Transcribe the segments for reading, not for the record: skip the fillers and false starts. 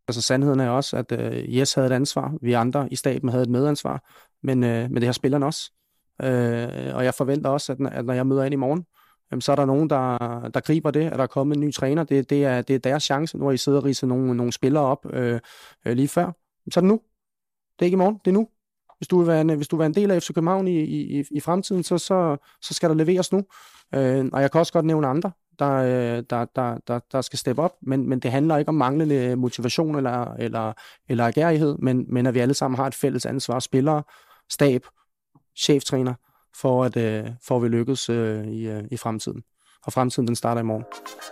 Altså sandheden er også, at Jes havde et ansvar, vi andre i staben havde et medansvar, men det har spillerne også. Og jeg forventer også, at når jeg møder ind i morgen, så er der nogen, der griber det, at der er kommet en ny træner. Det er deres chance. Nu har I siddet og ridset nogle spillere op lige før. Så er det nu. Det er ikke i morgen, det er nu. Hvis du vil være en del af FC København i fremtiden, så skal der leveres nu. Og jeg kan også godt nævne andre, der skal steppe op, men det handler ikke om manglende motivation eller agerighed, men at vi alle sammen har et fælles ansvar, spillere, stab, cheftræner, for at vi lykkes i fremtiden. Og fremtiden, den starter i morgen.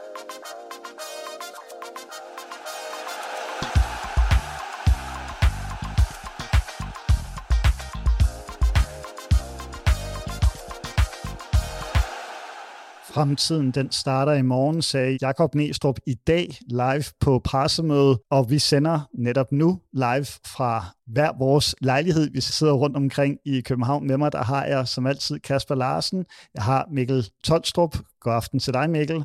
Fremtiden, den starter i morgen, sagde Jakob Nestrup i dag live på pressemøde, og vi sender netop nu live fra hver vores lejlighed. Vi sidder rundt omkring i København. Med mig, der har jeg som altid Kasper Larsen. Jeg har Mikkel Tolstrup. God aften til dig, Mikkel.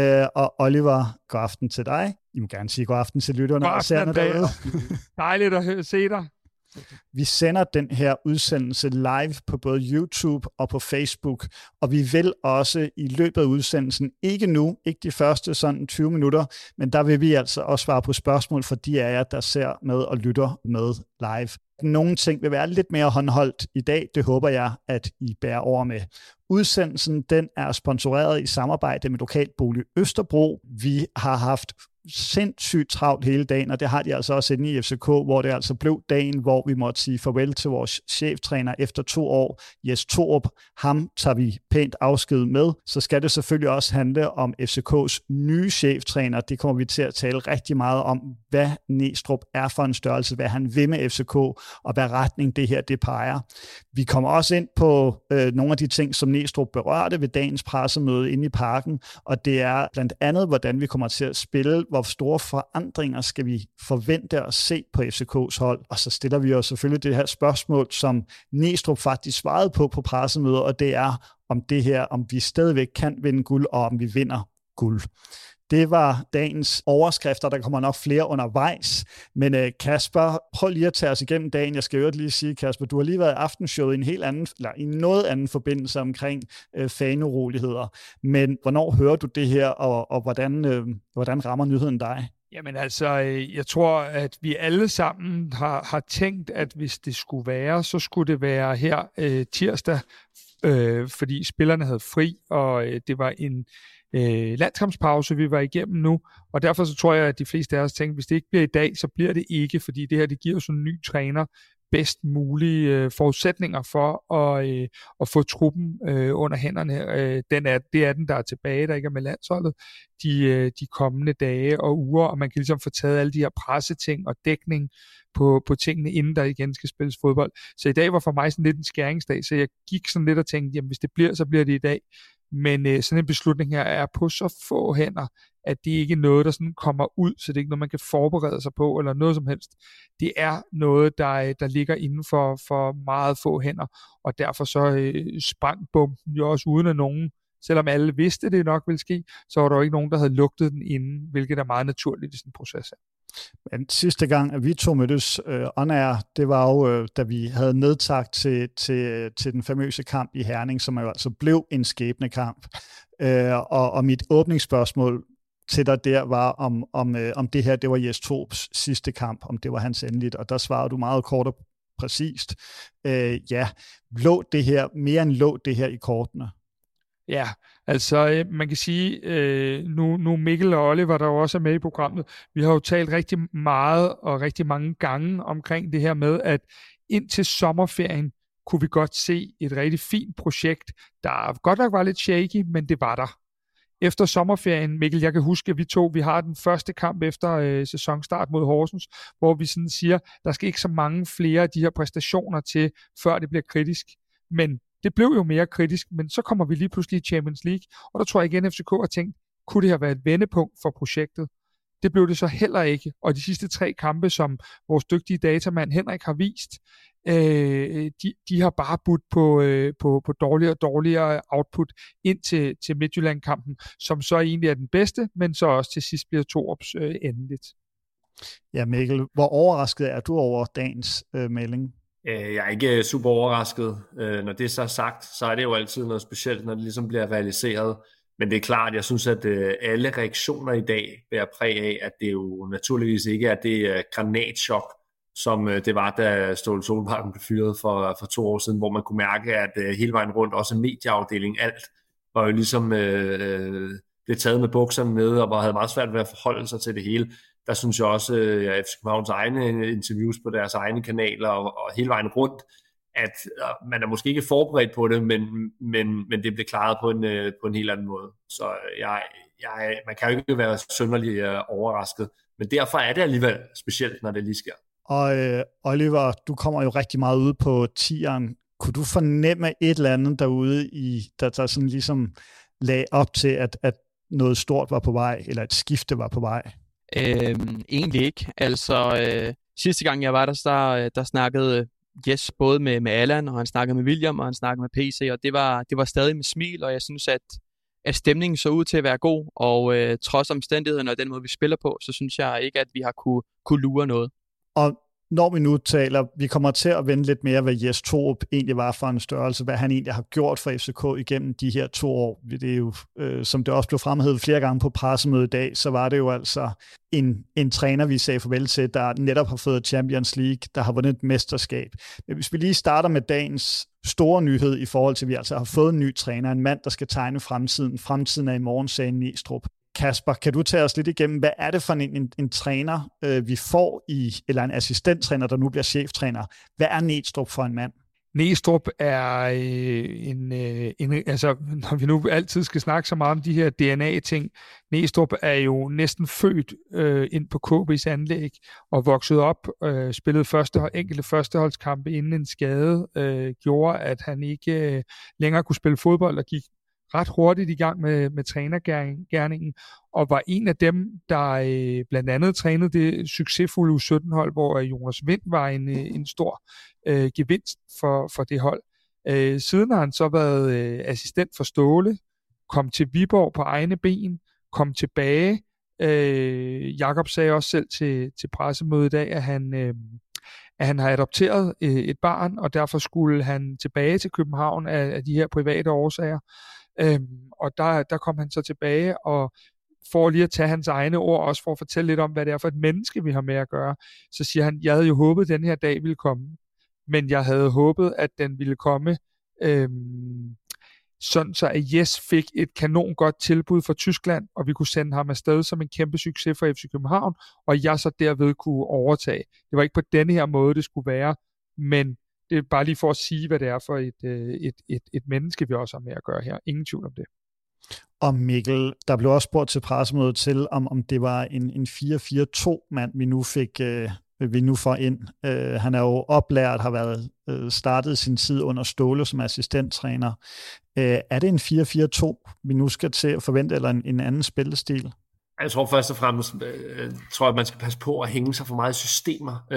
Og Oliver, god aften til dig. I må gerne sige god aften til lytterne. God aften, dejligt at se dig. Vi sender den her udsendelse live på både YouTube og på Facebook, og vi vil også i løbet af udsendelsen, ikke nu, ikke de første sådan 20 minutter, men der vil vi altså også svare på spørgsmål for de af jer, der ser med og lytter med live. Nogle ting vil være lidt mere håndholdt i dag, det håber jeg, at I bærer over med. Udsendelsen, den er sponsoreret i samarbejde med Lokalbolig Østerbro. Vi har haft sindssygt travlt hele dagen, og det har de altså også inde i FCK, hvor det altså blev dagen, hvor vi måtte sige farvel til vores cheftræner efter 2 år, Jes Torup. Ham tager vi pænt afsked med. Så skal det selvfølgelig også handle om FCKs nye cheftræner. Det kommer vi til at tale rigtig meget om, hvad Nestrup er for en størrelse, hvad han vil med FCK, og hvad retning det her det peger. Vi kommer også ind på nogle af de ting, som Nestrup berørte ved dagens pressemøde inde i Parken, og det er blandt andet, hvordan vi kommer til at spille, hvor store forandringer skal vi forvente at se på FCK's hold. Og så stiller vi jo selvfølgelig det her spørgsmål, som Nestrup faktisk svarede på pressemødet, og det er om vi stadigvæk kan vinde guld, og om vi vinder guld. Det var dagens overskrifter, der kommer nok flere undervejs. Men Kasper, prøv lige at tage os igennem dagen. Jeg skal jo lige sige, Kasper, du har lige været i aftenshowet i en helt anden, eller i noget anden forbindelse omkring fanuroligheder. Men hvornår hører du det her, og hvordan rammer nyheden dig? Jamen altså, jeg tror, at vi alle sammen har tænkt, at hvis det skulle være, så skulle det være her tirsdag, fordi spillerne havde fri, og det var en landskampspause, vi var igennem nu, og derfor så tror jeg, at de fleste af os tænker, hvis det ikke bliver i dag, så bliver det ikke, fordi det her, det giver sådan en ny træner bedst mulige forudsætninger for at få truppen under hænderne. Det er den, der er tilbage, der ikke er med landsholdet, de kommende dage og uger, og man kan ligesom få taget alle de her presseting og dækning på tingene, inden der igen skal spilles fodbold. Så i dag var for mig sådan lidt en skæringsdag, så jeg gik sådan lidt og tænkte, jamen hvis det bliver, så bliver det i dag. Men sådan en beslutning her er på så få hænder, at det ikke er noget, der sådan kommer ud, så det er ikke noget, man kan forberede sig på, eller noget som helst. Det er noget, der ligger inden for meget få hænder, og derfor så sprang bomben jo også uden at nogen, selvom alle vidste, det nok ville ske, så var der jo ikke nogen, der havde lugtet den inden, hvilket er meget naturligt i sådan en proces her. Men sidste gang, at vi to mødtes on air, det var jo, da vi havde nedtagt til den famøse kamp i Herning, som jo altså blev en skæbnekamp. Og mit åbningsspørgsmål til dig der var, om det her, det var Jes Torups sidste kamp, om det var hans endeligt, og der svarede du meget kort og præcist. Ja, lå det her i kortene? Ja, altså man kan sige, nu Mikkel og Oliver, der jo også er med i programmet, vi har jo talt rigtig meget og rigtig mange gange omkring det her med, at indtil sommerferien kunne vi godt se et rigtig fint projekt, der godt nok var lidt shaky, men det var der. Efter sommerferien, Mikkel, jeg kan huske, at vi har den første kamp efter sæsonstart mod Horsens, hvor vi sådan siger, der skal ikke så mange flere af de her præstationer til, før det bliver kritisk. Men det blev jo mere kritisk, men så kommer vi lige pludselig i Champions League, og der tror jeg igen, FCK har tænkt, kunne det have været et vendepunkt for projektet? Det blev det så heller ikke, og de sidste 3 kampe, som vores dygtige datamand Henrik har vist, de har bare budt på dårligere og dårligere output ind til Midtjylland-kampen, som så egentlig er den bedste, men så også til sidst bliver Torups endeligt. Ja, Mikkel, hvor overrasket er du over dagens melding? Jeg er ikke super overrasket. Når det så er sagt, så er det jo altid noget specielt, når det ligesom bliver realiseret. Men det er klart, jeg synes, at alle reaktioner i dag bærer præg af, at det jo naturligvis ikke er det granatchok, som det var, da Ståle Solbakken blev fyret for 2 år siden, hvor man kunne mærke, at hele vejen rundt, også medieafdelingen, alt var jo ligesom blev taget med bukserne nede, og havde meget svært ved at forholde sig til det hele. Der synes jeg også, at FC Københavns egne interviews på deres egne kanaler og hele vejen rundt, at man er måske ikke forberedt på det, men det bliver klaret på en helt anden måde. Så man kan jo ikke være synderligt overrasket, men derfor er det alligevel specielt, når det lige sker. Og Oliver, du kommer jo rigtig meget ud på tieren. Kunne du fornemme et eller andet derude, der sådan ligesom lagde op til, at noget stort var på vej, eller et skifte var på vej? Egentlig ikke. Altså, sidste gang jeg var der snakkede Jes både med Allan, og han snakkede med William, og han snakkede med PC, og det var stadig med smil, og jeg synes, at stemningen så ud til at være god, og trods omstændighederne og den måde, vi spiller på, så synes jeg ikke, at vi har kunne lure noget. Og når vi nu taler, vi kommer til at vende lidt mere, hvad Jes Torup egentlig var for en størrelse, hvad han egentlig har gjort for FCK igennem de her 2 år. Det er jo, som det også blev fremhævet flere gange på pressemødet i dag, så var det jo altså en træner, vi sagde farvel til, der netop har fået Champions League, der har vundet et mesterskab. Men hvis vi lige starter med dagens store nyhed i forhold til, at vi altså har fået en ny træner, en mand, der skal tegne fremtiden. Fremtiden er i morgen, sagde Næstrup. Kasper, kan du tage os lidt igennem, hvad er det for en træner, vi får eller en assistenttræner, der nu bliver cheftræner? Hvad er Næstrup for en mand? Næstrup er altså, når vi nu altid skal snakke så meget om de her DNA-ting, Næstrup er jo næsten født ind på KB's anlæg og vokset op, spillede enkelte førsteholdskampe inden en skade, gjorde, at han ikke længere kunne spille fodbold og gik ret hurtigt i gang med trænergerningen, og var en af dem, der blandt andet trænede det succesfulde U17-hold, hvor Jonas Vind var en stor gevinst for det hold. Siden har han så været assistent for Ståle, kom til Viborg på egne ben, kom tilbage. Jakob sagde også selv til pressemødet i dag, at han har adopteret et barn, og derfor skulle han tilbage til København af de her private årsager. Og der kom han så tilbage, og for lige at tage hans egne ord, også for at fortælle lidt om, hvad det er for et menneske, vi har med at gøre, så siger han, jeg havde jo håbet, at den her dag ville komme, men jeg havde håbet, at den ville komme, sådan så at Jes fik et kanon godt tilbud fra Tyskland, og vi kunne sende ham afsted som en kæmpe succes for FC København, og jeg så derved kunne overtage. Det var ikke på denne her måde, det skulle være, men det er bare lige for at sige, hvad det er for et menneske, vi også har med at gøre her. Ingen tvivl om det. Og Mikkel, der blev også spurgt til pressemødet til, om det var en 4-4-2-mand, vi nu får ind. Han er jo oplært, har været startet sin tid under Ståle som assistenttræner. Er det en 4-4-2, vi nu skal til at forvente, eller en anden spillestil? Jeg tror først og fremmest, at man skal passe på at hænge sig for meget i systemer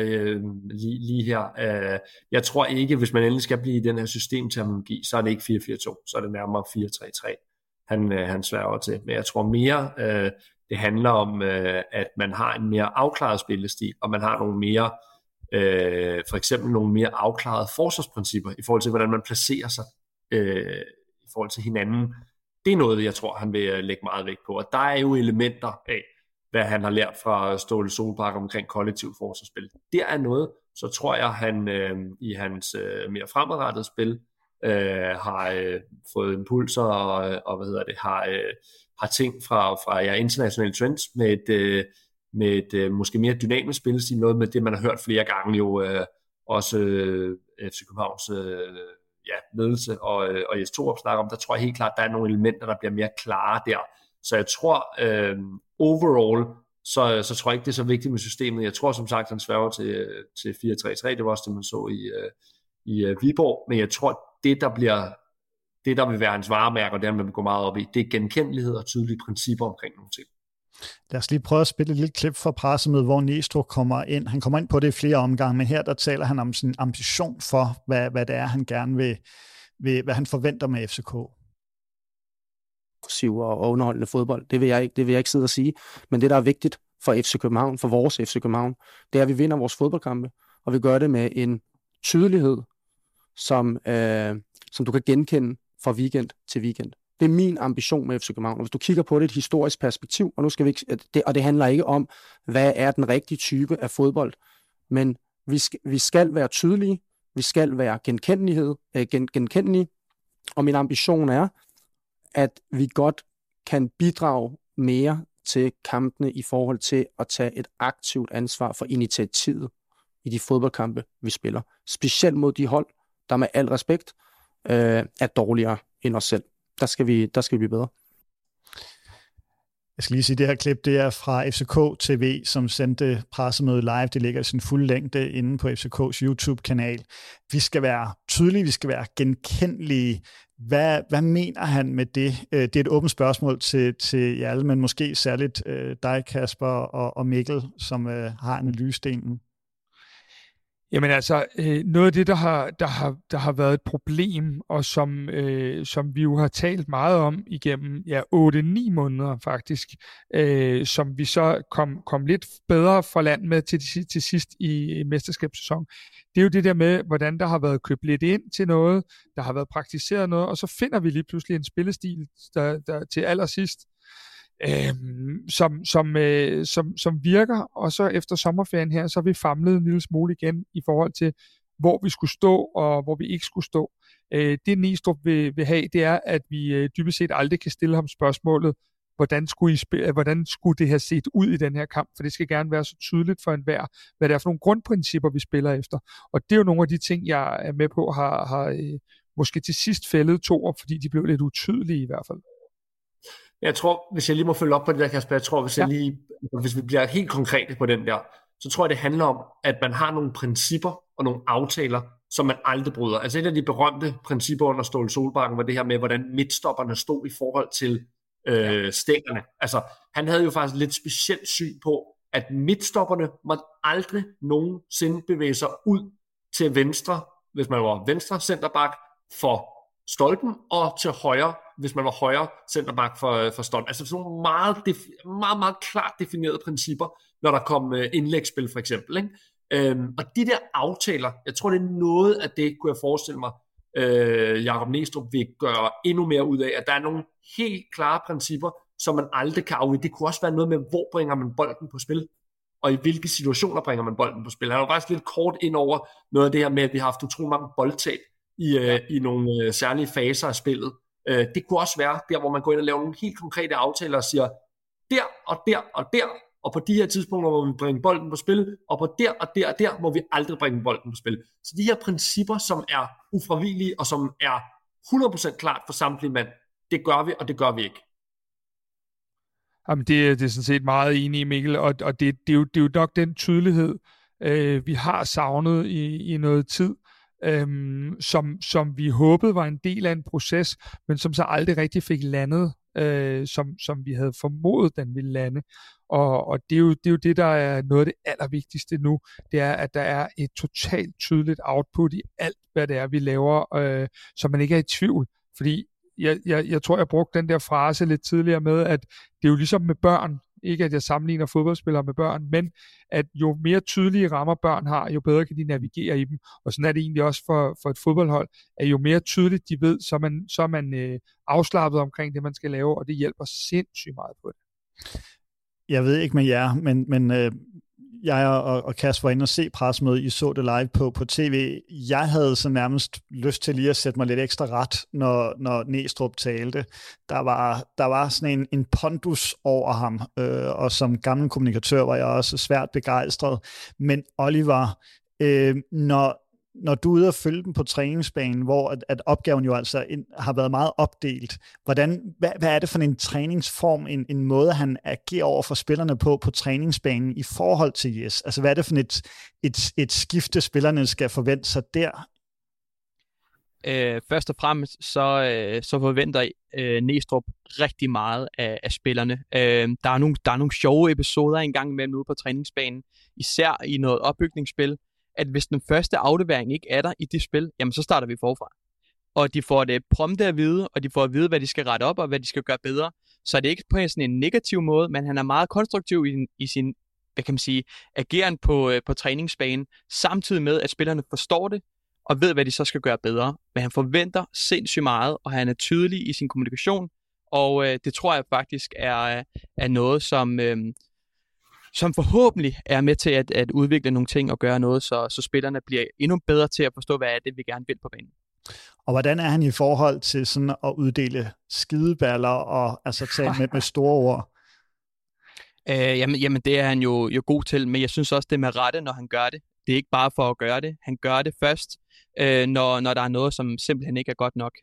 lige her. Jeg tror ikke, hvis man endelig skal blive i den her systemterminologi, så er det ikke 4-4-2, så er det nærmere 4-3-3, han sværger til. Men jeg tror mere, det handler om, at man har en mere afklaret spillestil, og man har nogle mere, for eksempel nogle mere afklarede forsvarsprincipper i forhold til, hvordan man placerer sig i forhold til hinanden. Det er noget, jeg tror, han vil lægge meget vægt på. Og der er jo elementer af, hvad han har lært fra Ståle Solbakken omkring kollektiv forsvarsspil. Det er noget, så tror jeg, han i hans mere fremadrettede spil har fået impulser og har ting fra internationale trends med et måske mere dynamisk spilstil, noget med det, man har hørt flere gange jo også FC Københavns ledelse og Jes Torup snakker om, der tror jeg helt klart, der er nogle elementer, der bliver mere klare der. Så jeg tror overall, så tror jeg ikke, det er så vigtigt med systemet. Jeg tror som sagt, han sværger til 4-3-3. Det var også det, man så i Viborg. Men jeg tror, det der vil være hans varemærke, og det man vil gå meget op i, det er genkendelighed og tydelige principper omkring nogle ting. Lad os lige prøve at spille et lille klip fra pressemødet, hvor Næstrup kommer ind. Han kommer ind på det i flere omgange, men her der taler han om sin ambition for, hvad det er, han gerne vil, hvad han forventer med FCK. Og underholdende fodbold, det vil jeg ikke sidde og sige. Men det, der er vigtigt for FC København, for vores FC København, det er, at vi vinder vores fodboldkampe, og vi gør det med en tydelighed, som du kan genkende fra weekend til weekend. Det er min ambition med FC København. Og hvis du kigger på det i et historisk perspektiv, og nu skal vi ikke, og det handler ikke om, hvad er den rigtige type af fodbold, men vi skal være tydelige, vi skal være genkendelige, og min ambition er, at vi godt kan bidrage mere til kampene i forhold til at tage et aktivt ansvar for initiativet i de fodboldkampe, vi spiller. Specielt mod de hold, der med al respekt er dårligere end os selv. Der skal vi blive bedre. Jeg skal lige sige, at det her klip, det er fra FCK TV, som sendte pressemødet live. Det ligger i sin fulde længde inde på FCKs YouTube-kanal. Vi skal være tydelige, vi skal være genkendelige. Hvad mener han med det? Det er et åbent spørgsmål til jer alle, men måske særligt dig, Kasper, og Mikkel, som har analysdelen. Jamen altså, noget af det, der har været et problem, og som vi jo har talt meget om igennem 8-9 måneder faktisk, som vi så kom lidt bedre fra land med til sidst i mesterskabssæsonen, det er jo det der med, hvordan der har været købt lidt ind til noget, der har været praktiseret noget, og så finder vi lige pludselig en spillestil, der til allersidst, som virker, og så efter sommerferien her, så har vi famlet en lille smule igen i forhold til, hvor vi skulle stå, og hvor vi ikke skulle stå. Det Næstrup vil have, det er, at vi dybest set aldrig kan stille ham spørgsmålet, hvordan skulle det have set ud i den her kamp, for det skal gerne være så tydeligt for enhver, hvad det er for nogle grundprincipper, vi spiller efter. Og det er jo nogle af de ting, jeg er med på, har måske til sidst fældet toer, fordi de blev lidt utydelige i hvert fald. Jeg tror, hvis jeg lige må følge op på det der, Kasper, jeg tror, hvis vi bliver helt konkrete på den der, så tror jeg, det handler om, at man har nogle principper og nogle aftaler, som man aldrig bryder. Altså et af de berømte principper under Ståle Solbakken var det her med, hvordan midtstopperne stod i forhold til stængerne. Altså, han havde jo faktisk lidt specielt syn på, at midtstopperne måtte aldrig nogensinde bevæge sig ud til venstre, hvis man var venstre centerback for stolpen, og til højre, hvis man var højre centerback for stolpen. Altså sådan nogle meget, meget klart definerede principper, når der kom indlægsspil for eksempel. Ikke? Og de der aftaler, jeg tror, det er noget af det, kunne jeg forestille mig, Jakob Næstrup vil gøre endnu mere ud af, at der er nogle helt klare principper, som man aldrig kan afvige. Det kunne også være noget med, hvor bringer man bolden på spil, og i hvilke situationer bringer man bolden på spil. Han var faktisk lidt kort ind over noget af det her med, at vi har haft utrolig mange boldtab i nogle særlige faser af spillet. Det kunne også være der, hvor man går ind og laver nogle helt konkrete aftaler og siger, der og der og der, og på de her tidspunkter må vi bringe bolden på spil, og på der og der og der må vi aldrig bringe bolden på spil. Så de her principper, som er ufravigelige, og som er 100% klart for samtlige mand, det gør vi, og det gør vi ikke. Jamen, det er sådan set meget enig i, Mikkel, og det er jo nok den tydelighed, vi har savnet i noget tid, som vi håbede var en del af en proces, men som så aldrig rigtig fik landet, som vi havde formodet, den ville lande. Og det er jo det, der er noget af det allervigtigste nu, det er, at der er et totalt tydeligt output i alt, hvad det er, vi laver, så man ikke er i tvivl. Fordi jeg tror, jeg brugte den der frase lidt tidligere med, at det er jo ligesom med børn, ikke at jeg sammenligner fodboldspillere med børn, men at jo mere tydelige rammer børn har, jo bedre kan de navigere i dem. Og sådan er det egentlig også for et fodboldhold, at jo mere tydeligt de ved, så er man afslappet omkring det, man skal lave, og det hjælper sindssygt meget på det. Jeg ved ikke med jer, men jeg og Kasper var inde og se pressemødet, I så det live på tv. Jeg havde så nærmest lyst til lige at sætte mig lidt ekstra ret, når Næstrup talte. Der var sådan en pondus over ham, og som gammel kommunikatør var jeg også svært begejstret. Men Oliver, når du er ude og følge dem på træningsbanen, hvor at opgaven jo altså har været meget opdelt, hvad er det for en træningsform, en måde, han agerer over for spillerne på træningsbanen i forhold til Jes? Altså, hvad er det for et skifte, spillerne skal forvente sig der? Først og fremmest, så forventer Næstrup rigtig meget af spillerne. Der er nogle sjove episoder engang imellem ude på træningsbanen, især i noget opbygningsspil, at hvis den første aflevering ikke er der i det spil, jamen så starter vi forfra. Og de får det prompte at vide, og de får at vide, hvad de skal rette op, og hvad de skal gøre bedre. Så er det ikke på sådan en negativ måde, men han er meget konstruktiv i sin, hvad kan man sige, ageren på træningsbanen, samtidig med, at spillerne forstår det, og ved, hvad de så skal gøre bedre. Men han forventer sindssygt meget, og han er tydelig i sin kommunikation, og det tror jeg faktisk er noget, som forhåbentlig er med til at udvikle nogle ting og gøre noget, så spillerne bliver endnu bedre til at forstå, hvad er det, vi gerne vil på banen. Og hvordan er han i forhold til sådan at uddele skideballer og altså tale med store ord? Jamen det er han jo god til, men jeg synes også, det er med rette, når han gør det. Det er ikke bare for at gøre det. Han gør det først, når der er noget, som simpelthen ikke er godt nok.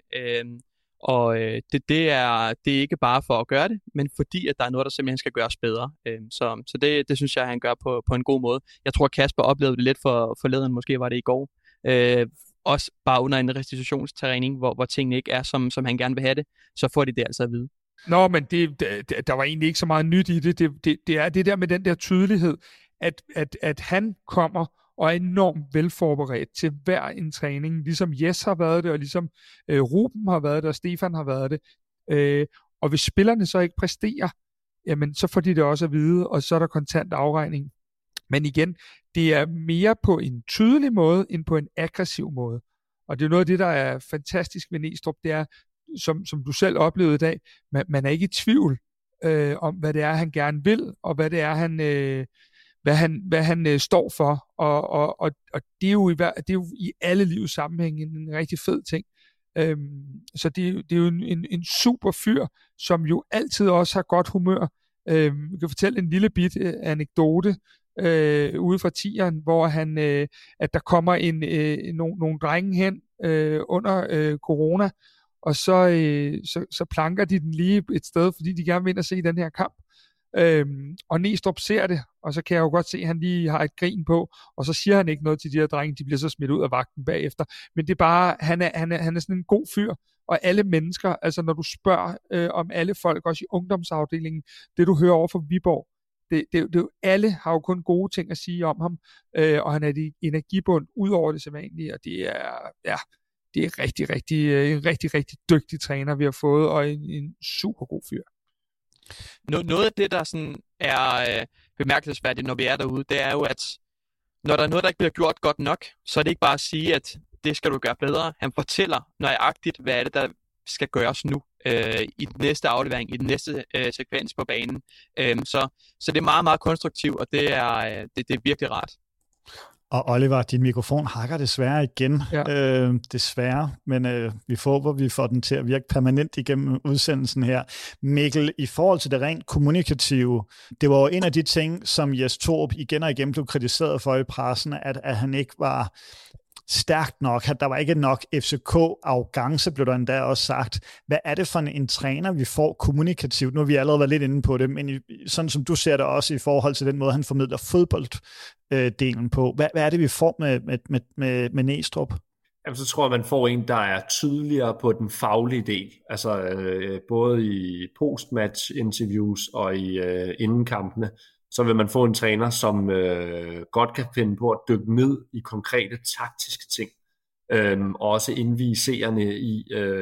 Det er ikke bare for at gøre det, men fordi at der er noget, der simpelthen skal gøres bedre. Så det synes jeg, han gør på en god måde. Jeg tror, Kasper oplevede det lidt forleden, måske var det i går. Også bare under en restitutionstræning, hvor tingene ikke er, som han gerne vil have det, så får de det altså at vide. Nå, men der var egentlig ikke så meget nyt i det. Det er det der med den der tydelighed, at han kommer og er enormt velforberedt til hver en træning, ligesom Jes har været det, og ligesom Ruben har været det, og Stefan har været det. Og hvis spillerne så ikke præsterer, jamen så får de det også at vide, og så er der kontant afregning. Men igen, det er mere på en tydelig måde, end på en aggressiv måde. Og det er noget af det, der er fantastisk ved Næstrup, det er, som du selv oplevede i dag, man er ikke i tvivl om, hvad det er, han gerne vil, og hvad det er, hvad han står for. Og det er jo i alle livets sammenhæng en rigtig fed ting. Så det er jo en super fyr, som jo altid også har godt humør. Jeg kan fortælle en lille bit anekdote ude fra tieren, hvor at der kommer nogle drenge hen under corona, og så planker de den lige et sted, fordi de gerne vil ind og se den her kamp. Og Næstrup ser det, og så kan jeg jo godt se, at han lige har et grin på, og så siger han ikke noget til de her drenge, de bliver så smidt ud af vagten bagefter. Men det er bare, han er sådan en god fyr, og alle mennesker, altså når du spørger om alle folk, også i ungdomsafdelingen, det du hører over for Viborg, det alle har jo kun gode ting at sige om ham, og han er et energibund ud over det sædvanlige, og det er en rigtig dygtig træner, vi har fået, og en super god fyr. Noget af det, der sådan er bemærkelsesværdigt, når vi er derude, det er jo, at når der er noget, der ikke bliver gjort godt nok, så er det ikke bare at sige, at det skal du gøre bedre. Han fortæller nøjagtigt, hvad er det, der skal gøres nu i den næste aflevering, i den næste sekvens på banen. Så det er meget, meget konstruktivt, og det er virkelig rart. Og Oliver, din mikrofon hakker desværre igen, desværre, men vi håber, vi får den til at virke permanent igennem udsendelsen her. Mikkel, i forhold til det rent kommunikative, det var jo en af de ting, som Jes Torup igen og igen blev kritiseret for i pressen, at han ikke var stærkt nok, at der var ikke nok FCK-arrogance, blev der endda også sagt. Hvad er det for en træner, vi får kommunikativt? Nu har vi allerede været lidt inde på det, men sådan som du ser det også i forhold til den måde, han formidler fodbolddelen på. Hvad er det, vi får med Næstrup? Jamen, så tror jeg, man får en, der er tydeligere på den faglige del. Altså både i postmatch-interviews og i indenkampene, så vil man få en træner, som godt kan finde på at dykke ned i konkrete taktiske ting. Og også indvie seerne i,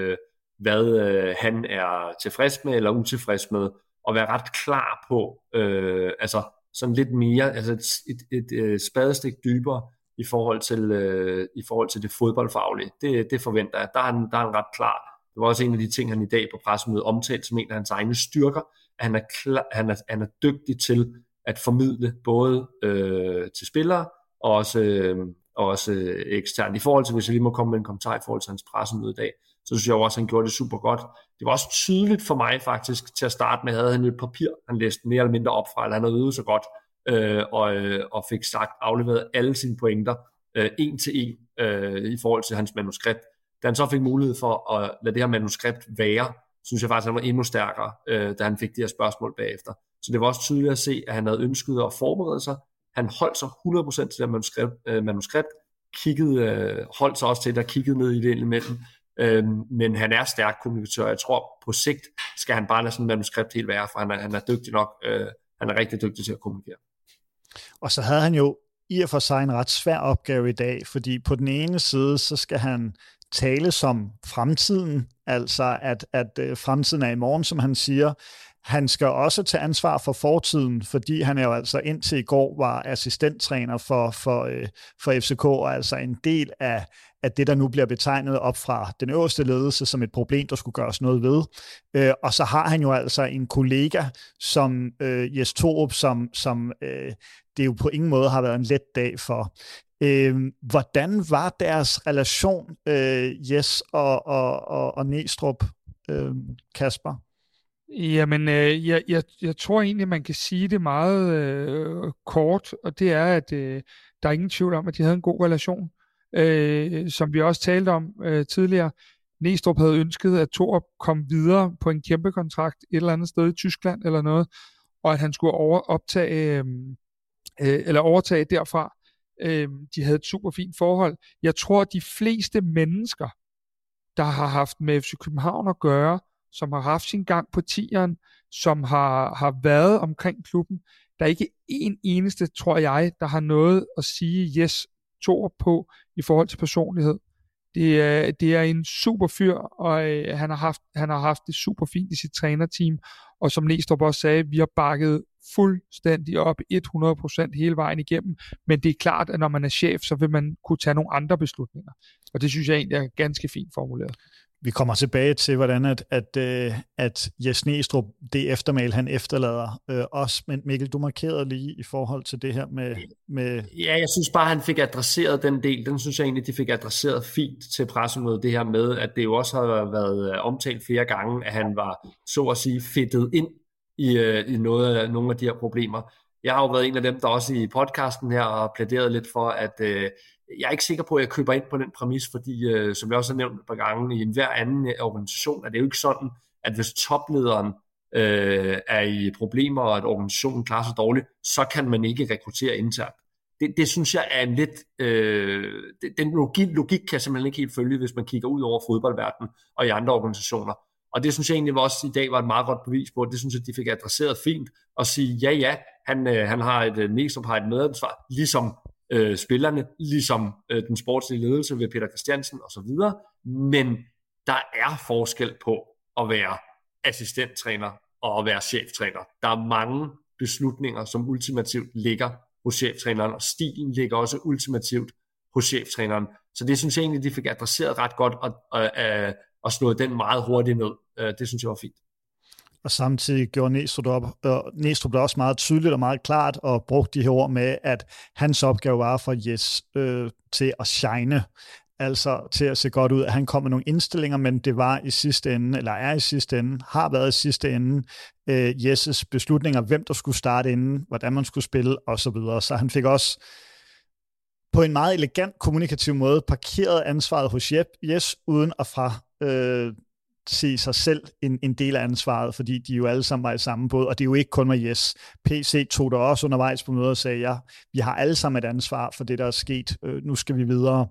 hvad han er tilfreds med eller utilfreds med, og være ret klar på, altså sådan lidt mere, altså et spadestik dybere i forhold til det fodboldfaglige. Det forventer jeg. Der er han ret klar. Det var også en af de ting, han i dag på pressemødet omtalte som en af hans egne styrker, at han er dygtig til at formidle både til spillere og også eksternt. I forhold til, hvis jeg lige må komme med en kommentar i forhold til hans pressemøde i dag, så synes jeg også, at han gjorde det super godt. Det var også tydeligt for mig faktisk, til at starte med, havde han et papir, han læste mere eller mindre op fra, eller han havde øvet så godt, og fik sagt afleveret alle sine pointer, en til en, i forhold til hans manuskript. Da han så fik mulighed for at lade det her manuskript være, synes jeg faktisk, at han var endnu stærkere, da han fik de her spørgsmål bagefter. Så det var også tydeligt at se, at han havde ønsket at forberede sig. Han holdt sig 100% til det manuskript, holdt sig også til, at kiggede ned i det imellem. Men han er stærk kommunikatør. Jeg tror, på sigt skal han bare lade sådan et manuskript helt være, for han er dygtig nok. Han er rigtig dygtig til at kommunikere. Og så havde han jo i og for sig en ret svær opgave i dag, fordi på den ene side, så skal han tale som fremtiden, altså at fremtiden er i morgen, som han siger. Han skal også tage ansvar for fortiden, fordi han er jo altså indtil i går var assistenttræner for FCK, og altså en del af det, der nu bliver betegnet op fra den øverste ledelse som et problem, der skulle gøres noget ved. Og så har han jo altså en kollega som Jes Torup, som det jo på ingen måde har været en let dag for. Hvordan var deres relation, Jes og Næstrup, Kasper? Jamen, jeg tror egentlig, man kan sige det meget kort, og det er, at der er ingen tvivl om, at de havde en god relation. Som vi også talte om tidligere, Næstrup havde ønsket, at Torup kom videre på en kæmpe kontrakt et eller andet sted i Tyskland eller noget, og at han skulle overtage derfra. De havde et super fint forhold. Jeg tror, at de fleste mennesker, der har haft med FC København at gøre, som har haft sin gang på tieren, som har været omkring klubben, der er ikke en eneste, tror jeg, der har noget at sige Jes Torup på i forhold til personlighed. Det er en super fyr, og han har haft det super fint i sit trænerteam, og som Næstrup også sagde, vi har bakket fuldstændig op 100% hele vejen igennem, men det er klart, at når man er chef, så vil man kunne tage nogle andre beslutninger, og det synes jeg egentlig er ganske fint formuleret. Vi kommer tilbage til, hvordan at Jes Næstrup, det eftermæl, han efterlader os. Men Mikkel, du markerede lige i forhold til det her med... Ja, jeg synes bare, han fik adresseret den del. Den synes jeg egentlig, de fik adresseret fint til pressemødet. Det her med, at det jo også har været omtalt flere gange, at han var, så at sige, fedtet ind i nogle af de her problemer. Jeg har jo været en af dem, der også i podcasten her har plæderet lidt for, at jeg er ikke sikker på, at jeg køber ind på den præmis, fordi som jeg også har nævnt et par gange, i enhver anden organisation, er det jo ikke sådan, at hvis toplederen er i problemer, og at organisationen klarer sig dårligt, så kan man ikke rekruttere internt. Det synes jeg er en lidt... den logik kan jeg simpelthen ikke helt følge, hvis man kigger ud over fodboldverdenen og i andre organisationer. Og det synes jeg egentlig også i dag var et meget godt bevis på, det synes jeg, de fik adresseret fint, og sige, ja, han har Næstrup har et medansvar, ligesom spillerne, ligesom den sportslige ledelse ved Peter Christiansen og så videre, men der er forskel på at være assistenttræner og at være cheftræner. Der er mange beslutninger, som ultimativt ligger hos cheftræneren, og stilen ligger også ultimativt hos cheftræneren. Så det synes jeg egentlig, de fik adresseret ret godt og slået den meget hurtigt ned. Det synes jeg var fint. Og samtidig gjorde Næstrup også meget tydeligt og meget klart og brugte de her ord med, at hans opgave var for Jes til at shine, altså til at se godt ud. Han kom med nogle indstillinger, men det var i sidste ende, eller er i sidste ende, har været i sidste ende, Jes' beslutninger, hvem der skulle starte inden, hvordan man skulle spille osv. Så han fik også på en meget elegant kommunikativ måde parkeret ansvaret hos Jes, uden at se sig selv en del af ansvaret, fordi de jo alle sammen var i samme båd, og det er jo ikke kun med Jes. PC tog der også undervejs på mødet og sagde, ja, vi har alle sammen et ansvar for det, der er sket. Nu skal vi videre.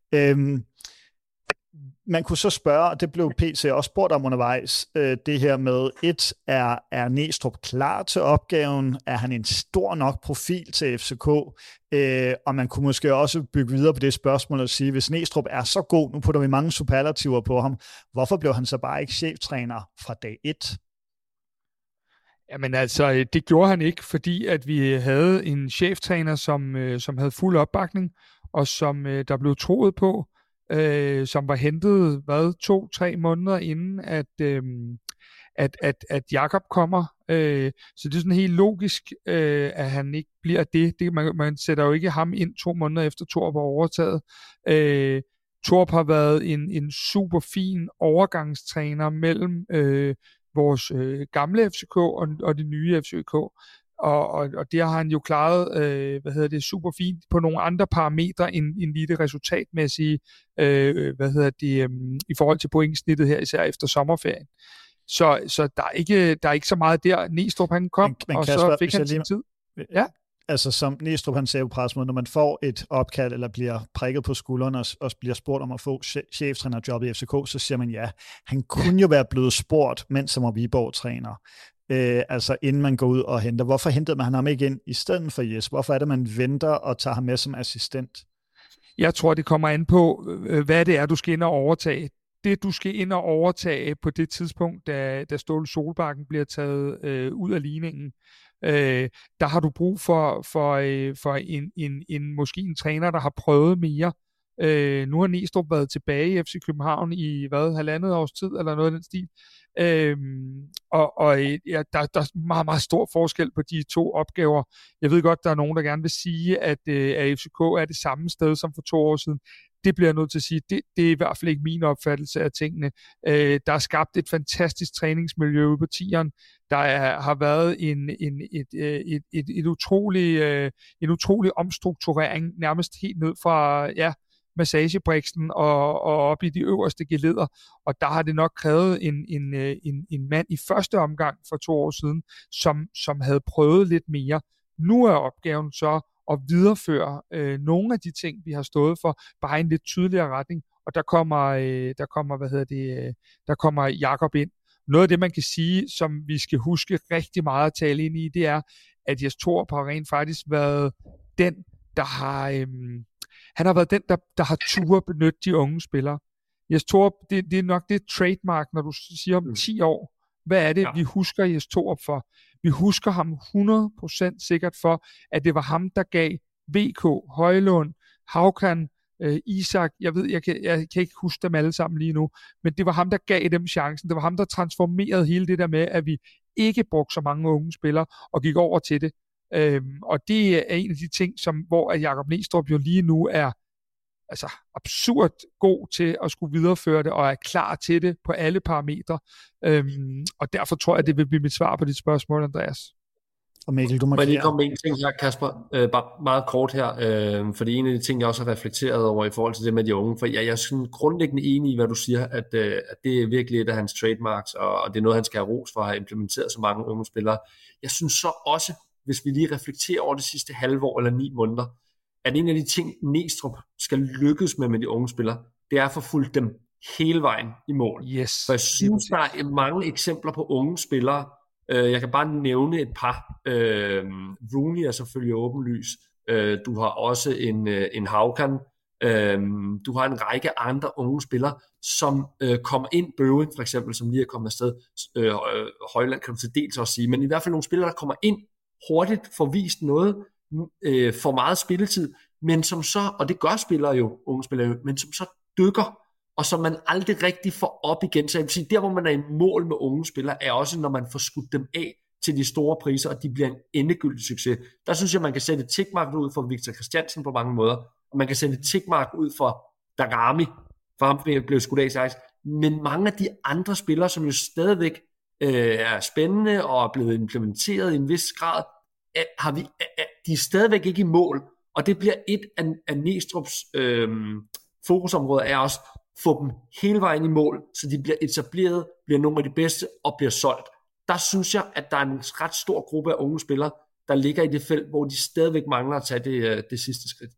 Man kunne så spørge, og det blev PC også spurgt om undervejs, det her med, er Næstrup klar til opgaven? Er han en stor nok profil til FCK? Og man kunne måske også bygge videre på det spørgsmål og sige, hvis Næstrup er så god, nu putter vi mange superlativer på ham, hvorfor blev han så bare ikke cheftræner fra dag 1? Jamen altså, det gjorde han ikke, fordi at vi havde en cheftræner, som havde fuld opbakning, og som der blev troet på, som var hentet 2-3 måneder inden at Jakob kommer, så det er sådan helt logisk, at han ikke bliver det. Man sætter jo ikke ham ind 2 måneder efter Torup var overtaget. Torup har været en super fin overgangstræner mellem vores gamle FCK og det nye FCK. Og det har han jo klaret super fint på nogle andre parametre end lige det resultatmæssige i forhold til pointsnittet her, især efter sommerferien. Så der er ikke så meget der. Næstrup han kom, men og Kasper, så fik han sin tid. Ja. Altså som Næstrup han sagde på pressemødet, når man får et opkald eller bliver prikket på skulderen og bliver spurgt om at få cheftrænerjobbet i FCK, så siger man ja. Han kunne jo være blevet spurgt, mens han var Viborg-træner. Altså inden man går ud og henter. Hvorfor hentede man ham ikke ind i stedet for Jes? Hvorfor er det, man venter og tager ham med som assistent? Jeg tror, det kommer an på, hvad det er, du skal ind og overtage. det, du skal ind og overtage på det tidspunkt, da Ståle Solbakken bliver taget ud af ligningen. Der har du brug for en måske en træner, der har prøvet mere. Nu har Næstrup været tilbage i FC København i 1,5 års tid, eller noget af den stil. Der er meget, meget stor forskel på de to opgaver. Jeg ved godt, der er nogen, der gerne vil sige, at FCK er det samme sted som for 2 år siden. Det bliver jeg nødt til at sige, det er i hvert fald ikke min opfattelse af tingene. Der er skabt et fantastisk træningsmiljø ude på tieren. Der har været en utrolig omstrukturering, nærmest helt ned fra massagebriksen og op i de øverste geleder. Og der har det nok krævet en mand i første omgang for 2 år siden, som havde prøvet lidt mere. Nu er opgaven så at videreføre nogle af de ting, vi har stået for, bare i en lidt tydeligere retning, og der kommer Jakob ind. Noget af det, man kan sige, som vi skal huske rigtig meget at tale ind i, det er, at Jes Torup har rent faktisk været den, der har han har været den, der har turde benytte de unge spillere. Jes Torup, det er nok det trademark, når du siger om 10 år. Hvad er det, vi husker Jes Torup for? Vi husker ham 100% sikkert for, at det var ham, der gav VK, Højlund, Haukan, Isak, jeg kan ikke huske dem alle sammen lige nu, men det var ham, der gav dem chancen. Det var ham, der transformerede hele det der med, at vi ikke brugte så mange unge spillere og gik over til det. Og det er en af de ting, hvor Jakob Næstrup jo lige nu er altså absurd god til at skulle videreføre det, og er klar til det på alle parametre. Og derfor tror jeg, det vil blive mit svar på dit spørgsmål, Andreas. Og Mikkel, du må lige komme med en ting her, Kasper, bare meget kort her, fordi en af de ting, jeg også har reflekteret over i forhold til det med de unge, for jeg er sådan grundlæggende enig i, hvad du siger, at det er virkelig et af hans trademarks, og det er noget, han skal have ros for at have implementeret så mange unge spillere. Jeg synes så også, hvis vi lige reflekterer over det sidste halve år eller 9 måneder, at en af de ting, Næstrup skal lykkes med de unge spillere, det er at få fulgt dem hele vejen i mål. Yes. For jeg synes, der er mange eksempler på unge spillere. Jeg kan bare nævne et par. Rooney er selvfølgelig åbenlys. Du har også en Haukan. Du har en række andre unge spillere, som kommer ind, Bøving for eksempel, som lige er kommet afsted. Højland kan du til dels også sige, men i hvert fald nogle spillere, der kommer ind hurtigt, får vist noget, får meget spilletid, men som så, og det gør spillere jo, unge spillere jo, men som så dykker, og som man aldrig rigtig får op igen. Så jeg vil sige, der hvor man er i mål med unge spillere, er også når man får skudt dem af til de store priser, og de bliver en endegyldig succes. Der synes jeg, man kan sætte et tickmark ud for Victor Christiansen på mange måder, og man kan sætte et tickmark ud for Darami, for ham blev skudt af i 16. Men mange af de andre spillere, som jo stadigvæk er spændende og er blevet implementeret i en vis grad, de er stadigvæk ikke i mål, og det bliver et af Næstrups fokusområder, er også få dem hele vejen i mål, så de bliver etableret, bliver nogle af de bedste og bliver solgt. Der synes jeg, at der er en ret stor gruppe af unge spillere, der ligger i det felt, hvor de stadigvæk mangler at tage det sidste skridt.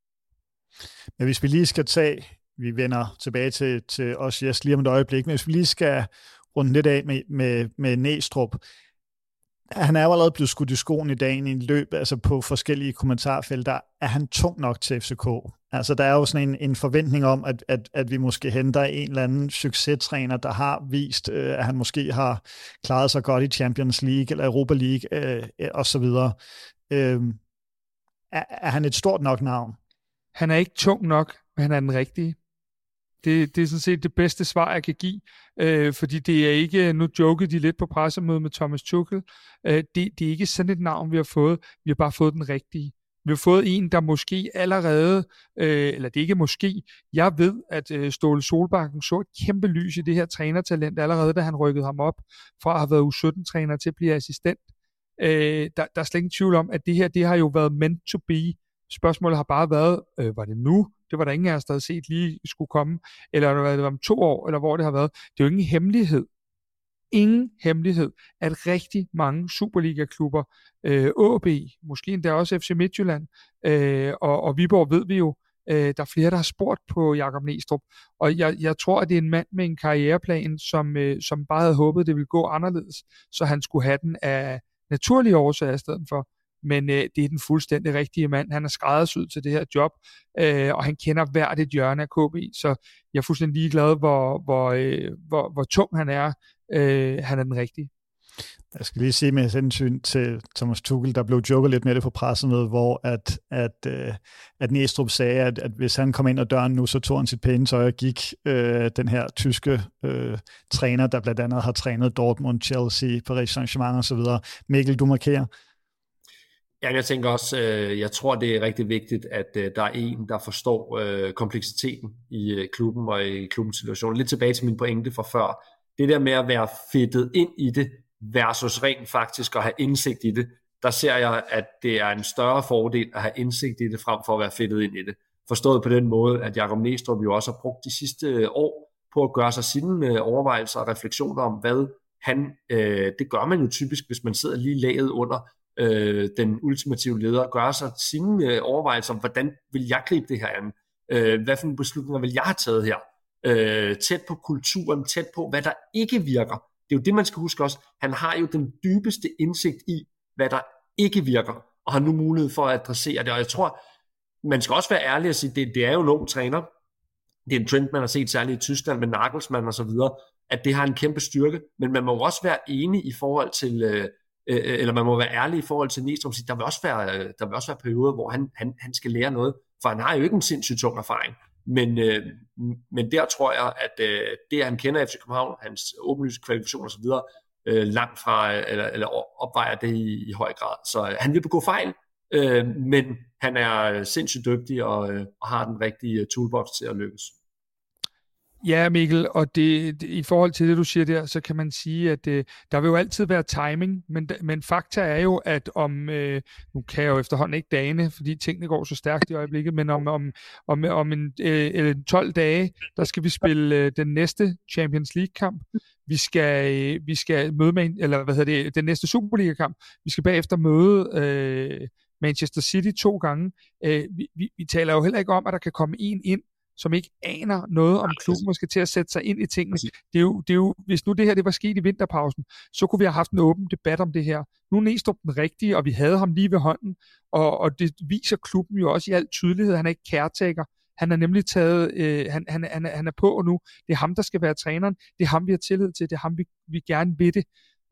Men hvis vi lige skal vi vender tilbage til os lige om et øjeblik, men hvis vi lige skal runde lidt af med Næstrup. Han er jo allerede blevet skudt i skoen i dagen i en løb, altså på forskellige kommentarfelter. Er han tung nok til FCK? Altså der er jo sådan en forventning om, at vi måske henter en eller anden succestræner, der har vist, at han måske har klaret sig godt i Champions League eller Europa League osv. Er han et stort nok navn? Han er ikke tung nok, men han er den rigtige. Det er sådan set det bedste svar, jeg kan give, fordi det er ikke, nu jokede de lidt på pressemødet med Thomas Tuchel, det er ikke sådan et navn, vi har fået, vi har bare fået den rigtige. Vi har fået en, der måske allerede, eller det er ikke måske, jeg ved, at Ståle Solbakken så et kæmpe lys i det her trænertalent, allerede da han rykkede ham op fra at have været U17-træner til at blive assistent. Der er slet ingen tvivl om, at det har jo været meant to be. Spørgsmålet har bare været, var det nu? Det var der ingen af os, der havde set lige skulle komme, eller det var om 2 år, eller hvor det har været. Det er jo ingen hemmelighed, at rigtig mange Superliga-klubber, AaB, måske endda også FC Midtjylland, og Viborg ved vi jo, der er flere, der har spurgt på Jakob Næstrup, og jeg tror, at det er en mand med en karriereplan, som bare havde håbet, det ville gå anderledes, så han skulle have den af naturlige årsager i stedet for. men det er den fuldstændig rigtige mand. Han er skræddersyet til det her job, og han kender hvert et hjørne af KB, så jeg er fuldstændig ligeglad, hvor tung han er. Han er den rigtige. Jeg skal lige sige med hensyn til Thomas Tuchel, der blev joket lidt med det på pressemødet, hvor at Næstrup sagde, at hvis han kom ind ad døren nu, så tog han sit pæne tøj og gik den her tyske træner, der blandt andet har trænet Dortmund, Chelsea, Paris Saint-Germain osv. Mikkel, du markerer. Ja, jeg tænker også, jeg tror, det er rigtig vigtigt, at der er en, der forstår kompleksiteten i klubben og i klubbens situation. Lidt tilbage til min pointe fra før. Det der med at være fedtet ind i det, versus rent faktisk at have indsigt i det, der ser jeg, at det er en større fordel at have indsigt i det, frem for at være fedtet ind i det. Forstået på den måde, at Jakob Næstrup jo også har brugt de sidste år på at gøre sig sine overvejelser og refleksioner om, hvad han, det gør man jo typisk, hvis man sidder lige laget under den ultimative leder, gør sig sine overvejelser om, hvordan vil jeg gribe det her an? Hvad for nogle beslutninger vil jeg have taget her? Tæt på kulturen, tæt på, hvad der ikke virker. Det er jo det, man skal huske også. Han har jo den dybeste indsigt i, hvad der ikke virker, og har nu mulighed for at adressere det. Og jeg tror, man skal også være ærlig og sige, det er jo en ung træner. Det er en trend, man har set særligt i Tyskland med Nagelsmann og så videre, at det har en kæmpe styrke. Men man må også være enig i forhold til, eller man må være ærlig i forhold til Næstrup. Der vil også være perioder, hvor han skal lære noget, for han har jo ikke en sindssygt tung erfaring. Men der tror jeg, at det, han kender FC København, hans åbenlyse kvalifikationer og så videre, langt fra, eller opvejer det i høj grad. Så han vil begå fejl, men han er sindssygt dygtig og har den rigtige toolbox til at lykkes. Ja, Mikkel, og i forhold til det, du siger der, så kan man sige, at der vil jo altid være timing, men fakta er jo, at nu kan jeg jo efterhånden ikke dagene, fordi tingene går så stærkt i øjeblikket, men om 12 dage, der skal vi spille den næste Champions League-kamp. Vi skal møde med, den næste Superliga-kamp. Vi skal bagefter møde Manchester City 2 gange. Vi taler jo heller ikke om, at der kan komme en ind, som ikke aner noget om klubben og skal til at sætte sig ind i tingene. Det er jo, hvis nu det her det var sket i vinterpausen, så kunne vi have haft en åben debat om det her. Nu er Næstrup den rigtige, og vi havde ham lige ved hånden, og det viser klubben jo også i al tydelighed. Han er ikke caretaker. Han er nemlig taget, han er på nu. Det er ham, der skal være træneren. Det er ham, vi har tillid til. Det er ham, vi gerne vil det.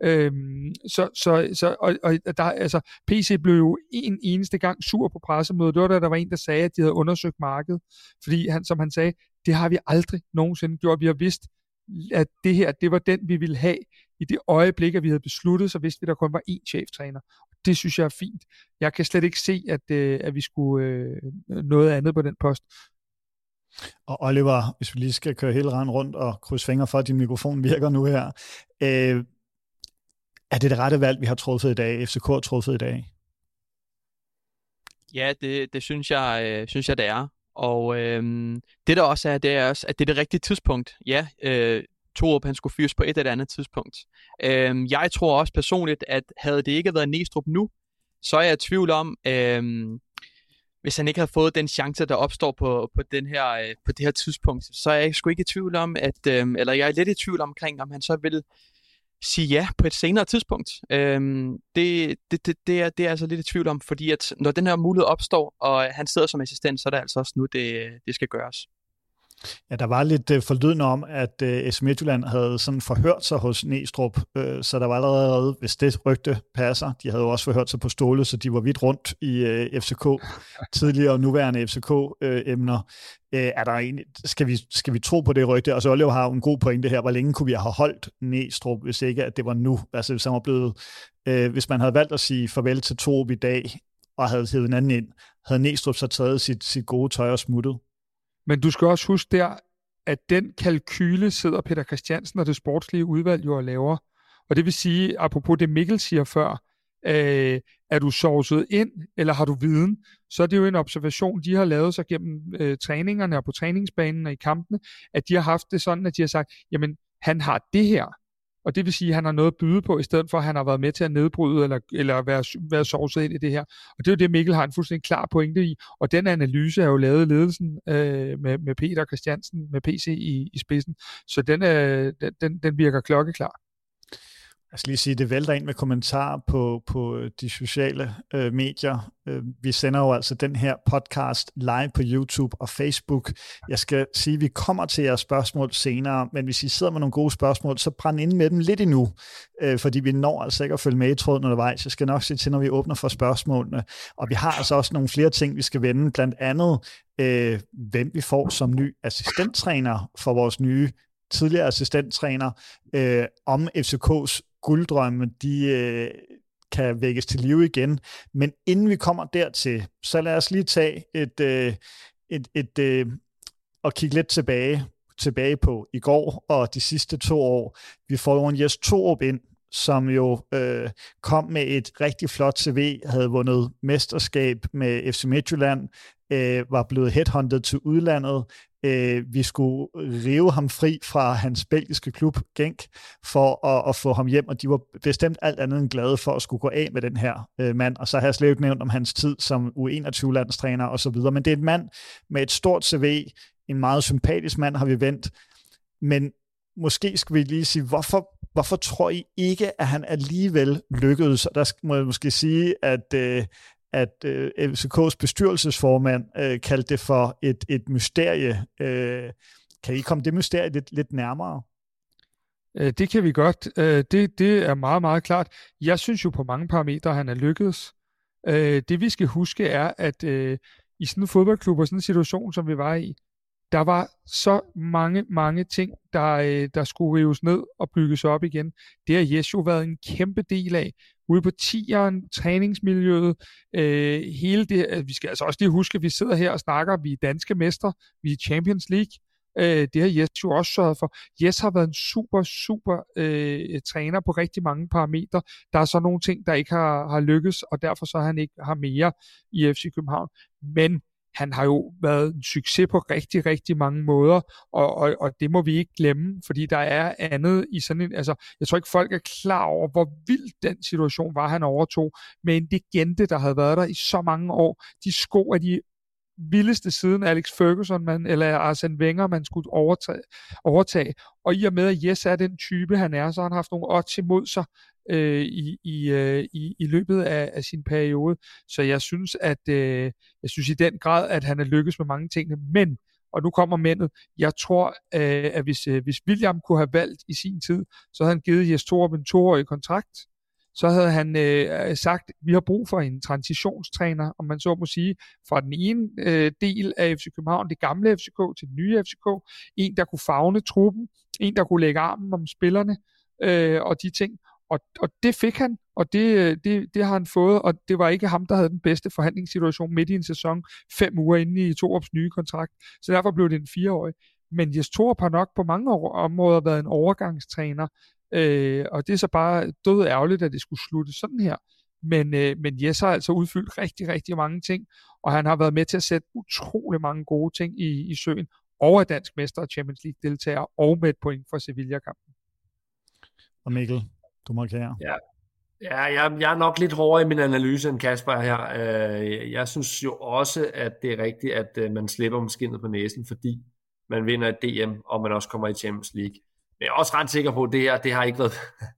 PC blev jo en eneste gang sur på pressemødet. Det var der var en, der sagde, at de havde undersøgt markedet, fordi som han sagde, det har vi aldrig nogensinde gjort. Vi har vidst, at det her, det var den, vi ville have i det øjeblik, at vi havde besluttet, så vidste vi, at der kun var én cheftræner. Det synes jeg er fint. Jeg kan slet ikke se, at vi skulle noget andet på den post. Og Oliver, hvis vi lige skal køre hele randen rundt og krydse fingre for, at din mikrofon virker nu her. Er det rette valg, vi har truffet i dag? FCK har truffet i dag? Ja, det synes jeg, det er. Og det der også er, det er også, at det er det rigtige tidspunkt. Ja, Torup, han skulle fyres på et eller andet tidspunkt. Jeg tror også personligt, at havde det ikke været Næstrup nu, så er jeg i tvivl om, hvis han ikke havde fået den chance, der opstår på det her tidspunkt, så er jeg sgu ikke i tvivl om, eller jeg er lidt i tvivl omkring, om han så vil sige ja på et senere tidspunkt. Det er jeg altså lidt i tvivl om, fordi at når den her mulighed opstår, og han sidder som assistent, så er det altså også nu, det skal gøres. Ja, der var lidt forlydende om, at FC Midtjylland havde sådan forhørt sig hos Næstrup, så der var allerede, hvis det rygte passer, de havde jo også forhørt sig på Ståle, så de var vidt rundt i FCK, tidligere og nuværende FCK-emner. Skal vi tro på det rygte? Altså Oliver har en god pointe her. Hvor længe kunne vi have holdt Næstrup, hvis ikke at det var nu? Altså hvis han var blevet, hvis man havde valgt at sige farvel til Torup i dag, og havde hævet en anden ind, havde Næstrup så taget sit gode tøj og smuttet? Men du skal også huske der, at den kalkyle sidder Peter Christiansen og det sportslige udvalg jo og laver. Og det vil sige, apropos det Mikkel siger før, er du sovset ind, eller har du viden, så er det jo en observation, de har lavet sig gennem træningerne og på træningsbanen og i kampene, at de har haft det sådan, at de har sagt, jamen, han har det her. Og det vil sige, at han har noget at byde på, i stedet for, at han har været med til at nedbryde eller være sovset ind i det her. Og det er jo det, Mikkel har en fuldstændig klar pointe i. Og den analyse er jo lavet i ledelsen med Peter Christiansen, med PC i spidsen. Så den virker klokkeklar. Jeg skal lige sige, det vælter ind med kommentarer på de sociale medier. Vi sender jo altså den her podcast live på YouTube og Facebook. Jeg skal sige, at vi kommer til jeres spørgsmål senere, men hvis I sidder med nogle gode spørgsmål, så brænd ind med dem lidt endnu, fordi vi når altså ikke at følge med i tråden undervejs. Jeg skal nok se til, når vi åbner for spørgsmålene. Og vi har altså også nogle flere ting, vi skal vende, blandt andet hvem vi får som ny assistenttræner for vores nye tidligere assistenttræner, om FCK's gulddrømme, de kan vækkes til live igen. Men inden vi kommer dertil, så lad os lige tage og kigge lidt tilbage på i går og de sidste 2 år. Vi får jo en Jes Torup ind, som jo kom med et rigtig flot CV, havde vundet mesterskab med FC Midtjylland, var blevet headhunted til udlandet. Vi skulle rive ham fri fra hans belgiske klub Genk for at få ham hjem, og de var bestemt alt andet end glade for at skulle gå af med den her mand. Og så har jeg slet ikke nævnt om hans tid som U21-landstræner og så videre. Men det er et mand med et stort CV, en meget sympatisk mand har vi vendt. Men måske skal vi lige sige, hvorfor tror I ikke, at han alligevel lykkedes? Og der må jeg måske sige, at FCK's bestyrelsesformand kaldte det for et mysterie. Kan I komme det mysterie lidt nærmere? Det kan vi godt. Det er meget, meget klart. Jeg synes jo på mange parametre, han er lykkedes. Det vi skal huske er, at i sådan en fodboldklub og sådan en situation, som vi var i, der var så mange ting, der skulle rives ned og bygges op igen. Det har Jes jo været en kæmpe del af. Ude på 10'eren, træningsmiljøet, hele det. Vi skal altså også lige huske, at vi sidder her og snakker, vi er danske mestre, vi er i Champions League. Det har Jes jo også sørget for. Jes har været en super træner på rigtig mange parametre. Der er så nogle ting, der ikke har lykkes, og derfor så han ikke har mere i FC København. Men han har jo været en succes på rigtig mange måder, og det må vi ikke glemme, fordi der er andet i sådan en, altså, jeg tror ikke folk er klar over, hvor vild den situation var, han overtog, med en legende, der havde været der i så mange år. De sko er de vildeste siden Alex Ferguson, eller Arsene Wenger, man skulle overtage. Og i og med, at Jes er den type, han er, så har han haft nogle odds imod sig i løbet af sin periode. Så jeg synes, i den grad, at han er lykkes med mange ting. Men, og nu kommer mændet, jeg tror, at hvis William kunne have valgt i sin tid, så havde han givet Jes Torup en 2-årig kontrakt. Så havde han sagt, at vi har brug for en transitionstræner, om man så må sige, fra den ene del af FC København, det gamle FCK, til den nye FCK. En, der kunne favne truppen, en, der kunne lægge armen om spillerne og de ting. Og det fik han, og det har han fået, og det var ikke ham, der havde den bedste forhandlingssituation midt i en sæson, 5 uger inde i Torups nye kontrakt. Så derfor blev det en 4-årig. Men Jes Torup har nok på mange områder været en overgangstræner, og det er så bare død ærgerligt, at det skulle slutte sådan her. Men Jes har altså udfyldt rigtig mange ting, og han har været med til at sætte utrolig mange gode ting i søen, og er dansk mester og Champions League deltager, og med et point for Sevilla-kampen. Og Mikkel, du markerer. Ja, jeg er nok lidt hårdere i min analyse end Kasper her. Jeg synes jo også, at det er rigtigt, at man slipper med skindet på næsen, fordi man vinder et DM, og man også kommer i Champions League. Men jeg er også ret sikker på, at det har ikke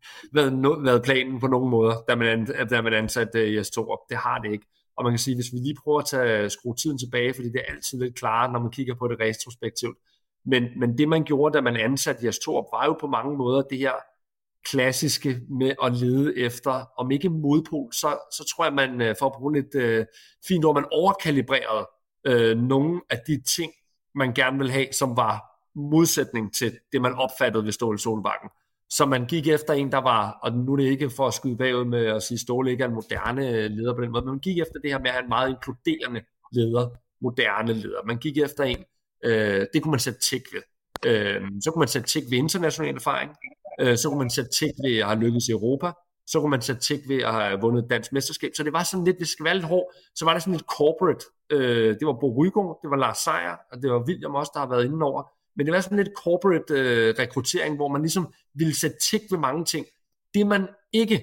været planen på nogen måder, da man ansatte Jes Torup. Det har det ikke. Og man kan sige, hvis vi lige prøver at skrue tiden tilbage, fordi det er altid lidt klarere, når man kigger på det retrospektivt. Men det man gjorde, da man ansatte Jes Torup, var jo på mange måder det her klassiske med at lede efter, om ikke modpol, så tror jeg, man for at bruge lidt fint ord, man overkalibrerede nogle af de ting, man gerne vil have, som var modsætning til det, man opfattede ved Ståle Solbakken. Så man gik efter en, der var, og nu er det ikke for at skyde bagud med at sige, Ståle ikke er en moderne leder på den måde, men man gik efter det her med at have en meget inkluderende leder, moderne leder. Man gik efter en, det kunne man sætte tik ved. Så kunne man sætte tik ved international erfaring, så kunne man sætte tik ved at have lykkes i Europa, så kunne man sætte tik ved at have vundet et dansk mesterskab. Så det var sådan lidt, det skal være lidt hårdt, så var det sådan lidt corporate. Det var Bo Rygaard, det var Lars Seier, og det var William også, der har været inde over. Men det var sådan lidt corporate rekruttering, hvor man ligesom ville sætte tik ved mange ting. Det man ikke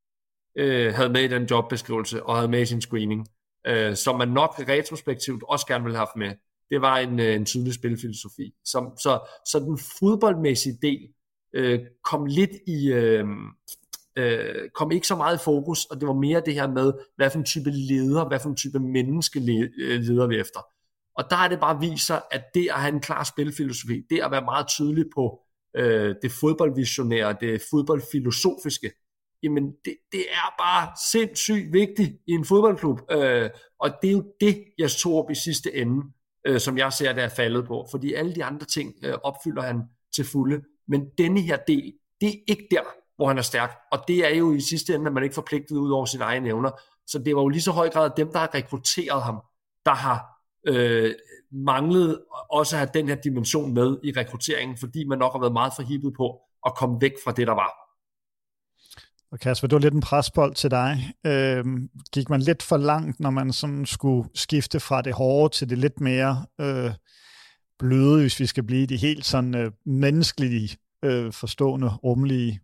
havde med i den jobbeskrivelse, og havde med i sin screening, som man nok retrospektivt også gerne ville have haft med, det var en tydelig spilfilosofi. Så den fodboldmæssige del kom lidt kom ikke så meget i fokus, og det var mere det her med, hvad for en type leder, hvad for en type menneske leder vi efter. Og der er det bare viser, at det at have en klar spilfilosofi, det at være meget tydelig på det fodboldvisionære, det fodboldfilosofiske, jamen det er bare sindssygt vigtigt i en fodboldklub. Og det er jo det, jeg tog op i sidste ende, som jeg ser, der er faldet på. Fordi alle de andre ting opfylder han til fulde. Men denne her del, det er ikke der, hvor han er stærk. Og det er jo i sidste ende, at man ikke forpligtet ud over sine egne evner. Så det var jo lige så høj grad dem, der har rekrutteret ham, der har manglet også at have den her dimension med i rekrutteringen, fordi man nok har været meget forhippet på at komme væk fra det, der var. Og Kasper, det var lidt en presbold til dig. Gik man lidt for langt, når man sådan skulle skifte fra det hårde til det lidt mere bløde, hvis vi skal blive de helt sådan menneskelige, forstående, rummelige?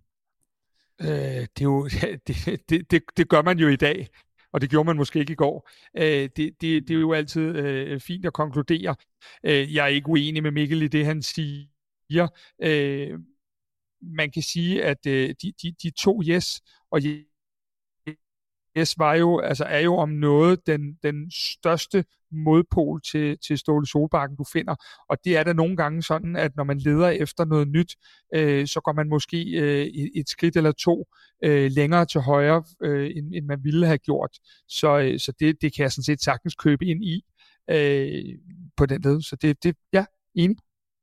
Det gør man jo i dag, og det gjorde man måske ikke i går. Det er jo altid fint at konkludere. Jeg er ikke uenig med Mikkel i det, han siger. Man kan sige, at de to Jes og Jes var jo, altså er jo om noget den største modpol til Ståle Solbakken, du finder. Og det er da nogle gange sådan, at når man leder efter noget nyt, så går man måske et skridt eller to længere til højre, end man ville have gjort. Så det kan jeg sådan set sagtens købe ind i på den led. Så det ja, enig.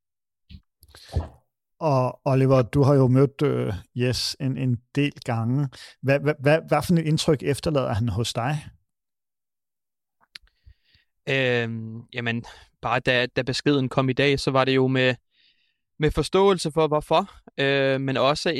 Og Oliver, du har jo mødt Jes en del gange. Hvad for et indtryk efterlader han hos dig? Jamen, bare da beskeden kom i dag, så var det jo med forståelse for hvorfor, men også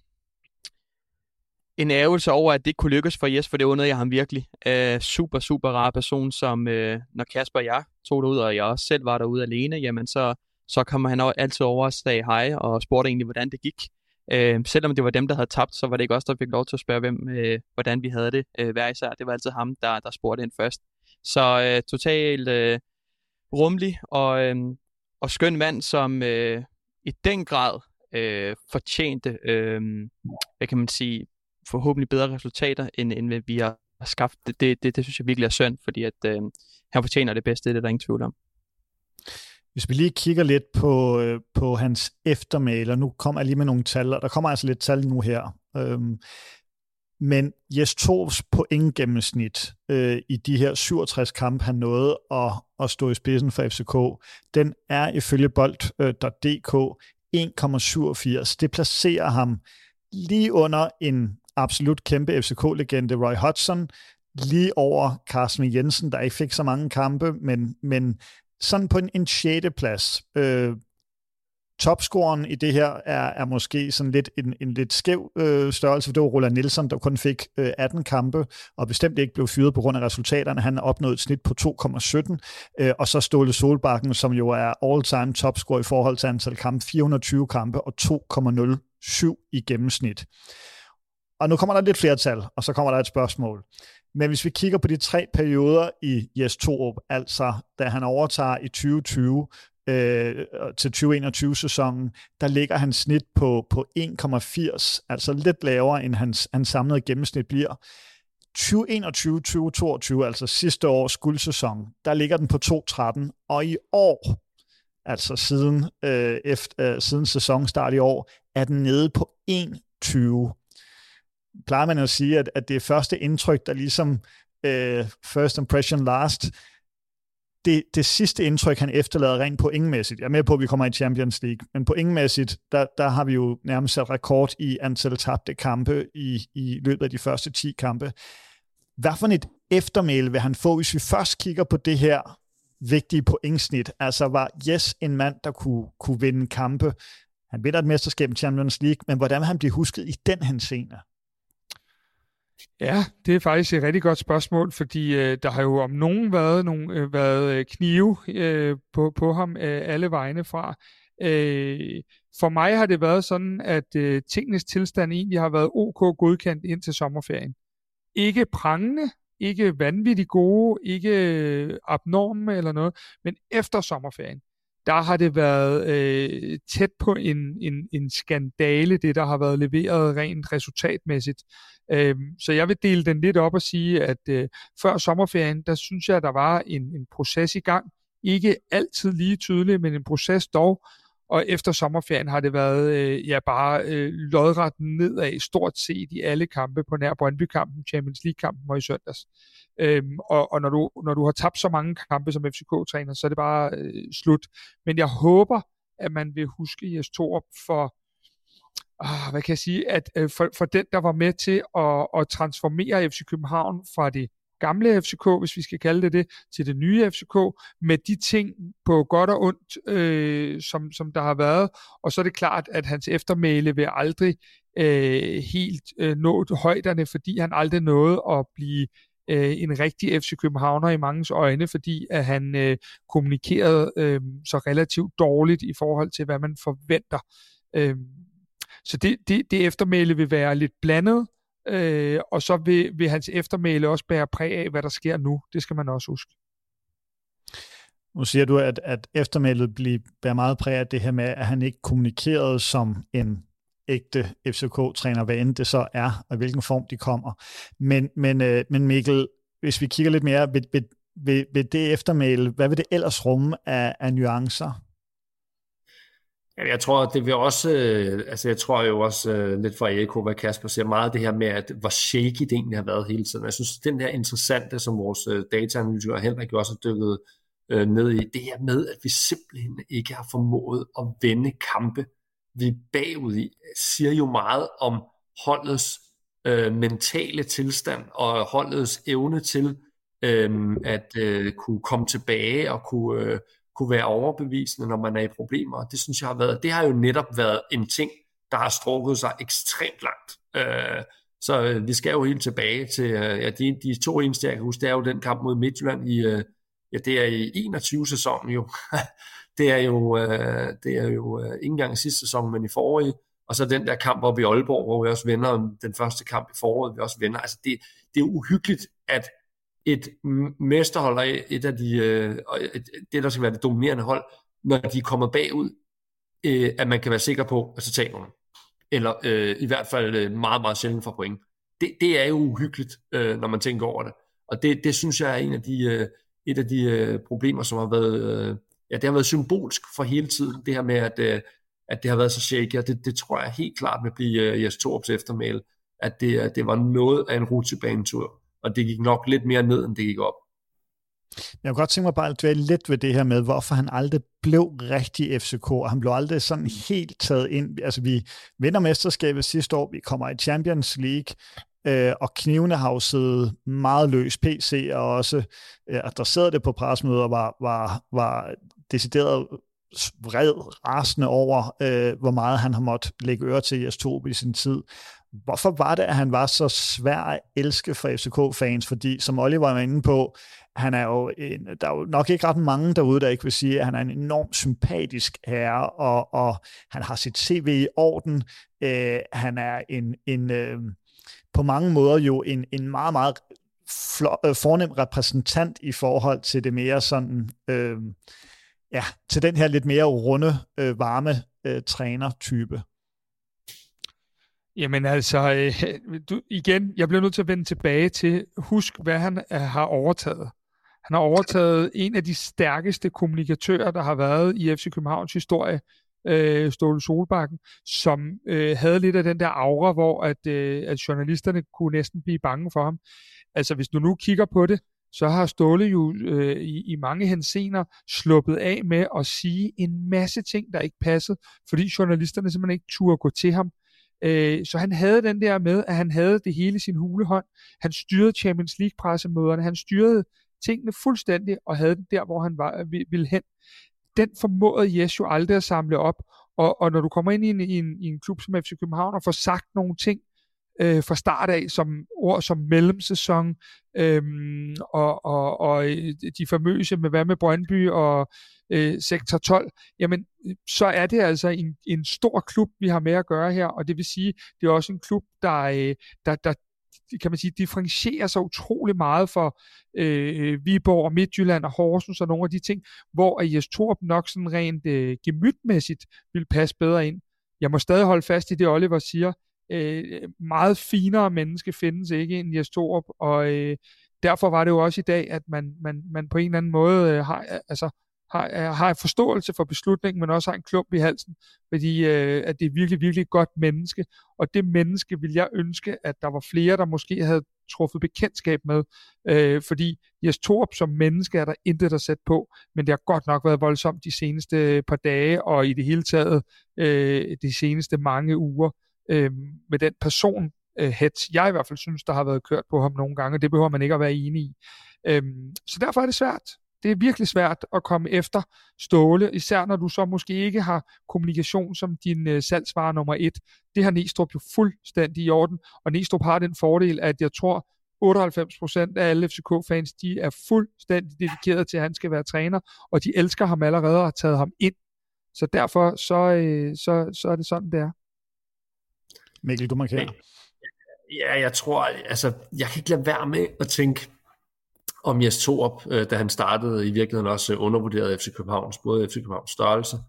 en ærgelse over, at det ikke kunne lykkes for Jes, for det undrede jeg ham virkelig. Super, super rar person, som når Kasper og jeg tog derud, og jeg også selv var derude alene, jamen så kommer han altid over og sagde hej, og spurgte egentlig, hvordan det gik. Selvom det var dem, der havde tabt, så var det ikke os, der fik lov til at spørge, hvordan vi havde det hver især. Det var altid ham, der spurgte ind først. Så totalt rummelig og skøn mand, som i den grad fortjente, hvad kan man sige, forhåbentlig bedre resultater, end vi har skaffet. Det synes jeg virkelig er synd, fordi at han fortjener det bedste, det er der ingen tvivl om. Hvis vi lige kigger lidt på hans eftermæle, og nu kommer jeg lige med nogle tal, og der kommer altså lidt tal nu her. Men Jes Torups pointgennemsnit i de her 67 kampe, han nåede at stå i spidsen for FCK, den er ifølge bold.dk 1,87. Det placerer ham lige under en absolut kæmpe FCK-legende, Roy Hodgson, lige over Carsten Jensen, der ikke fik så mange kampe, men sådan på en 6. plads. Topscoren i det her er måske sådan lidt en lidt skæv størrelse, for det var Roland Nielsen, der kun fik 18 kampe, og bestemt ikke blev fyret på grund af resultaterne. Han har opnået et snit på 2,17, og så Ståle Solbakken, som jo er all-time topscorer i forhold til antal kampe, 420 kampe og 2,07 i gennemsnit. Og nu kommer der lidt flere tal, og så kommer der et spørgsmål. Men hvis vi kigger på de 3 perioder i Jes Torup, altså da han overtager i 2020 til 2021-sæsonen, der ligger hans snit på 1,80, altså lidt lavere end hans samlede gennemsnit bliver. 2021-2022, altså sidste års guldsæson, der ligger den på 2,13, og i år, altså siden sæsonstart i år, er den nede på 1,20. Plejer man at sige, at det er første indtryk, der ligesom first impression last. Det sidste indtryk, han efterlader rent pointmæssigt. Jeg er med på, at vi kommer i Champions League, men pointmæssigt, der har vi jo nærmest sat rekord i antal tabte kampe i løbet af de første 10 kampe. Hvad for et eftermæle vil han få, hvis vi først kigger på det her vigtige pointsnit? Altså var Jes en mand, der kunne vinde kampe? Han vinder et mesterskab i Champions League, men hvordan vil han blive husket i den henseende? Ja, det er faktisk et rigtig godt spørgsmål, fordi der har jo om nogen været knive på ham alle vegne fra. For mig har det været sådan, at tingenes tilstand egentlig har været OK godkendt ind til sommerferien. Ikke prangende, ikke vanvittigt gode, ikke abnorme eller noget, men efter sommerferien, der har det været tæt på en skandale, det der har været leveret rent resultatmæssigt. Så jeg vil dele den lidt op og sige, at før sommerferien, der synes jeg, at der var en proces i gang. Ikke altid lige tydelig, men en proces dog. Og efter sommerferien har det været bare lodret nedad stort set i alle kampe, på nær Brøndby-kampen, Champions League-kampen og i søndags. Og når du har tabt så mange kampe som FCK-træner, så er det bare slut. Men jeg håber, at man vil huske Jes Torup for, hvad kan jeg sige, at for den, der var med til at transformere FC København fra det gamle FCK, hvis vi skal kalde det, til det nye FCK, med de ting på godt og ondt, som der har været. Og så er det klart, at hans eftermæle vil aldrig helt nå højderne, fordi han aldrig nåede at blive en rigtig FC Københavner i manges øjne, fordi at han kommunikerede så relativt dårligt i forhold til, hvad man forventer. Så det eftermæle vil være lidt blandet, og så vil hans eftermæle også bære præg af, hvad der sker nu. Det skal man også huske. Nu siger du, at eftermælet bærer meget præg af det her med, at han ikke kommunikerede som en ægte FCK-træner, hvad end det så er, og i hvilken form de kommer. Men Mikkel, hvis vi kigger lidt mere ved det eftermæle, hvad vil det ellers rumme af nuancer? Ja, jeg tror, det vil også, jeg tror jo også lidt fra Eko, hvad Kasper siger, meget det her med, at hvor shaky det egentlig har været hele tiden. Jeg synes, den der interessante, som vores dataanalytiker Henrik jo også har dykket ned i, det her med, at vi simpelthen ikke har formået at vende kampe, vi er bagud i, siger jo meget om holdets mentale tilstand og holdets evne til at kunne komme tilbage og kunne være overbevisende, når man er i problemer. Det synes jeg det har jo netop været en ting, der har strukket sig ekstremt langt. Så vi skal jo helt tilbage til, de to eneste, jeg kan huske, det er jo den kamp mod Midtjylland det er i 21-sæsonen jo. det er jo ikke engang sidste sæson, men i forrige. Og så den der kamp oppe i Aalborg, hvor vi også vinder den første kamp i foråret, vi også vinder. Altså det er uhyggeligt, at et mesterhold er et af det, der skal være det dominerende hold, når de kommer bagud, at man kan være sikker på at så taber man. Eller i hvert fald meget, meget sjældent for point. Det er jo uhyggeligt, når man tænker over det. Og det synes jeg er et af de problemer, som har været, det har været symbolsk for hele tiden, det her med, at det har været så shaky, og det tror jeg helt klart vil blive Jes Torups eftermæle, at det var noget af en rutsjebanetur, og det gik nok lidt mere ned, end det gik op. Jeg kunne godt tænke mig bare at dvæle lidt ved det her med, hvorfor han aldrig blev rigtig FCK, og han blev aldrig sådan helt taget ind. Altså vi vinder mesterskabet sidste år, vi kommer i Champions League, og knivene har jo siddet meget løs. PC og også adresserede det på pressemøder, var decideret vred, rasende over, hvor meget han har måttet lægge øre til Jes Torup i sin tid. Hvorfor var det, at han var så svær at elske for FCK-fans? Fordi, som Oliver var inde på, han er jo der er jo nok ikke ret mange derude, der ikke vil sige, at han er en enormt sympatisk herre, og han har sit CV i orden. Han er på mange måder jo en meget, meget fornem repræsentant i forhold til det mere sådan, til den her lidt mere runde, varme trænertype. Jamen altså, jeg bliver nødt til at vende tilbage til, husk hvad han har overtaget. Han har overtaget en af de stærkeste kommunikatører, der har været i FC Københavns historie, Ståle Solbakken, som havde lidt af den der aura, hvor at journalisterne kunne næsten blive bange for ham. Altså hvis du nu kigger på det, så har Ståle jo i mange henseender sluppet af med at sige en masse ting, der ikke passede, fordi journalisterne simpelthen ikke turde gå til ham. Så han havde den der med, at han havde det hele i sin hulehånd. Han styrede Champions League-pressemøderne, han styrede tingene fuldstændig, og havde det der, hvor han ville hen. Den formåede Jes jo aldrig at samle op, og når du kommer ind i en klub som FC København og får sagt nogle ting fra start af, som ord som mellemsæson, og de famøse med hvad med Brøndby og sektor 12, jamen så er det altså en stor klub, vi har med at gøre her, og det vil sige, det er også en klub, der kan man sige, differentierer sig utrolig meget for Viborg og Midtjylland og Horsens og nogle af de ting, hvor Jes Torup nok sådan rent gemytmæssigt vil passe bedre ind. Jeg må stadig holde fast i det, Oliver siger. Meget finere menneske findes ikke end Jes Torup, og derfor var det jo også i dag, at man på en eller anden måde har en forståelse for beslutningen, men også har en klump i halsen, fordi at det er virkelig, virkelig et godt menneske, og det menneske vil jeg ønske, at der var flere, der måske havde truffet bekendtskab med, fordi Jes Torup som menneske er der intet at sætte på, men det har godt nok været voldsomt de seneste par dage, og i det hele taget de seneste mange uger, med den person hets, jeg i hvert fald synes, der har været kørt på ham nogle gange, det behøver man ikke at være enig i. Så derfor er det svært. Det er virkelig svært at komme efter Ståle, især når du så måske ikke har kommunikation som din salgsvare nummer 1. Det har Næstrup jo fuldstændig i orden, og Næstrup har den fordel, at jeg tror, 98% af alle FCK-fans, de er fuldstændig dedikeret til, at han skal være træner, og de elsker ham allerede og har taget ham ind. Så derfor så er det sådan, det er. Mikkel, du markerer. Ja, jeg tror, altså, jeg kan ikke lade være med at tænke om Jes Torup, da han startede, i virkeligheden også undervurderede FC Københavns, både FC Københavns størrelse,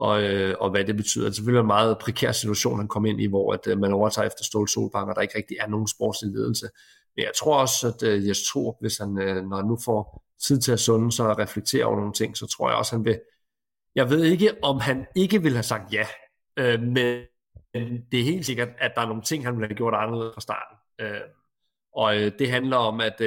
og hvad det betyder. Det er selvfølgelig en meget prekær situation, han kom ind i, hvor at man overtager efter Ståle Solbakken, og der ikke rigtig er nogen sportslig ledelse. Men jeg tror også, at Jes Torup, hvis han, når han nu får tid til at sunde sig og reflektere over nogle ting, så tror jeg også, han vil. Jeg ved ikke, om han ikke ville have sagt ja, men det er helt sikkert, at der er nogle ting, han ville have gjort anderledes fra starten. Og det handler om, at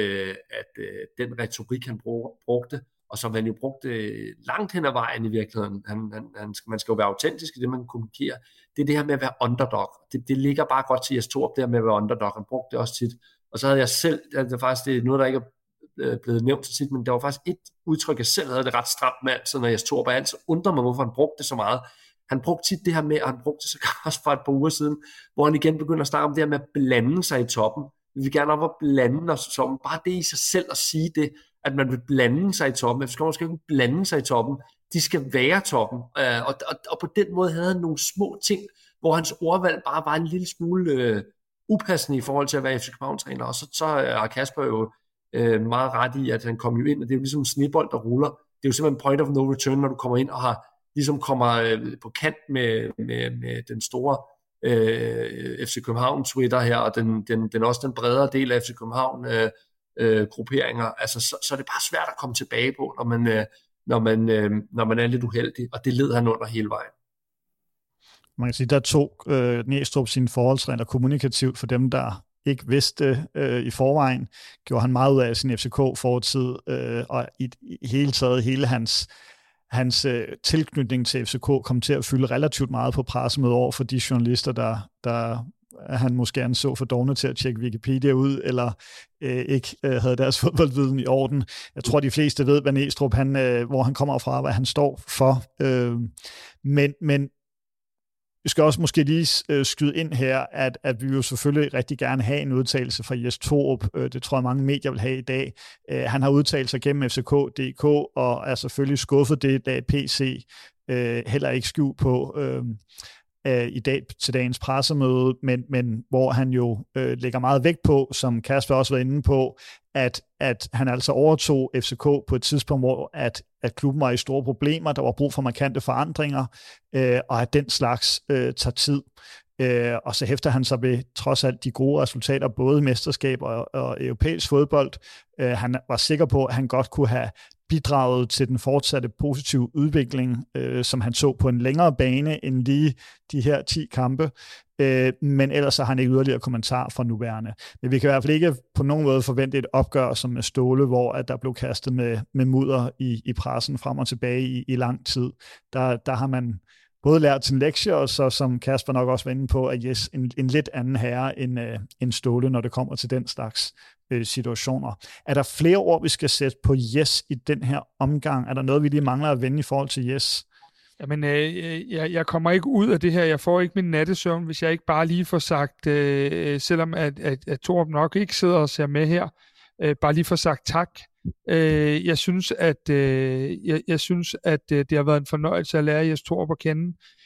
den retorik, han brugte, og som han jo brugte langt hen ad vejen i virkeligheden, man skal jo være autentisk i det, man kommunikerer, det er det her med at være underdog. Det ligger bare godt til Jes Torup, det her med at være underdog. Han brugte det også tit. Og så havde jeg selv, det er faktisk noget, der ikke er blevet nævnt så tit, men der var faktisk et udtryk, jeg selv havde det ret stramt med altid, når Jes Torup, og jeg altid undrer mig, hvorfor han brugte det så meget. Han brugte tit det her med, og han brugte det så også for et par uger siden, hvor han igen begynder at snakke om det her med at blande sig i toppen. Vi vil gerne op og blande os i toppen. Bare det i sig selv at sige det, at man vil blande sig i toppen. FCK skal ikke blande sig i toppen. De skal være toppen. Og på den måde havde han nogle små ting, hvor hans ordvalg bare var en lille smule upassende i forhold til at være FC København-træner. Og så har Kasper jo meget ret i, at han kom jo ind, og det er jo ligesom en snebold, der ruller. Det er jo simpelthen point of no return, når du kommer ind og kommer på kant med den store FC København Twitter her, og den også den bredere del af FC København grupperinger, altså så er det bare svært at komme tilbage på, når man er lidt uheldig, og det led han under hele vejen. Man kan sige, der tog Næstrup sine forholdsregler kommunikativt for dem, der ikke vidste i forvejen, gjorde han meget ud af sin FCK-fortid, og i hele taget hele hans tilknytning til FCK kom til at fylde relativt meget på pressemødet over for de journalister, der han måske anså for dovne til at tjekke Wikipedia ud, eller ikke havde deres fodboldviden i orden. Jeg tror, de fleste ved, hvad Næstrup, hvor han kommer fra, hvad han står for. Men vi skal også måske lige skyde ind her, at vi jo selvfølgelig rigtig gerne have en udtalelse fra Jes Torup. Det tror jeg, mange medier vil have i dag. Han har udtalt sig gennem FCK.dk, og er selvfølgelig skuffet det, da PC heller ikke skjult på i dag til dagens pressemøde, men hvor han jo lægger meget vægt på, som Kasper også var inde på, at han altså overtog FCK på et tidspunkt, hvor at klubben var i store problemer, der var brug for markante forandringer, og at den slags tager tid. Og så hæfter han sig ved trods alt de gode resultater, både i mesterskab og europæisk fodbold. Han var sikker på, at han godt kunne have bidraget til den fortsatte positive udvikling, som han så på en længere bane end lige de her 10 kampe. Men ellers har han ikke yderligere kommentar fra nuværende. Men vi kan i hvert fald ikke på nogen måde forvente et opgør som med Ståle, hvor at der blev kastet med mudder i pressen frem og tilbage i lang tid. Der har man både lært sin lektie, og så som Kasper nok også var inde på, at Jes en lidt anden herre end Ståle, når det kommer til den slags situationer. Er der flere ord, vi skal sætte på Jes i den her omgang? Er der noget, vi lige mangler at vende i forhold til Jes? Jamen, jeg kommer ikke ud af det her. Jeg får ikke min nattesøvn, hvis jeg ikke bare lige får sagt, selvom at Torup nok ikke sidder og ser med her, bare lige får sagt tak. Jeg synes, at det har været en fornøjelse at lære Jes Torup at kende.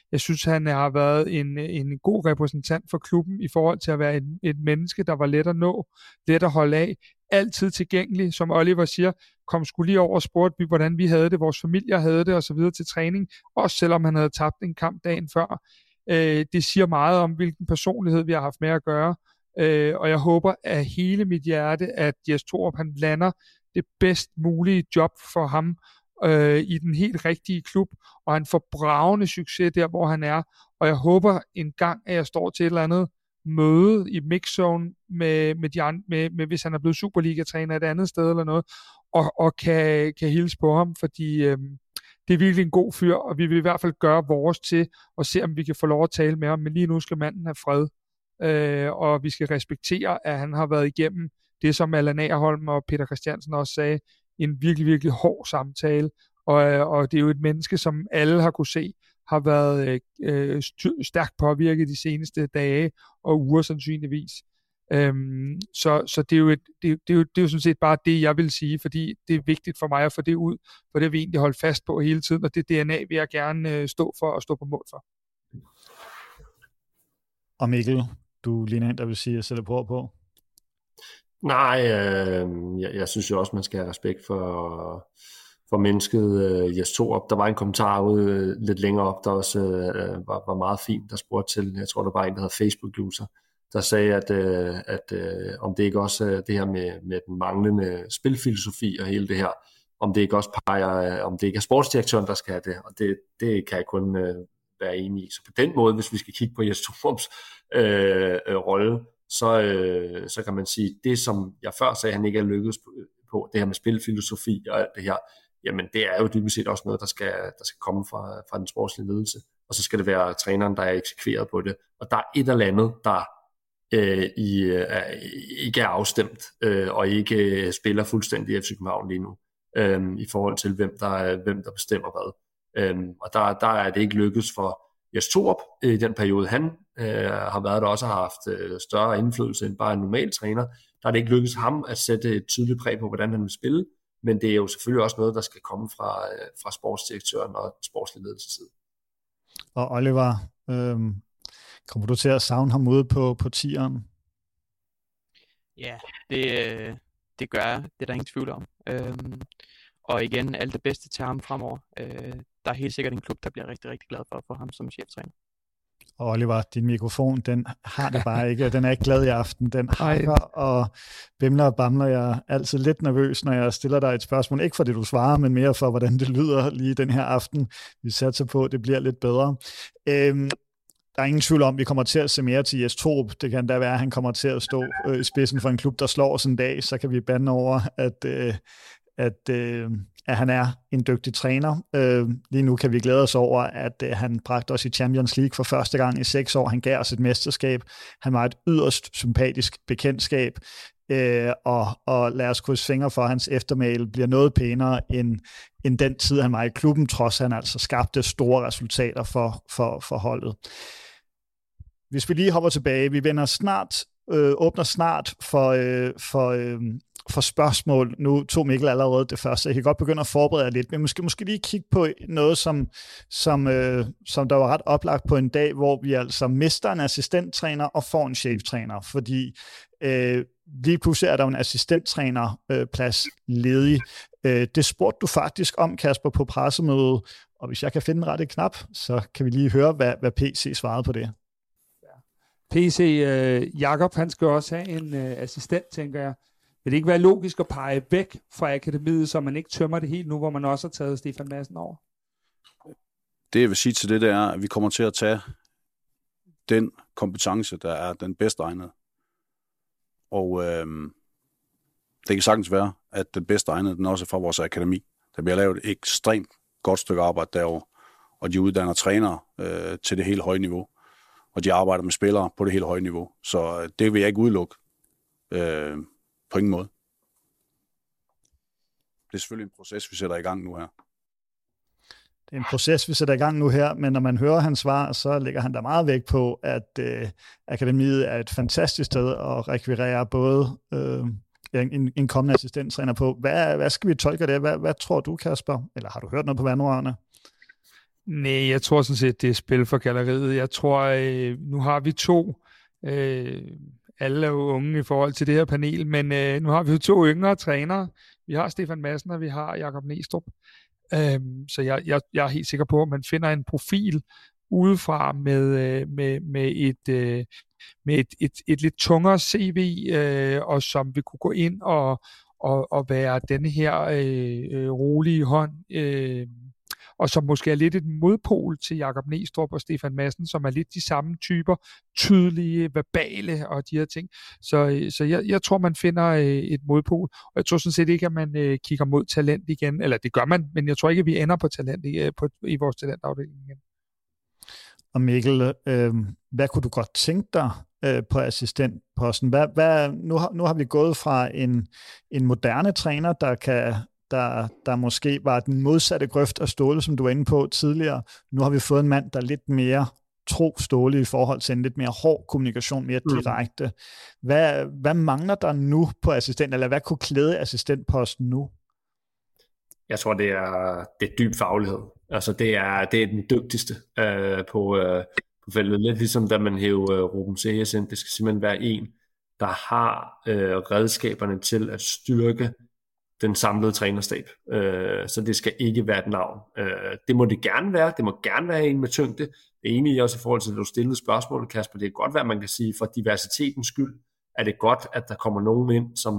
Jeg synes, han har været en god repræsentant for klubben i forhold til at være et menneske, der var let at nå, let at holde af, altid tilgængelig, som Oliver siger, kom sgu lige over og spurgte vi, hvordan vi havde det, vores familier havde det, og så videre til træning, også selvom han havde tabt en kamp dagen før. Det siger meget om, hvilken personlighed vi har haft med at gøre, og jeg håber af hele mit hjerte, at Jes Torup, han lander det bedst mulige job for ham i den helt rigtige klub, og han får bragende succes der, hvor han er, og jeg håber en gang, at jeg står til et eller andet møde i mixzone med hvis han er blevet Superliga-træner et andet sted eller noget, og kan hilse på ham, fordi det er virkelig en god fyr, og vi vil i hvert fald gøre vores til at se, om vi kan få lov at tale med ham, men lige nu skal manden have fred, og vi skal respektere, at han har været igennem det, som Allan Agerholm og Peter Christiansen også sagde, en virkelig, virkelig hård samtale, og det er jo et menneske, som alle har kunne se, har været stærkt påvirket de seneste dage og uger sandsynligvis. Så det er jo sådan set bare det, jeg vil sige, fordi det er vigtigt for mig at få det ud, for det har vi egentlig holdt fast på hele tiden, og det DNA vil jeg gerne stå for og stå på mål for. Og Mikkel, du ligner en, der vil sige, at jeg sætter på. Nej, jeg synes jo også, man skal have respekt for mennesket Jes Torup. Der var en kommentar ude lidt længere op, der også var meget fint, der spurgte til, jeg tror, der var en, der hedder Facebook-user, der sagde, at om det ikke også det her med den manglende spilfilosofi og hele det her, om det ikke også peger, om det ikke er sportsdirektøren, der skal have det, og det kan jeg kun være enig i. Så på den måde, hvis vi skal kigge på Jes Torups rolle, så kan man sige, det som jeg før sagde, han ikke er lykkedes på, det her med spilfilosofi og alt det her, jamen det er jo dybest set også noget, der skal komme fra den sportslige ledelse, og så skal det være træneren, der er eksekveret på det, og der er et eller andet, der ikke er afstemt, og ikke spiller fuldstændig i FC København lige nu, i forhold til hvem der bestemmer hvad. Og der er det ikke lykkedes for Jes Torup i den periode, han har været der, også har haft større indflydelse end bare en normal træner. Der er det ikke lykkedes ham at sætte et tydeligt præg på, hvordan han vil spille, men det er jo selvfølgelig også noget, der skal komme fra sportsdirektøren og sportslig ledelsesside. Og Oliver, kommer du til at savne ham ude på tieren? Ja, det gør jeg. Det er der ingen tvivl om. Og igen, alt det bedste til ham fremover. Der er helt sikkert en klub, der bliver rigtig, rigtig glad for at få ham som cheftræner. Og Oliver, din mikrofon, den har det bare ikke. Den er ikke glad i aften. Den hakker og bimler og bamler. Jeg er altid lidt nervøs, når jeg stiller dig et spørgsmål. Ikke for det, du svarer, men mere for, hvordan det lyder lige den her aften. Vi satser på, at det bliver lidt bedre. Der er ingen tvivl om, at vi kommer til at se mere til Jes Torup. Det kan da være, at han kommer til at stå i spidsen for en klub, der slår os en dag. Så kan vi bande over, at han er en dygtig træner. Lige nu kan vi glæde os over, at han bragte os i Champions League for første gang i 6 år. Han gav os et mesterskab. Han var et yderst sympatisk bekendtskab. Og lad os krydse fingre for, at hans eftermæle bliver noget pænere end den tid, han var i klubben, trods han altså skabte store resultater for holdet. Hvis vi lige hopper tilbage, vi åbner snart for spørgsmål. Nu tog Mikkel allerede det første, så jeg kan godt begynde at forberede jer lidt, men måske lige kigge på noget, som der var ret oplagt på en dag, hvor vi altså mister en assistenttræner og får en cheftræner, fordi lige pludselig er der en assistenttrænerplads ledig. Det spurgte du faktisk om, Kasper, på pressemødet, og hvis jeg kan finde en rette knap, så kan vi lige høre, hvad PC svarede på det. PC, Jakob, han skal også have en assistent, tænker jeg. Vil det ikke være logisk at pege væk fra akademiet, så man ikke tømmer det helt nu, hvor man også har taget Stefan Madsen over? Det jeg vil sige til det, er, at vi kommer til at tage den kompetence, der er den bedste egnede. Og det kan sagtens være, at den bedste egnede, den også er fra vores akademi. Der bliver lavet et ekstremt godt stykke arbejde derovre, og de uddanner trænere til det helt høje niveau. Og de arbejder med spillere på det helt høje niveau. Så det vil jeg ikke udelukke. På ingen måde. Det er selvfølgelig en proces, vi sætter i gang nu her. Det er en proces, vi sætter i gang nu her, men når man hører hans svar, så lægger han da meget vægt på, at akademiet er et fantastisk sted at rekvirere både en kommende assistenttræner på. Hvad skal vi tolke det? Hvad tror du, Kasper? Eller har du hørt noget på vandrørene? Nej, jeg tror sådan set, det er spil for galleriet. Jeg tror, nu har vi to, alle er jo unge i forhold til det her panel, men nu har vi jo to yngre trænere. Vi har Stefan Madsen, og vi har Jakob Næstrup. Så jeg er helt sikker på, at man finder en profil udefra med et lidt tungere CV, og som vi kunne gå ind og være denne her rolige hånd, og som måske er lidt et modpol til Jakob Næstrup og Stefan Madsen, som er lidt de samme typer, tydelige, verbale og de her ting. Så jeg tror, man finder et modpol, og jeg tror sådan set ikke, at man kigger mod talent igen, eller det gør man, men jeg tror ikke, at vi ender på talent i vores talentafdeling igen. Og Mikkel, hvad kunne du godt tænke dig på assistentposten? Nu har vi gået fra en moderne træner, der måske var den modsatte grøft af Ståle, som du var inde på tidligere. Nu har vi fået en mand, der er lidt mere tro Ståle i forhold til en lidt mere hård kommunikation, mere direkte. Hvad mangler der nu på assistent, eller hvad kunne klæde assistentposten nu? Jeg tror, det er dyb faglighed. Altså, det er den dygtigste på feltet. Lidt ligesom da man hævde Ruben Sejes ind. Det skal simpelthen være en, der har redskaberne til at styrke den samlede trænerstab. Så det skal ikke være et navn. Det må det gerne være. Det må gerne være en med tyngde. Det er egentlig også i forhold til, at du stillede spørgsmålet, Kasper. Det er godt være, man kan sige, for diversitetens skyld, er det godt, at der kommer nogen ind, som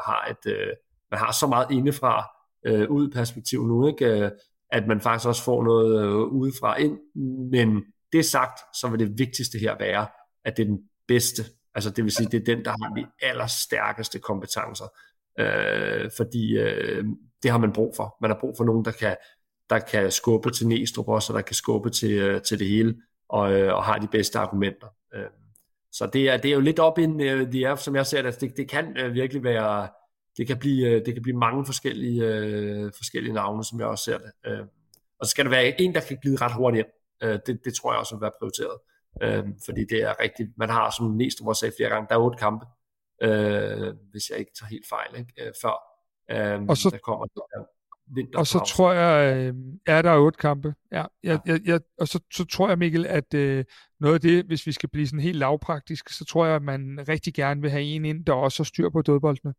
man har så meget indefra ud perspektiv nu, ikke? At man faktisk også får noget udefra ind. Men det sagt, så vil det vigtigste her være, at det er den bedste. Altså det vil sige, det er den, der har de allerstærkeste kompetencer. Fordi det har man brug for. Man har brug for nogen, der kan skubbe til Næstrup også, og der kan skubbe til det hele, og har de bedste argumenter. Så det er jo lidt op in som jeg ser det. Det kan virkelig være, det kan blive mange forskellige navne, som jeg også ser det. Og så skal der være en, der kan glide ret hurtigt ind. Det tror jeg også vil være prioriteret. Fordi det er rigtigt. Man har, som Næstrup også sagde flere gange, der er 8 kampe. Hvis jeg ikke tager helt fejl, ikke? Før og så, der kommer og så tror jeg, der er 8 kampe. Ja, og så tror jeg, Mikkel, at noget af det, hvis vi skal blive sådan helt lavpraktisk, så tror jeg, at man rigtig gerne vil have en ind, der også har styr på dødboldene.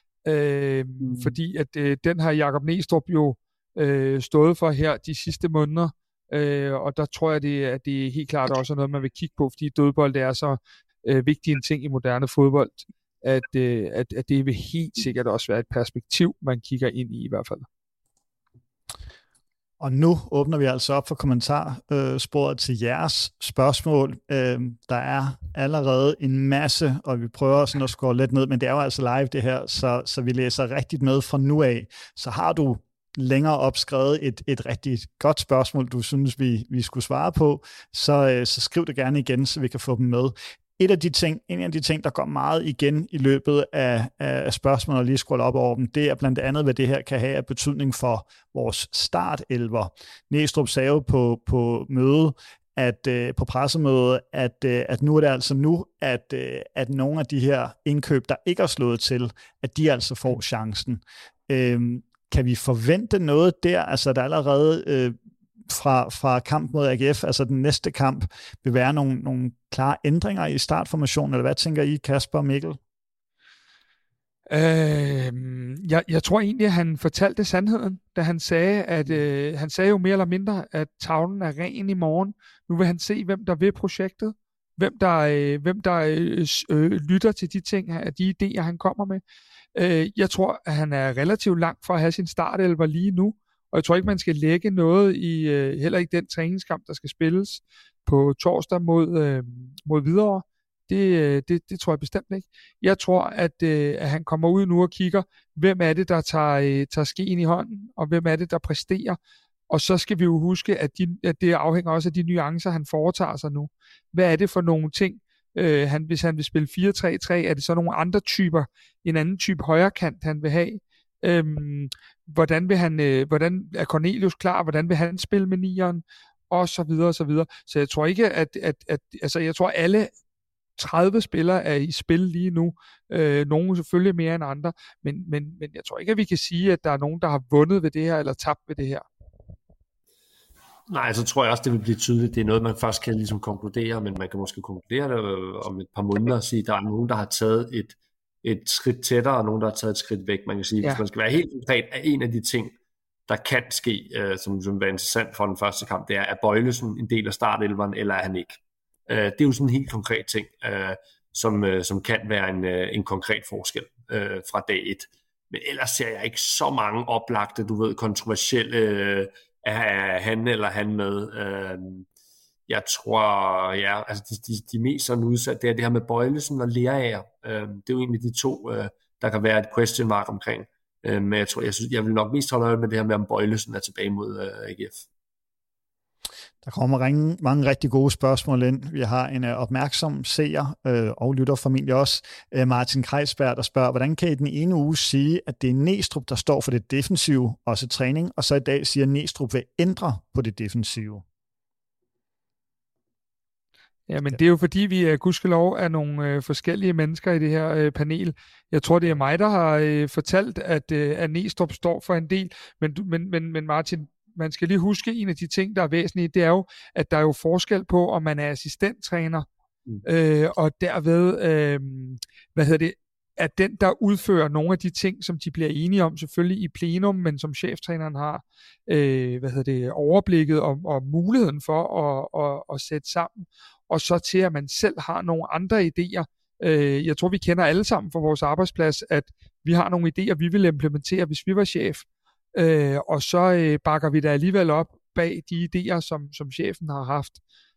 Fordi at den har Jakob Næstrup jo stået for her de sidste måneder, og der tror jeg, at det helt klart også er noget, man vil kigge på, fordi dødbold er så vigtig en ting i moderne fodbold, at det vil helt sikkert også være et perspektiv, man kigger ind i hvert fald. Og nu åbner vi altså op for kommentarsporet til jeres spørgsmål. Der er allerede en masse, og vi prøver sådan at score lidt ned, men det er jo altså live det her, så vi læser rigtigt med fra nu af. Så har du længere opskrevet et rigtig godt spørgsmål, du synes, vi skulle svare på, så skriv det gerne igen, så vi kan få dem med. En af de ting, der går meget igen i løbet af spørgsmål, og lige scrolle op over dem, det er blandt andet, hvad det her kan have af betydning for vores startelver. Næstrup sagde jo på mødet, på pressemødet, at nu er det altså nu, at nogle af de her indkøb, der ikke er slået til, at de altså får chancen. Kan vi forvente noget der? Altså, der er allerede fra kamp mod AGF, altså den næste kamp, vil være nogle klare ændringer i startformationen, eller hvad tænker I, Kasper og Mikkel? Jeg tror egentlig, at han fortalte sandheden, da han sagde, at han sagde jo mere eller mindre, at tavlen er ren i morgen. Nu vil han se, hvem der vil projektet, hvem der lytter til de ting, de idéer, han kommer med. Jeg tror, at han er relativt langt fra at have sin startelver lige nu, og jeg tror ikke, man skal lægge noget i, heller ikke den træningskamp, der skal spilles på torsdag mod Hvidovre. Det tror jeg bestemt ikke. Jeg tror, at han kommer ud nu og kigger, hvem er det, der tager skeen i hånden, og hvem er det, der præsterer. Og så skal vi jo huske, at det afhænger også af de nuancer, han foretager sig nu. Hvad er det for nogle ting? Hvis han vil spille 4-3-3, er det så nogle andre typer, en anden type højrekant, han vil have? Hvordan er Cornelius klar? Hvordan vil han spille med nieren? Og så videre, og så videre. Så jeg tror ikke, altså jeg tror alle 30 spillere er i spil lige nu. Nogle selvfølgelig mere end andre. Men jeg tror ikke, at vi kan sige, at der er nogen, der har vundet ved det her, eller tabt ved det her. Nej, så tror jeg også, det vil blive tydeligt. Det er noget, man først kan ligesom konkludere, men man kan måske konkludere det om et par måneder og sige, at der er nogen, der har taget et skridt tættere, og nogen, der har taget et skridt væk. Man kan sige, hvis man skal være helt konkret, er en af de ting, der kan ske, som vil være interessant for den første kamp, det er Bøjlesen en del af startelveren, eller er han ikke? Det er jo sådan en helt konkret ting, som kan være en konkret forskel fra dag 1. Men ellers ser jeg ikke så mange oplagte, kontroversielle er han eller han med. Jeg tror, altså de mest sådan udsat, det er det her med Bøjlesen og Lerager. Det er jo egentlig de to, der kan være et question mark omkring. Men jeg vil nok mest holde øje med det her med, om Bøjlesen er tilbage mod AGF. Der kommer mange rigtig gode spørgsmål ind. Vi har en opmærksom seer og lytter formentlig også, Martin Kreisberg, der spørger, hvordan kan I den ene uge sige, at det er Næstrup, der står for det defensive, også træning, og så i dag siger, at Næstrup vil ændre på det defensive? Ja, men det er jo fordi, vi gudskelov er nogle forskellige mennesker i det her panel. Jeg tror, det er mig, der har fortalt, at Næstrup står for en del, men Martin, man skal lige huske, en af de ting, der er væsentlige, det er jo, at der er jo forskel på, om man er assistenttræner, og derved, at den, der udfører nogle af de ting, som de bliver enige om, selvfølgelig i plenum, men som cheftræneren har, overblikket og muligheden for at sætte sammen, og så til, at man selv har nogle andre idéer. Jeg tror, vi kender alle sammen fra vores arbejdsplads, at vi har nogle idéer, vi vil implementere, hvis vi var chef. Og så bakker vi da alligevel op bag de idéer, som chefen har haft.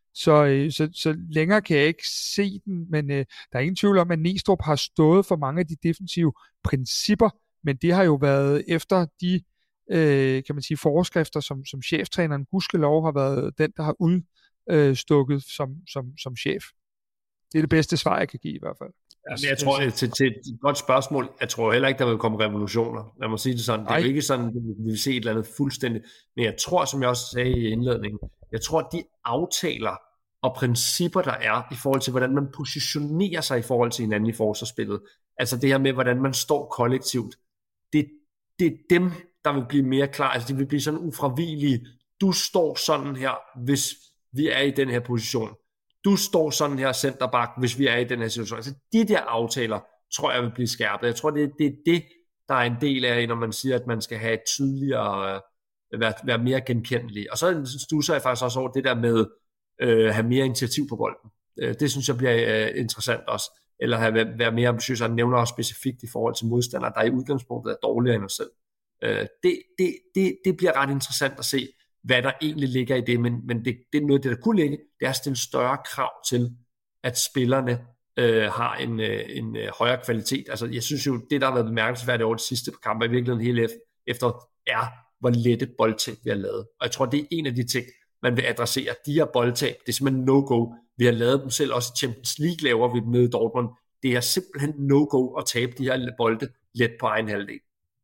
Så længere kan jeg ikke se den, men der er ingen tvivl om, at Næstrup har stået for mange af de defensive principper, men det har jo været efter de kan man sige, forskrifter, som cheftræneren gudskelov har været den, der har udstukket som chef. Det er det bedste svar, jeg kan give i hvert fald. Ja, men jeg tror, til et godt spørgsmål, jeg tror heller ikke, der vil komme revolutioner. Lad mig sige det sådan. Det er jo ikke sådan, at vi vil se et eller andet fuldstændigt. Men jeg tror, som jeg også sagde i indledningen, jeg tror, at de aftaler og principper, der er i forhold til, hvordan man positionerer sig i forhold til hinanden i forsvarsspillet, altså det her med, hvordan man står kollektivt, det er dem, der vil blive mere klar. Altså de vil blive sådan ufravigelige. Du står sådan her, hvis vi er i den her position. Du står sådan her centerback, hvis vi er i den her situation. Altså de der aftaler, tror jeg vil blive skærpet. Jeg tror, det er det, der er en del af, når man siger, at man skal have et tydeligere, være mere genkendelig. Og så stusser jeg faktisk også over det der med have mere initiativ på bolden. Det synes jeg bliver interessant også. Eller være mere ambitiøs, og nævner også specifikt i forhold til modstandere, der i udgangspunktet er dårligere end os selv. Det bliver ret interessant at se, hvad der egentlig ligger i det, men det er noget, det der kunne ligge, det er at stille større krav til, at spillerne har en højere kvalitet. Altså, jeg synes jo, det der har været bemærkelsesværdigt over de sidste kampe, i virkeligheden hele efter, er, hvor lette boldtab vi har lavet. Og jeg tror, det er en af de ting, man vil adressere. De her boldtab, det er simpelthen no-go. Vi har lavet dem selv, også i Champions League laver vi dem nede i Dortmund. Det er simpelthen no-go at tabe de her bolde let på egen halvdel.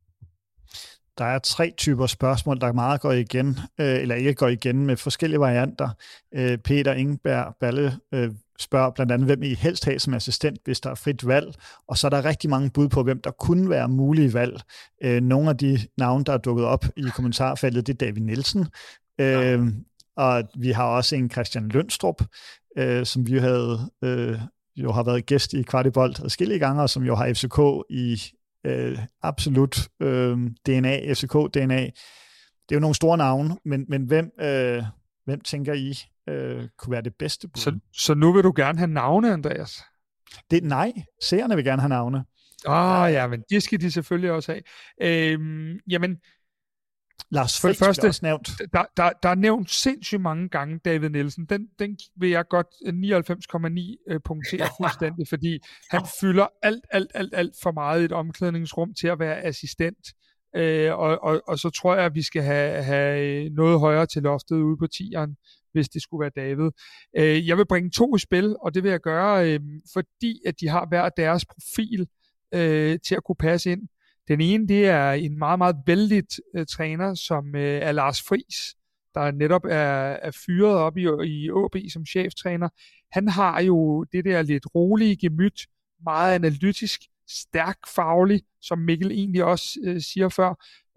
Der er 3 typer spørgsmål, der meget går igen, eller ikke går igen med forskellige varianter. Peter Ingeberg Balle spørger blandt andet, hvem I helst have som assistent, hvis der er frit valg. Og så er der rigtig mange bud på, hvem der kunne være mulige valg. Nogle af de navne, der er dukket op i kommentarfeltet, det er David Nielsen. Og vi har også en Christian Lønstrup, som vi havde, jo har været gæst i Kvartibold adskillige gange, og som jo har FCK i absolut DNA, FCK-DNA. Det er jo nogle store navne, men hvem tænker I kunne være det bedste bud? Så nu vil du gerne have navne, Andreas? Nej, seerne vil gerne have navne. Ja, men det skal de selvfølgelig også have. Jamen, Lars Friis bliver også nævnt. Der er nævnt sindssygt mange gange David Nielsen. Den vil jeg godt 99,9 punktere fuldstændig, fordi han fylder alt for meget i et omklædningsrum til at være assistent. Og så tror jeg, at vi skal have noget højere til loftet ude på 10'eren, hvis det skulle være David. Jeg vil bringe 2 i spil, og det vil jeg gøre, fordi at de har hver deres profil til at kunne passe ind. Den ene, det er en meget, meget vældigt træner, som er Lars Friis, der netop er fyret op i AB som cheftræner. Han har jo det der lidt rolige gemyt, meget analytisk, stærk faglig, som Mikkel egentlig også siger før,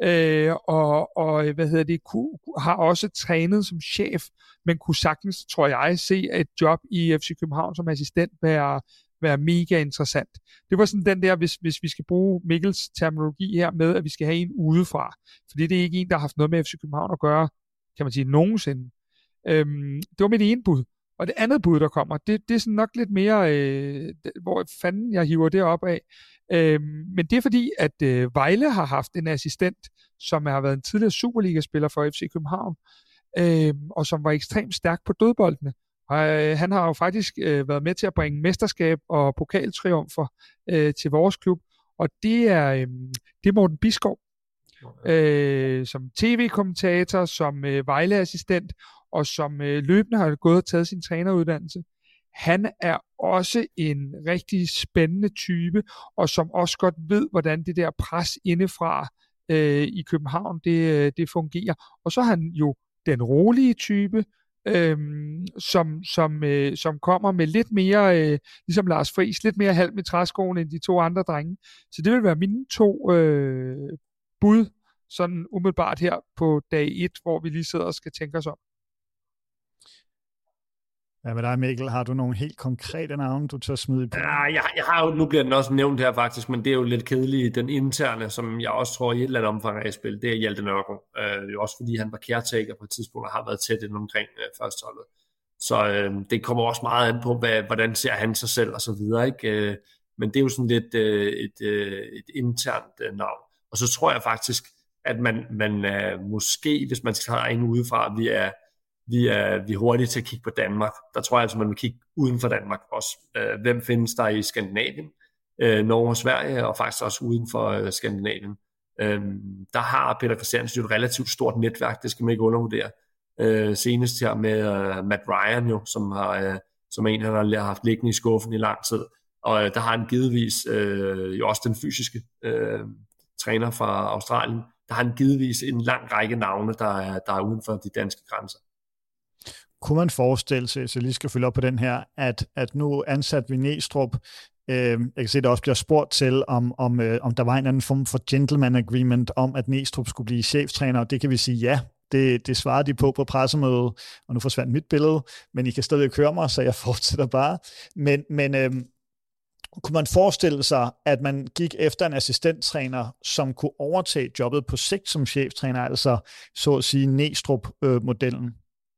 har også trænet som chef, men kunne sagtens, tror jeg, se et job i FC København som assistent være mega interessant. Det var sådan den der, hvis vi skal bruge Mikkels terminologi her med, at vi skal have en udefra, fordi det er ikke en, der har haft noget med FC København at gøre, kan man sige, nogensinde. Det var mit ene bud. Og det andet bud, der kommer, det er sådan nok lidt mere, hvor fanden jeg hiver det op af. Men det er fordi, at Vejle har haft en assistent, som har været en tidligere Superliga-spiller for FC København, og som var ekstremt stærk på dødboldene. Han har jo faktisk været med til at bringe mesterskab og pokaltriumfer til vores klub, og det er Morten Bisgaard, som tv-kommentator, som Vejle-assistent, og som løbende har gået og taget sin træneruddannelse. Han er også en rigtig spændende type, og som også godt ved, hvordan det der pres indefra i København, det fungerer. Og så er han jo den rolige type, som kommer med lidt mere, ligesom Lars Friis, lidt mere halm i træskoene end de to andre drenge. Så det vil være mine to bud, sådan umiddelbart her på dag 1, hvor vi lige sidder og skal tænke os om. Hvad med dig, Mikkel? Har du nogle helt konkrete navne, du tør smide på? Ja, jeg har jo, nu bliver den også nævnt her faktisk, men det er jo lidt kedeligt. Den interne, som jeg også tror i et eller andet omfang er i spil, det er Hjalte Nørgaard. Det er jo også fordi, han var caretaker på et tidspunkt og har været tæt ind omkring førsteholdet. Så det kommer også meget an på, hvordan ser han sig selv og så videre, ikke? Men det er jo sådan lidt et internt navn. Og så tror jeg faktisk, at man måske, hvis man tager en udefra, vi er hurtige til at kigge på Danmark. Der tror jeg altså, man vil kigge uden for Danmark også. Hvem findes der i Skandinavien? Norge og Sverige, og faktisk også uden for Skandinavien. Der har Peter Christiansen jo et relativt stort netværk, det skal man ikke undervurdere. Senest her med Matt Ryan, jo, som er en, han har haft liggende i skuffen i lang tid. Og der har han givetvis jo også den fysiske træner fra Australien. Der har han givetvis en lang række navne, der er uden for de danske grænser. Kunne man forestille sig, så jeg lige skal følge op på den her, at nu ansat vi Næstrup, jeg kan se, der også bliver spurgt til, om der var en anden form for gentleman agreement om, at Næstrup skulle blive cheftræner, og det kan vi sige ja. Det svarede de på pressemødet, og nu forsvandt mit billede, men I kan stadig høre mig, så jeg fortsætter bare. Men kunne man forestille sig, at man gik efter en assistenttræner, som kunne overtage jobbet på sigt som cheftræner, altså så at sige Næstrup-modellen?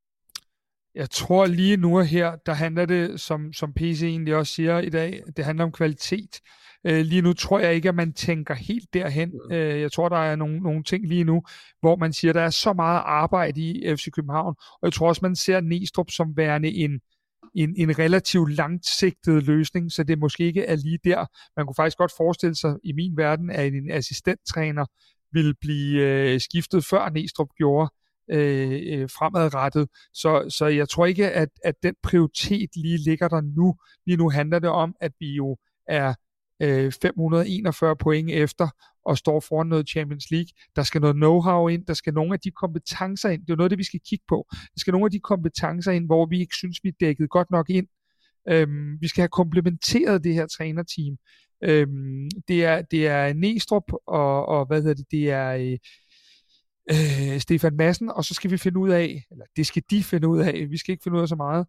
Jeg tror lige nu og her, der handler det, som PC egentlig også siger i dag, det handler om kvalitet. Lige nu tror jeg ikke, at man tænker helt derhen. Jeg tror, der er nogle ting lige nu, hvor man siger, at der er så meget arbejde i FC København, og jeg tror også, man ser Næstrup som værende en relativt langsigtet løsning, så det måske ikke er lige der. Man kunne faktisk godt forestille sig i min verden, at en assistenttræner ville blive skiftet før Næstrup gjorde, fremadrettet. Så jeg tror ikke, at den prioritet lige ligger der nu. Lige nu handler det om, at vi jo er 541 point efter og står foran noget Champions League. Der skal noget know-how ind, der skal nogle af de kompetencer ind. Det er noget af det, vi skal kigge på. Der skal nogle af de kompetencer ind, hvor vi ikke synes, vi er dækket godt nok ind. Vi skal have komplementeret det her trænerteam. Det er Næstrup og det er Stefan Madsen, og så skal vi finde ud af, eller det skal de finde ud af, vi skal ikke finde ud af så meget,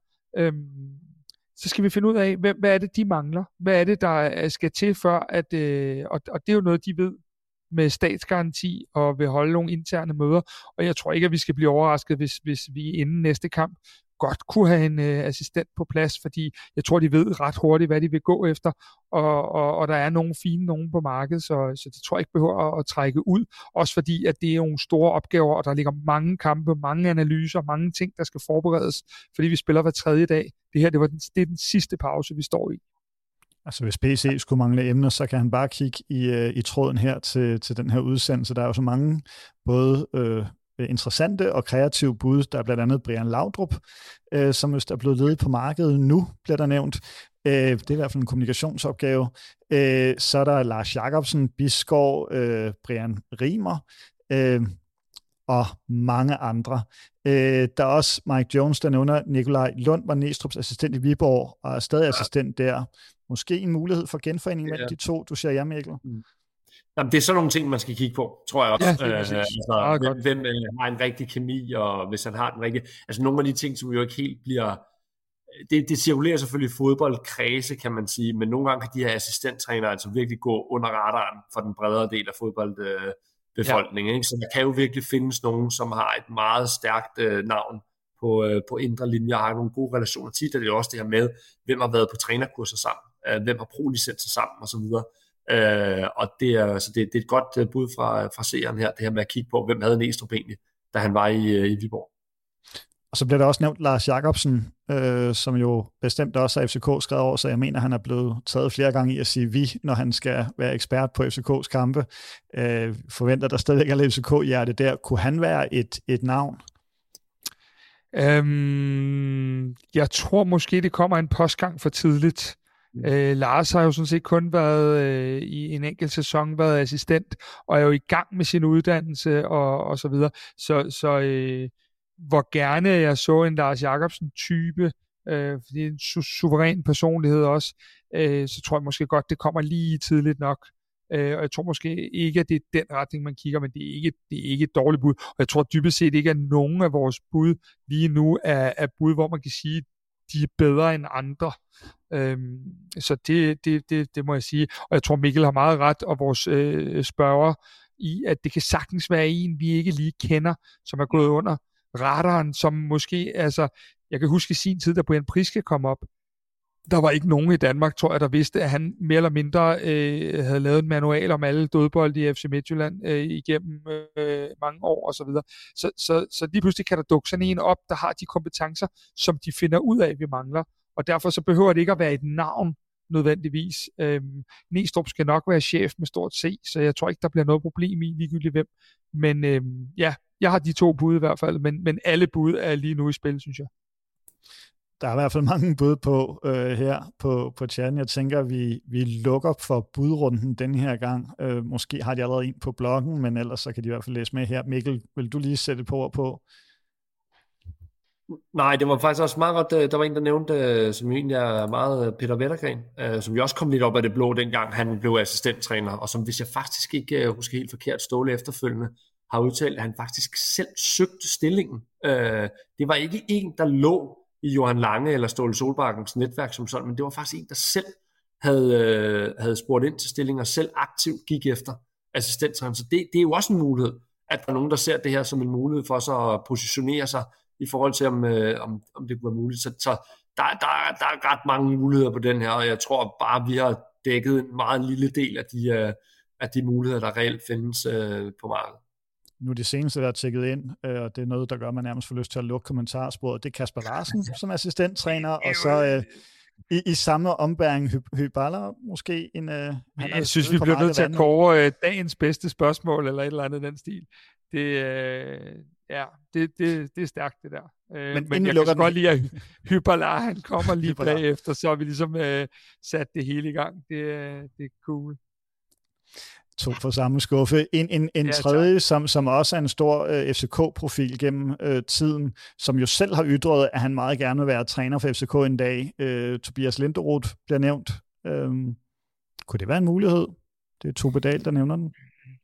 så skal vi finde ud af, hvad er det, de mangler? Hvad er det, der skal til før, at, og det er jo noget, de ved med statsgaranti og vil holde nogle interne møder, og jeg tror ikke, at vi skal blive overrasket, hvis vi inden næste kamp godt kunne have en assistent på plads, fordi jeg tror, de ved ret hurtigt, hvad de vil gå efter, og der er nogle fine nogen på markedet, så det tror jeg ikke behøver at trække ud, også fordi, at det er nogle store opgaver, og der ligger mange kampe, mange analyser, mange ting, der skal forberedes, fordi vi spiller hver tredje dag. Det er den sidste pause, vi står i. Altså hvis PC skulle mangle emner, så kan han bare kigge i tråden her til den her udsendelse. Der er jo så mange både interessante og kreative bud. Der er blandt andet Brian Laudrup, som er blevet ledet på markedet nu, bliver der nævnt. Det er i hvert fald en kommunikationsopgave. Så er der Lars Jacobsen, Bisgaard, Brian Rimer og mange andre. Der er også Mike Jones, der nævner, Nikolaj Lund var Næstrup's assistent i Viborg, og er stadig assistent der. Måske en mulighed for genforening mellem de to. Du siger ja, Mikkel? Jamen, det er sådan nogle ting, man skal kigge på, tror jeg også. Hvem har en rigtig kemi, og hvis han har den rigtige... Altså nogle af de ting, som jo ikke helt bliver... Det cirkulerer selvfølgelig i fodboldkredse, kan man sige, men nogle gange kan de her assistenttrænere altså virkelig gå under radaren for den bredere del af fodboldbefolkningen. Ikke? Så der kan jo virkelig findes nogen, som har et meget stærkt navn på indre linjer, og har nogle gode relationer. Tit er det jo også det her med, hvem har været på trænerkurser sammen, hvem har pro-licenser sammen osv. Og det er et godt bud fra seeren her, det her med at kigge på, hvem havde Næstrup egentlig, da han var i Viborg. Og så bliver der også nævnt Lars Jacobsen, som jo bestemt også er FCK skrevet over, så jeg mener, han er blevet taget flere gange i at sige vi, når han skal være ekspert på FCK's kampe. Forventer der stadigvæk er lidt FCK-hjerte der. Kunne han være et navn? Jeg tror måske, det kommer en postgang for tidligt. Lars har jo sådan set kun været i en enkelt sæson været assistent, og er jo i gang med sin uddannelse og så videre. Så hvor gerne jeg så en Lars Jacobsen type, fordi det er en suveræn personlighed også, så tror jeg måske godt, det kommer lige tidligt nok. Og jeg tror måske ikke, at det er den retning, man kigger, men det er ikke et dårligt bud. Og jeg tror dybest set ikke, at nogen af vores bud lige nu er bud, hvor man kan sige, de er bedre end andre. Så det må jeg sige. Og jeg tror, Mikkel har meget ret, og vores spørger i, at det kan sagtens være en, vi ikke lige kender, som er gået under radaren, som måske, altså, jeg kan huske i sin tid, da Brian Priske kom op, der var ikke nogen i Danmark, tror jeg, der vidste, at han mere eller mindre havde lavet en manual om alle dødbold i FC Midtjylland igennem mange år og så videre. Så lige pludselig kan der dukke sådan en op, der har de kompetencer, som de finder ud af, vi mangler. Og derfor så behøver det ikke at være et navn nødvendigvis. Næstrup skal nok være chef med stort C, så jeg tror ikke, der bliver noget problem i ligegyldigt hvem. Men jeg har de to bud i hvert fald, men alle bud er lige nu i spil, synes jeg. Der er i hvert fald mange bud på her på chatten. Jeg tænker, vi lukker for budrunden den her gang. Måske har de allerede en på bloggen, men ellers så kan de i hvert fald læse med her. Mikkel, vil du lige sætte på ord på? Nej, det var faktisk også meget godt. Der var en, der nævnte, som egentlig er meget Peter Wettergren, som jo også kom lidt op af det blå, dengang han blev assistenttræner, og som, hvis jeg faktisk ikke husker helt forkert, Ståle efterfølgende har udtalt, at han faktisk selv søgte stillingen. Det var ikke en, der lå i Johan Lange eller Ståle Solbakkens netværk som sådan, men det var faktisk en, der selv havde spurgt ind til stillingen og selv aktivt gik efter assistenttræner. Så det er jo også en mulighed, at der er nogen, der ser det her som en mulighed for så at positionere sig i forhold til, om det kunne være muligt. Så der er ret mange muligheder på den her, og jeg tror bare, vi har dækket en meget lille del af de muligheder, der reelt findes på markedet. Nu det seneste, der er tjekket ind, og det er noget, der gør, at man nærmest får lyst til at lukke kommentarsporet, det er Kasper Larsen som assistenttræner, og så i samme ombæring Hyballa måske en... jeg synes, vi bliver nødt til at kåre dagens bedste spørgsmål, eller et eller andet den stil. Det er stærkt, det der. Men jeg kan godt lide, at Hyballa, han kommer lige bagefter, så har vi ligesom sat det hele i gang. Det er cool. To på samme skuffe. En tredje, som også er en stor FCK-profil gennem tiden, som jo selv har ytret, at han meget gerne vil være træner for FCK en dag. Tobias Linderoth bliver nævnt. Kunne det være en mulighed? Det er Tove Dahl, der nævner den.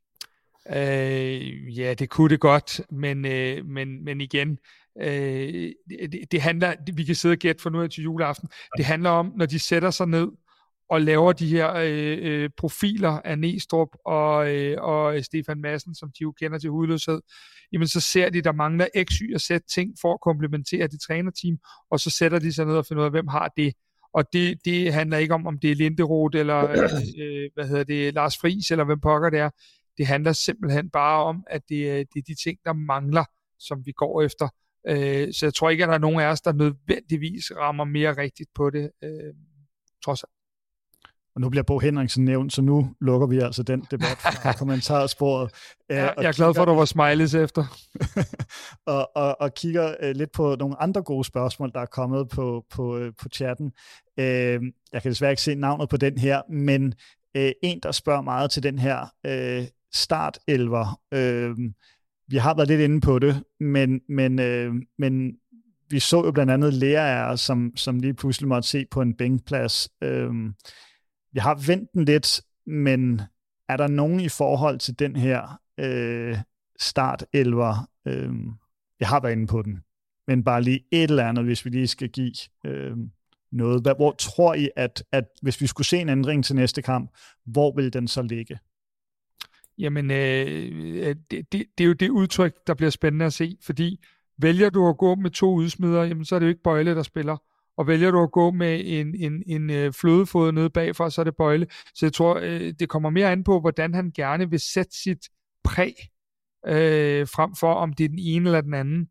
Ja, det kunne det godt, men igen, det handler, vi kan sidde og gætte for nu til juleaften, det handler om, når de sætter sig ned og laver de her profiler af Næstrup og Stefan Madsen, som de jo kender til hudløshed, jamen så ser de, der mangler x, y og z ting for at komplementere det trænerteam, og så sætter de sig ned og finder ud af, hvem har det. Og det handler ikke om det er Linderoth eller Lars Friis, eller hvem pokker det er. Det handler simpelthen bare om, at det er de ting, der mangler, som vi går efter. Så jeg tror ikke, at der er nogen af os, der nødvendigvis rammer mere rigtigt på det, trods alt. Og nu bliver Bo Henriksen nævnt, så nu lukker vi altså den debat fra kommentarsporet. Jeg er glad for, at du var smileys efter. og kigger lidt på nogle andre gode spørgsmål, der er kommet på chatten. Jeg kan desværre ikke se navnet på den her, men en, der spørger meget til den her startelver. vi har været lidt inde på det, men vi så jo blandt andet Lea, som lige pludselig måtte se på en bænkplads. Vi har vendt den lidt, men er der nogen i forhold til den her start-elver? Jeg har været inde på den, men bare lige et eller andet, hvis vi lige skal give noget. Hvor tror I, at hvis vi skulle se en ændring til næste kamp, hvor vil den så ligge? Jamen, det er jo det udtryk, der bliver spændende at se, fordi vælger du at gå med 2 udsmidere, jamen så er det jo ikke Bøjle, der spiller. Og vælger du at gå med en flødefod nede bagfor, så er det Bøjle. Så jeg tror, det kommer mere an på, hvordan han gerne vil sætte sit præg, frem for om det er den ene eller den anden.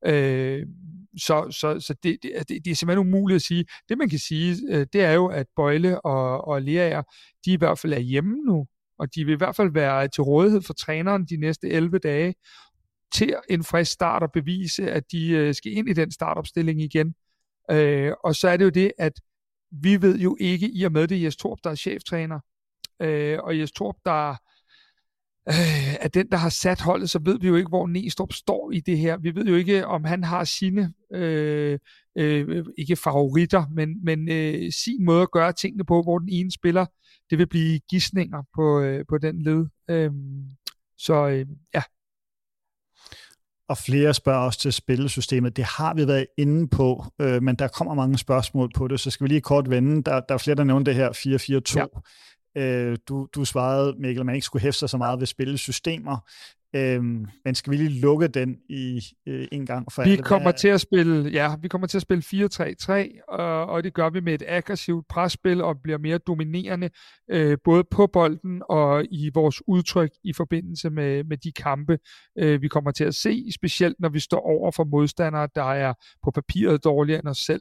Så det er simpelthen umuligt at sige. Det man kan sige, det er jo, at Bøjle og Leaer, de i hvert fald er hjemme nu, og de vil i hvert fald være til rådighed for træneren de næste 11 dage, til en frisk start og bevise, at de skal ind i den startopstilling igen. Og så er det jo det, at vi ved jo ikke, i og med det Jes Torp, der er cheftræner, og Jes Torp, der er den, der har sat holdet, så ved vi jo ikke, hvor Næstrup står i det her. Vi ved jo ikke, om han har sine, ikke favoritter, men sin måde at gøre tingene på, hvor den ene spiller, det vil blive gidsninger på den led. Ja. Og flere spørger også til spillesystemet. Det har vi været inde på, men der kommer mange spørgsmål på det, så skal vi lige kort vende. Der er flere, der nævnte det her 4-4-2. Ja. Du svarede, Mikkel, at man ikke skulle hæfte sig så meget ved spillesystemer. Men skal vi lige lukke den i en gang for alle? Vi kommer til at spille 4-3-3, og det gør vi med et aggressivt presspil og bliver mere dominerende, både på bolden og i vores udtryk i forbindelse med de kampe, vi kommer til at se, specielt når vi står over for modstandere, der er på papiret dårligere end os selv.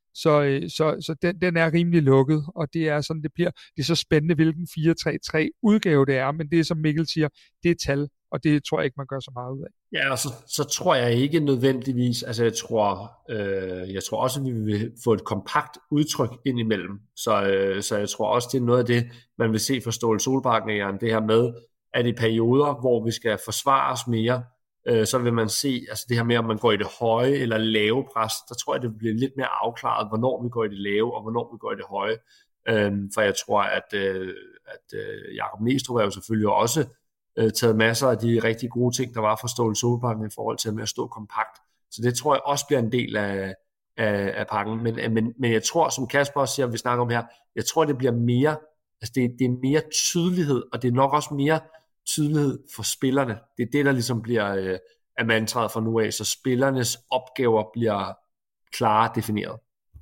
Så den er rimelig lukket, og det er sådan, det bliver. Det er så spændende, hvilken 4-3-3 udgave det er, men det er, som Mikkel siger, det er tal, og det tror jeg ikke, man gør så meget ud af. Ja, og så tror jeg ikke nødvendigvis, altså jeg tror også, at vi vil få et kompakt udtryk ind imellem, så jeg tror også, det er noget af det, man vil se fra Ståle Solbakken, det her med, at i perioder, hvor vi skal forsvare os mere, så vil man se, altså det her med, om man går i det høje eller lave pres, der tror jeg, det bliver lidt mere afklaret, hvornår vi går i det lave, og hvornår vi går i det høje. For jeg tror, at Jakob Næstrup er jo selvfølgelig også taget masser af de rigtig gode ting, der var fra Ståle Solbakken i forhold til at stå kompakt. Så det tror jeg også bliver en del af pakken. Men jeg tror, som Kasper også siger, vi snakker om her, jeg tror, det bliver mere, altså det er mere tydelighed, og det er nok også mere tydelighed for spillerne. Det er det, der ligesom bliver af mantraet fra nu af, så spillernes opgaver bliver klare defineret.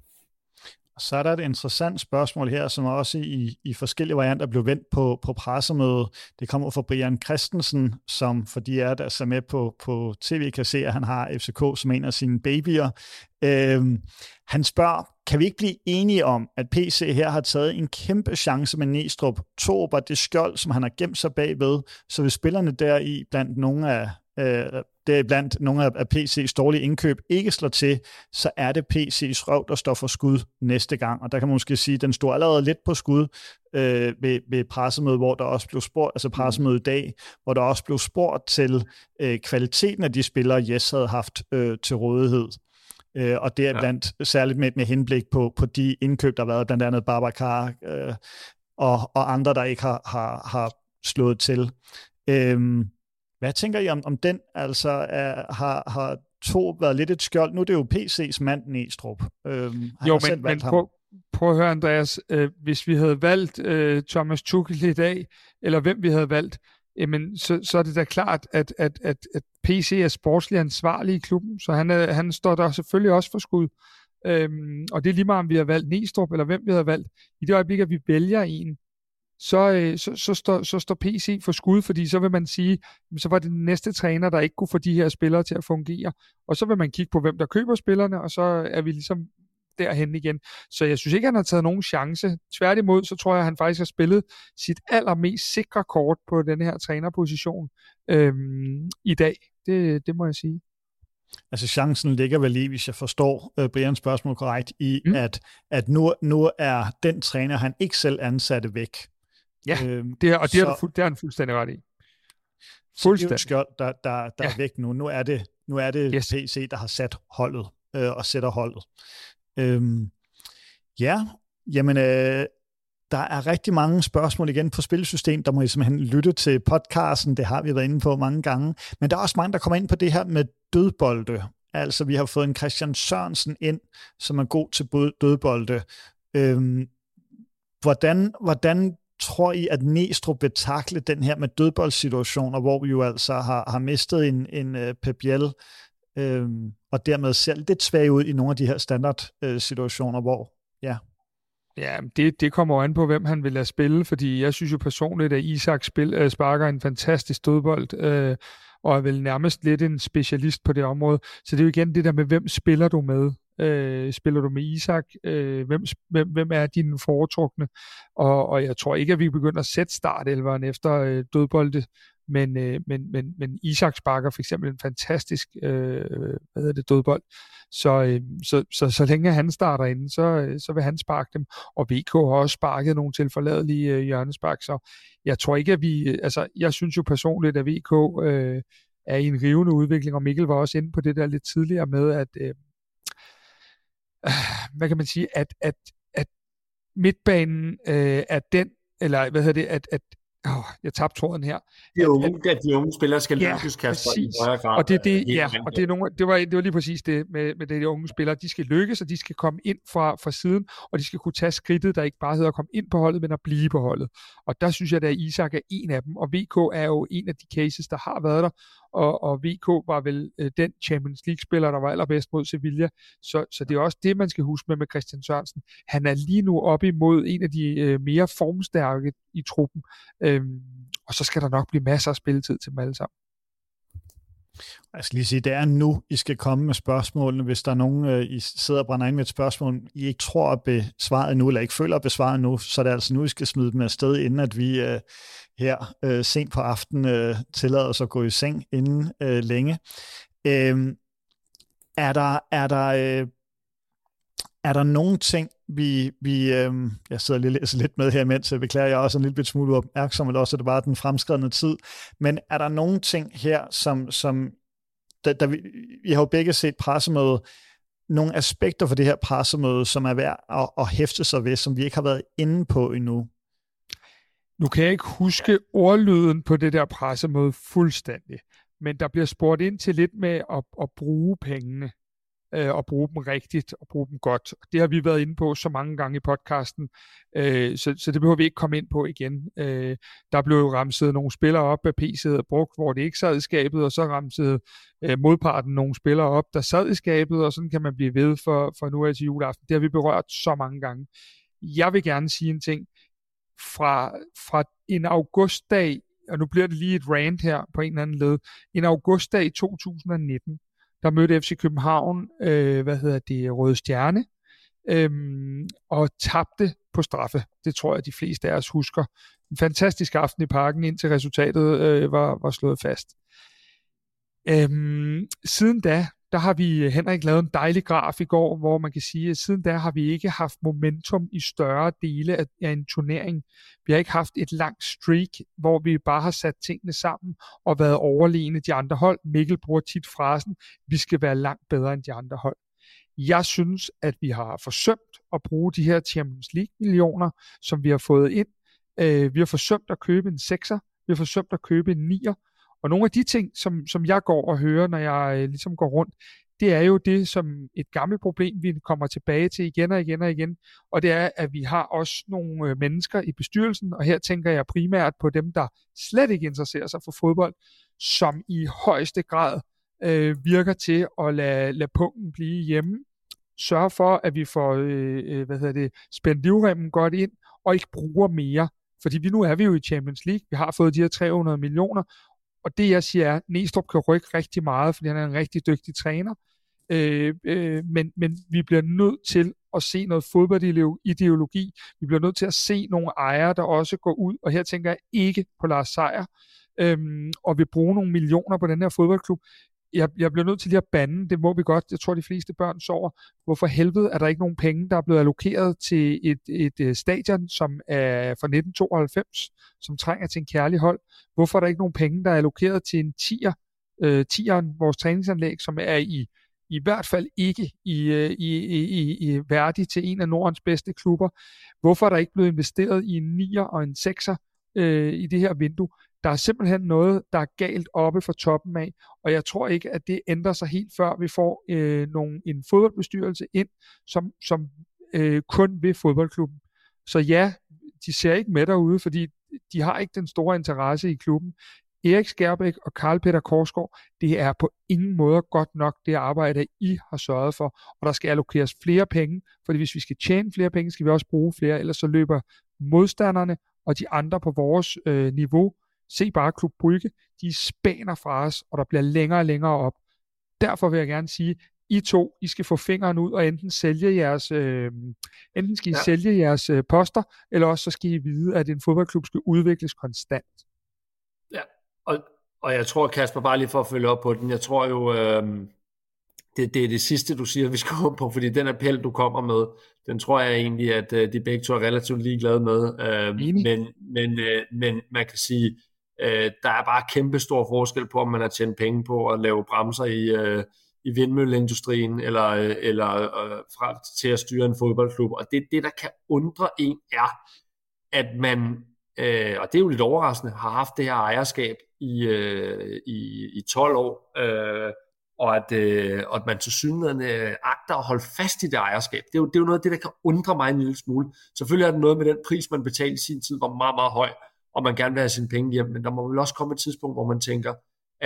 Så er der et interessant spørgsmål her, som også i forskellige varianter blev vendt på pressemødet. Det kommer fra Brian Christensen, som for de der ser med på tv, kan se, at han har FCK som en af sine babyer. Han spørger, kan vi ikke blive enige om, at PC her har taget en kæmpe chance med Næstrup, Torp og det skjold, som han har gemt sig bagved, så hvis spillerne deri blandt nogle af PC's dårlige indkøb ikke slår til, så er det PC's røv, der står for skud næste gang. Og der kan man måske sige, at den stod allerede lidt på skud ved pressemødet, hvor der også blev spurgt, altså pressemødet i dag, hvor der også blev spurgt til kvaliteten af de spillere, Jes havde haft til rådighed. Og det er blandt særligt med henblik på de indkøb, der har været, blandt andet Babacar og andre, der ikke har slået til. Hvad tænker I om den? Altså har Torp været lidt et skjold? Nu er det jo PC's mand Næstrup. Men prøv at høre, Andreas. Hvis vi havde valgt Thomas Tuchel i dag, eller hvem vi havde valgt, jamen, så er det da klart, at PC er sportslig ansvarlig i klubben, så han står der selvfølgelig også for skud. Og det er lige meget, om vi har valgt Næstrup, eller hvem vi har valgt. I det øjeblik, at vi vælger en, så står PC for skud, fordi så vil man sige, så var det den næste træner, der ikke kunne få de her spillere til at fungere. Og så vil man kigge på, hvem der køber spillerne, og så er vi ligesom derhen igen. Så jeg synes ikke, han har taget nogen chance. Tværtimod, så tror jeg, han faktisk har spillet sit allermest sikre kort på den her trænerposition i dag. Det må jeg sige. Altså chancen ligger vel i, hvis jeg forstår Brians spørgsmål korrekt, i at nu er den træner, han ikke selv ansatte væk. Ja, det er han fuldstændig ret i. Så det er jo et skjold, der er væk nu. Nu er det yes. PC, der har sat holdet og sætter holdet. Der er rigtig mange spørgsmål igen på Spillesystem. Der må I simpelthen lytte til podcasten. Det har vi været inde på mange gange. Men der er også mange, der kommer ind på det her med dødbolde. Altså, vi har fået en Christian Sørensen ind, som er god til dødbolde. Hvordan tror I, at Næstrup vil takle den her med dødboldsituationer, hvor vi jo altså har mistet en Pep Biel, og dermed ser lidt svag ud i nogle af de her standardsituationer, hvor, ja. Ja, det kommer an på, hvem han vil lade spille, fordi jeg synes jo personligt, at Isak sparker en fantastisk dødbold, og er vel nærmest lidt en specialist på det område. Så det er jo igen det der med, hvem spiller du med? Spiller du med Isak? Hvem er dine foretrukne? Og jeg tror ikke, at vi begynder at sætte startelveren efter dødbolde, men Isak sparker for eksempel en fantastisk dødbold. Så længe han starter inden, så vil han sparke dem. Og VK har også sparket nogle tilforladelige hjørnespark, så jeg tror ikke, at jeg synes jo personligt, at VK er i en rivende udvikling, og Mikkel var også inde på det der lidt tidligere med, at hvad kan man sige, at midtbanen er den, eller hvad hedder det, at jeg tabte tråden her. De unge spillere skal lykkes, Kasper, i højere grad. Og det var lige præcis det med de unge spillere. De skal lykkes, og de skal komme ind fra siden, og de skal kunne tage skridtet, der ikke bare hedder at komme ind på holdet, men at blive på holdet. Og der synes jeg, at Isak er en af dem, og VK er jo en af de cases, der har været der, og VK var vel den Champions League-spiller, der var allerbedst mod Sevilla. Så det er også det, man skal huske med Christian Sørensen. Han er lige nu op imod en af de mere formstærke i truppen, og så skal der nok blive masser af spilletid til dem alle sammen. Jeg skal lige sige, det er nu, I skal komme med spørgsmålene. Hvis der er nogen, I sidder og brænder ind med et spørgsmål, I ikke tror at besvare nu, eller ikke føler at besvare nu, så er det altså nu, I skal smide dem afsted, inden at vi her sent på aftenen tillader os at gå i seng inden længe. Er der nogle ting, jeg sidder lige og læser lidt med her imens, så beklager jeg også en lille smule opmærksom, eller også er det bare den fremskredne tid, men er der nogle ting her, som vi har jo begge set pressemøde, nogle aspekter for det her pressemøde, som er værd at hæfte sig ved, som vi ikke har været inde på endnu? Nu kan jeg ikke huske ordlyden på det der pressemøde fuldstændig, men der bliver spurgt ind til lidt med at bruge pengene, og bruge dem rigtigt, og bruge dem godt. Det har vi været inde på så mange gange i podcasten, så det behøver vi ikke komme ind på igen. Der blev jo ramset nogle spillere op, at PC havde brugt, hvor det ikke sad i skabet, og så ramsede modparten nogle spillere op, der sad i skabet, og sådan kan man blive ved for nu af til juleaften. Det har vi berørt så mange gange. Jeg vil gerne sige en ting. Fra en augustdag, og nu bliver det lige et rant her på en eller anden led, en augustdag i 2019, der mødte FC København, Røde Stjerne, og tabte på straffe. Det tror jeg, de fleste af os husker. En fantastisk aften i Parken, indtil resultatet var slået fast. Siden da, der har vi, Henrik, lavet en dejlig graf i går, hvor man kan sige, at siden da har vi ikke haft momentum i større dele af en turnering. Vi har ikke haft et langt streak, hvor vi bare har sat tingene sammen og været overlegne de andre hold. Mikkel bruger tit frasen, vi skal være langt bedre end de andre hold. Jeg synes, at vi har forsømt at bruge de her Champions League-millioner, som vi har fået ind. Vi har forsømt at købe en 6'er, vi har forsømt at købe en 9'er, og nogle af de ting, som jeg går og hører, når jeg ligesom går rundt, det er jo det, som et gammelt problem, vi kommer tilbage til igen og igen og igen, og det er, at vi har også nogle mennesker i bestyrelsen, og her tænker jeg primært på dem, der slet ikke interesserer sig for fodbold, som i højeste grad virker til at lade punkten blive hjemme, sørge for, at vi får spændt livremmen godt ind, og ikke bruger mere, fordi nu er vi jo i Champions League, vi har fået de her 300 millioner, og det jeg siger er, at Næstrup kan rykke rigtig meget, fordi han er en rigtig dygtig træner, men vi bliver nødt til at se noget fodboldideologi, vi bliver nødt til at se nogle ejere, der også går ud, og her tænker jeg ikke på Lars Seier, og vil bruge nogle millioner på den her fodboldklub. jeg bliver nødt til lige at bande, det må vi godt, jeg tror de fleste børn sover. Hvorfor helvede er der ikke nogen penge, der er blevet allokeret til et stadion, som er fra 1992, som trænger til en kærlig hold? Hvorfor er der ikke nogen penge, der er allokeret til en tieren, vores træningsanlæg, som er i hvert fald ikke i værdig til en af Nordens bedste klubber? Hvorfor er der ikke blevet investeret i en 9'er og en 6'er i det her vindue? Der er simpelthen noget, der er galt oppe fra toppen af, og jeg tror ikke, at det ændrer sig helt før vi får en fodboldbestyrelse ind, som kun vil fodboldklubben. Så ja, de ser ikke med derude, fordi de har ikke den store interesse i klubben. Erik Skærbæk og Karl Peter Korsgaard, det er på ingen måde godt nok det arbejde, I har sørget for, og der skal allokeres flere penge, fordi hvis vi skal tjene flere penge, skal vi også bruge flere, ellers så løber modstanderne og de andre på vores niveau. Se bare Klub Brygge, de spænder fra os, og der bliver længere og længere op. Derfor vil jeg gerne sige, I to, I skal få fingeren ud og enten sælge jeres, sælge jeres poster, eller også så skal I vide, at en fodboldklub skal udvikles konstant. Ja, og jeg tror, Kasper, bare lige for at følge op på den, jeg tror jo, det er det sidste, du siger, vi skal håbe på, fordi den appel, du kommer med, den tror jeg egentlig, at de begge to er relativt ligeglade med. Men man kan sige, der er bare kæmpe stor forskel på, om man har tjent penge på at lave bremser i vindmølleindustrien, eller fra til at styre en fodboldklub. Og det, der kan undre en, er, at man, og det er jo lidt overraskende, har haft det her ejerskab i 12 år, og at man tilsyneladende agter at holde fast i det ejerskab. Det er jo noget af det, der kan undre mig en lille smule. Selvfølgelig er det noget med den pris, man betalte i sin tid, var meget, meget høj, og man gerne vil have sine penge hjem, men der må vel også komme et tidspunkt, hvor man tænker,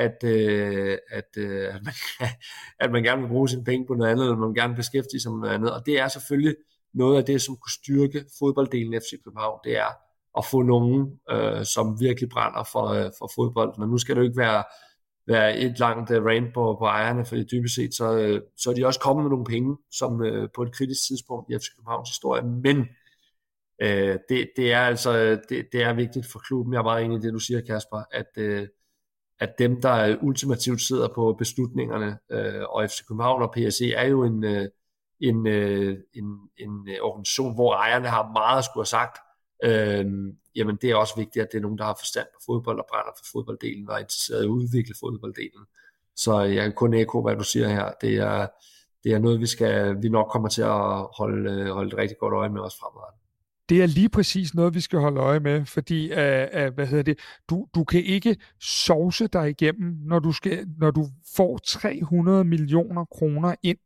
at man gerne vil bruge sine penge på noget andet, eller man gerne vil beskæftige sig med noget andet, og det er selvfølgelig noget af det, som kunne styrke fodbolddelen af FC København, det er at få nogen, som virkelig brænder for fodbold, men nu skal det jo ikke være et langt rant på ejerne, for dybest set, så er de også kommet med nogle penge, som på et kritisk tidspunkt i FC Københavns historie, men det er altså, det er vigtigt for klubben, jeg er meget enig i det, du siger, Kasper, at dem, der ultimativt sidder på beslutningerne, og FC København og PSE er jo en organisation, hvor ejerne har meget at skulle have sagt, jamen det er også vigtigt, at det er nogen, der har forstand på fodbold og brænder for fodbolddelen og er interesseret i at udvikle fodbolddelen. Så jeg kan kun ekko, hvad du siger her. Det er noget, vi nok kommer til at holde et rigtig godt øje med os fremadrettet. Det er lige præcis noget, vi skal holde øje med, fordi du kan ikke sovse dig igennem, når du får 300 millioner kroner ind.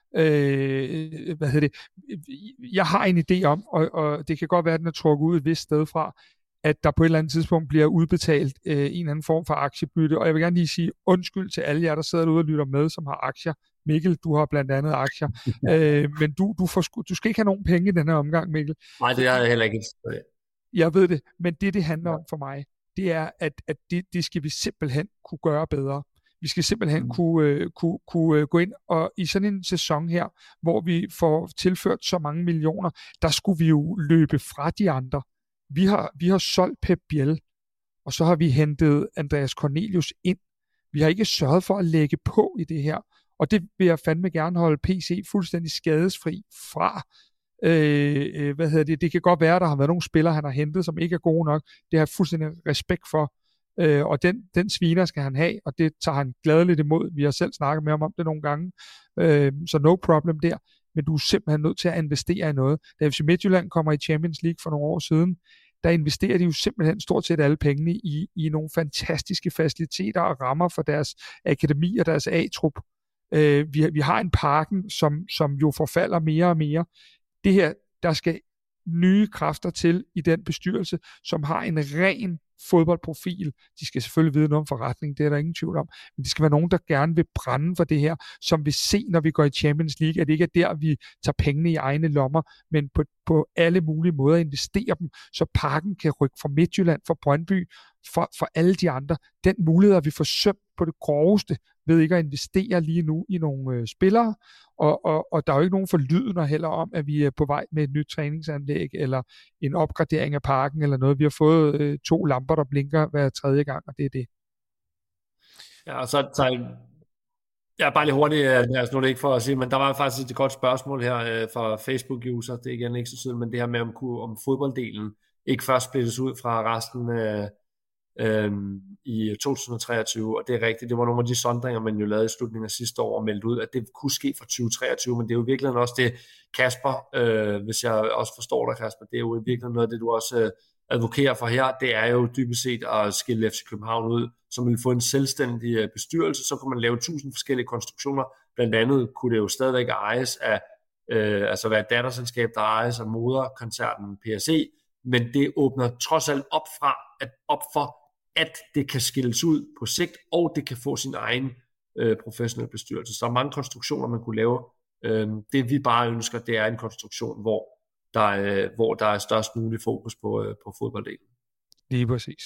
Jeg har en idé om, og det kan godt være, at den er trukket ud et vist sted fra, at der på et eller andet tidspunkt bliver udbetalt en eller anden form for aktiebytte, og jeg vil gerne lige sige undskyld til alle jer, der sidder derude og lytter med, som har aktier. Mikkel, du har blandt andet aktier, men du skal ikke have nogen penge i denne omgang, Mikkel. Nej, det har jeg heller ikke. Jeg ved det, men det handler om for mig, det er, at det skal vi simpelthen kunne gøre bedre. Vi skal simpelthen kunne gå ind, og i sådan en sæson her, hvor vi får tilført så mange millioner, der skulle vi jo løbe fra de andre. Vi har solgt Pep Biel, og så har vi hentet Andreas Cornelius ind. Vi har ikke sørget for at lægge på i det her, og det vil jeg fandme gerne holde PC fuldstændig skadesfri fra. Det kan godt være, at der har været nogle spillere, han har hentet, som ikke er gode nok. Det har jeg fuldstændig respekt for. Og den sviner skal han have, og det tager han gladeligt imod. Vi har selv snakket med ham om det nogle gange, så no problem der. Men du er simpelthen nødt til at investere i noget. Da FC Midtjylland kommer i Champions League for nogle år siden, der investerer de jo simpelthen stort set alle pengene i nogle fantastiske faciliteter og rammer for deres akademi og deres A-trup. Vi har en Parken, som jo forfalder mere og mere. Det her, der skal nye kræfter til i den bestyrelse, som har en ren fodboldprofil. De skal selvfølgelig vide noget om forretning, det er der ingen tvivl om, men det skal være nogen, der gerne vil brænde for det her, som vil se, når vi går i Champions League, at det ikke er der, vi tager pengene i egne lommer, men på alle mulige måder investere dem, så Parken kan rykke fra Midtjylland, fra Brøndby, for alle de andre. Den mulighed har vi forsømt på det groveste, ved ikke at investere lige nu i nogle spillere, og der er jo ikke nogen forlydender heller om, at vi er på vej med et nyt træningsanlæg, eller en opgradering af Parken, eller noget. Vi har fået 2 lamper, der blinker hver tredje gang, og det er det. Ja, og så Ja, bare lige hurtigt, altså nu er det ikke for at sige, men der var faktisk et godt spørgsmål her fra Facebook-user, det er igen ikke så tydeligt, men det her med, om fodbolddelen ikke først splittes ud fra resten i 2023, og det er rigtigt, det var nogle af de sondringer, man jo lavede i slutningen af sidste år og meldte ud, at det kunne ske fra 2023, men det er jo virkelig også det, Kasper, hvis jeg også forstår dig, Kasper, det er jo virkelig noget af det, du også advokerer for her, det er jo dybest set at skille FC København ud, som vil få en selvstændig bestyrelse, så kunne man lave 1000 forskellige konstruktioner, blandt andet kunne det jo stadigvæk ejes af, altså være et datterselskab, der ejes af moderkoncernen PSE, men det åbner trods alt op for, at det kan skilles ud på sigt, og det kan få sin egen professionelle bestyrelse. Så der er mange konstruktioner, man kunne lave. Det vi bare ønsker, det er en konstruktion, hvor der er størst mulig fokus på fodbolddelen. Lige præcis.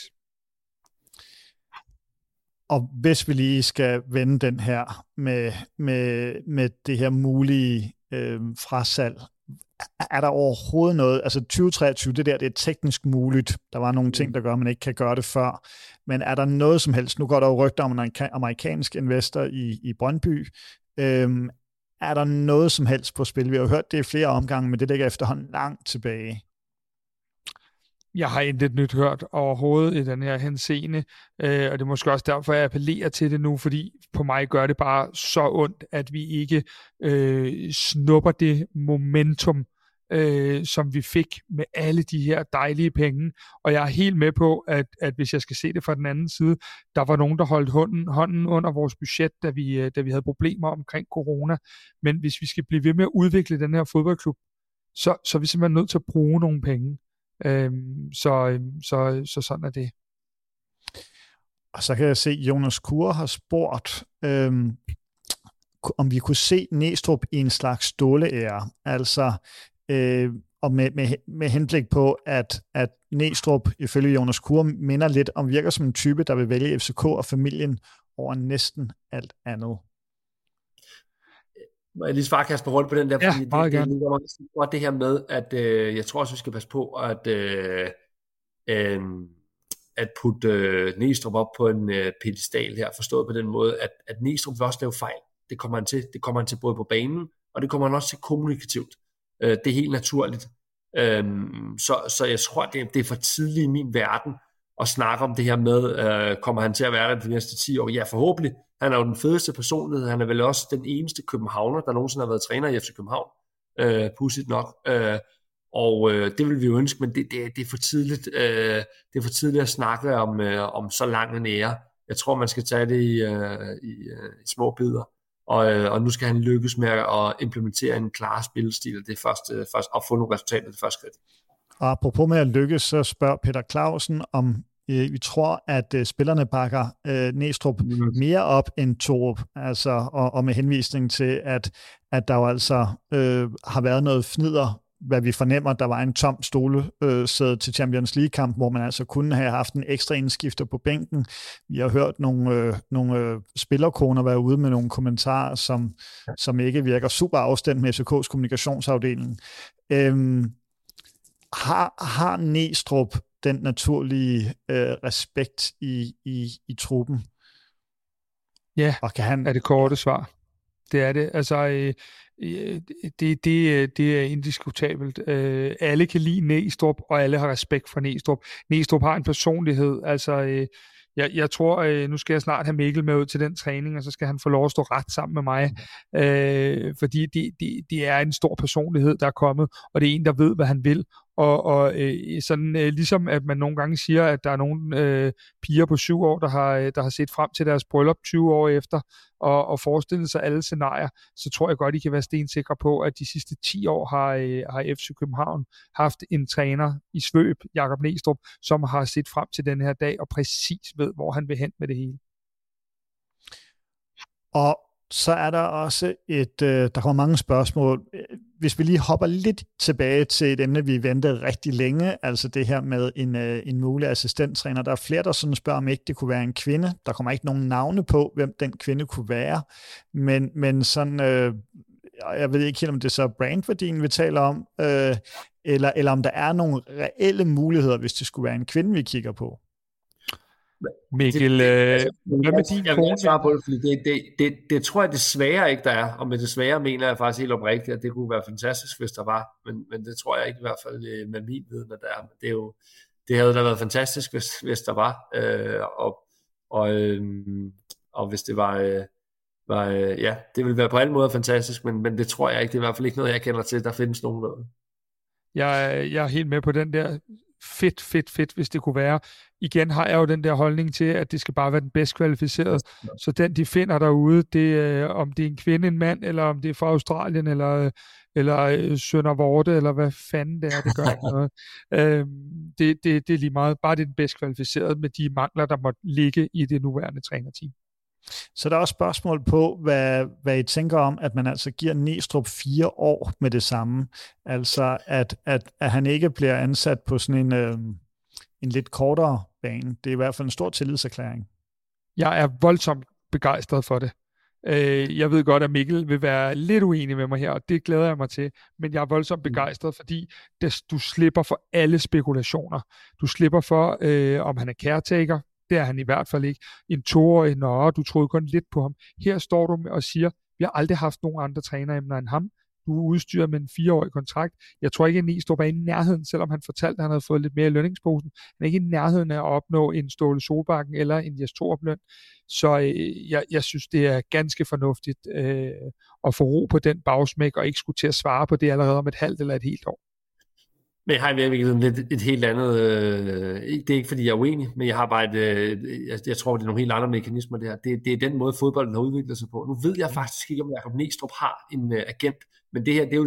Og hvis vi lige skal vende den her med det her mulige frasalg, er der overhovedet noget, altså 2023, det er teknisk muligt, der var nogle ting, der gør, at man ikke kan gøre det før, men er der noget som helst, nu går der jo rygter om en amerikansk investor i Brøndby, er der noget som helst på spil? Vi har jo hørt det i flere omgange, men det ligger efterhånden langt tilbage. Jeg har intet nyt hørt overhovedet i den her henseende, og det er måske også derfor, jeg appellerer til det nu, fordi på mig gør det bare så ondt, at vi ikke snupper det momentum, som vi fik med alle de her dejlige penge. Og jeg er helt med på, at hvis jeg skal se det fra den anden side, der var nogen, der holdt hånden under vores budget, da vi havde problemer omkring corona. Men hvis vi skal blive ved med at udvikle den her fodboldklub, så er vi simpelthen nødt til at bruge nogle penge. Så sådan er det. Og så kan jeg se, at Jonas Kure har spurgt, om vi kunne se Næstrup i en slags ståleære. Altså, og med henblik på, at Næstrup, ifølge Jonas Kure, minder lidt om, virker som en type, der vil vælge FCK og familien over næsten alt andet. Må jeg lige svare Kasper rundt på den der, ja, fordi det er det her med, at jeg tror også, vi skal passe på, at putte Næstrup op på en pedestal her, forstået på den måde, at Næstrup vil også lave fejl. Det kommer han til både på banen, og det kommer han også til kommunikativt. Det er helt naturligt. Så jeg tror, det er for tidligt i min verden at snakke om det her med, kommer han til at være der de næste 10 år? Ja, forhåbentlig. Han er jo den fedeste personlighed. Han er vel også den eneste københavner, der nogensinde har været træner i FC København. Pudsigt nok. Det vil vi jo ønske, men det er for tidligt. Det er for tidligt at snakke om så lang en ære. Jeg tror, man skal tage det i små bidder. Og nu skal han lykkes med at implementere en klar spillestil, det første, og få nogle resultater det første skridt. Og apropos med at lykkes, så spørger Peter Clausen, om vi tror, at spillerne bakker Næstrup mere op end Torup, altså, og med henvisning til, at der jo altså har været noget fnider, hvad vi fornemmer, der var en tom stolesæde til Champions League-kamp, hvor man altså kunne have haft en ekstra indskifter på bænken. Vi har hørt nogle spillerkoner være ude med nogle kommentarer, som ikke virker super afstemt med FCK's kommunikationsafdeling. Har Næstrup den naturlige respekt i truppen? Ja, og kan han... er det korte svar. Det er det. Altså, det er indiskutabelt. Alle kan lide Næstrup, og alle har respekt for Næstrup. Næstrup har en personlighed. Altså, jeg tror, nu skal jeg snart have Mikkel med ud til den træning, og så skal han få lov at stå ret sammen med mig. Fordi det er en stor personlighed, der er kommet, og det er en, der ved, hvad han vil. Og sådan ligesom at man nogle gange siger, at der er nogle piger på 7 år, der har set frem til deres bryllup 20 år efter, og forestillet sig alle scenarier, så tror jeg godt, I kan være stensikre på, at de sidste 10 år har FC København haft en træner i svøb, Jakob Næstrup, som har set frem til den her dag, og præcis ved, hvor han vil hen med det hele. Og så er der også der kommer mange spørgsmål. Hvis vi lige hopper lidt tilbage til et emne, vi ventede rigtig længe, altså det her med en mulig assistenttræner. Der er flere, der sådan spørger, om ikke det kunne være en kvinde. Der kommer ikke nogen navne på, hvem den kvinde kunne være. Men sådan, jeg ved ikke helt, om det er så brandværdien, vi taler om, eller om der er nogle reelle muligheder, hvis det skulle være en kvinde, vi kigger på. Mikkel, hvad med din jeg vil kone? gerne svare på det, fordi det tror jeg desværre ikke, der er. Og med desværre mener jeg faktisk helt oprigtigt, at det kunne være fantastisk, hvis der var. Men det tror jeg ikke i hvert fald med min viden, at der er. Men det havde da været fantastisk, hvis der var. Og hvis det var ja, det ville være på alle måder fantastisk, men det tror jeg ikke. Det er i hvert fald ikke noget, jeg kender til. Der findes nogen noget. Jeg er helt med på den der fedt, hvis det kunne være. Igen har jeg jo den der holdning til, at det skal bare være den bedst kvalificerede. Så den, de finder derude, det, om det er en kvinde, en mand, eller om det er fra Australien, eller Sønder Vorte, eller hvad fanden det er, det gør ikke noget. Det er lige meget. Bare det er den bedst kvalificerede med de mangler, der måtte ligge i det nuværende trænerteam. Så der er også spørgsmål på, hvad I tænker om, at man altså giver Næstrup 4 år med det samme. Altså, at han ikke bliver ansat på sådan en lidt kortere bane. Det er i hvert fald en stor tillidserklæring. Jeg er voldsomt begejstret for det. Jeg ved godt, at Mikkel vil være lidt uenig med mig her, og det glæder jeg mig til. Men jeg er voldsomt begejstret, fordi du slipper for alle spekulationer. Du slipper for, om han er caretaker. Det er han i hvert fald ikke. En 2-årig, du troede kun lidt på ham. Her står du og siger, vi har aldrig haft nogen andre træneremner end ham. Du er udstyret med en 4-årig kontrakt. Jeg tror ikke, at Næstrup er i nærheden, selvom han fortalte, at han havde fået lidt mere i lønningsposen. Han er ikke i nærheden af at opnå en Ståle Solbakken eller en Jes Torup-løn. Så jeg synes, det er ganske fornuftigt at få ro på den bagsmæk, og ikke skulle til at svare på det allerede om et halvt eller et helt år. Men jeg har i virkeligheden lidt et helt andet, det er ikke fordi jeg er uenig, men jeg har bare jeg tror det er nogle helt andre mekanismer det her. Det er den måde fodbolden har udviklet sig på. Nu ved jeg faktisk ikke, om Jakob Næstrup har en agent, men det her, det er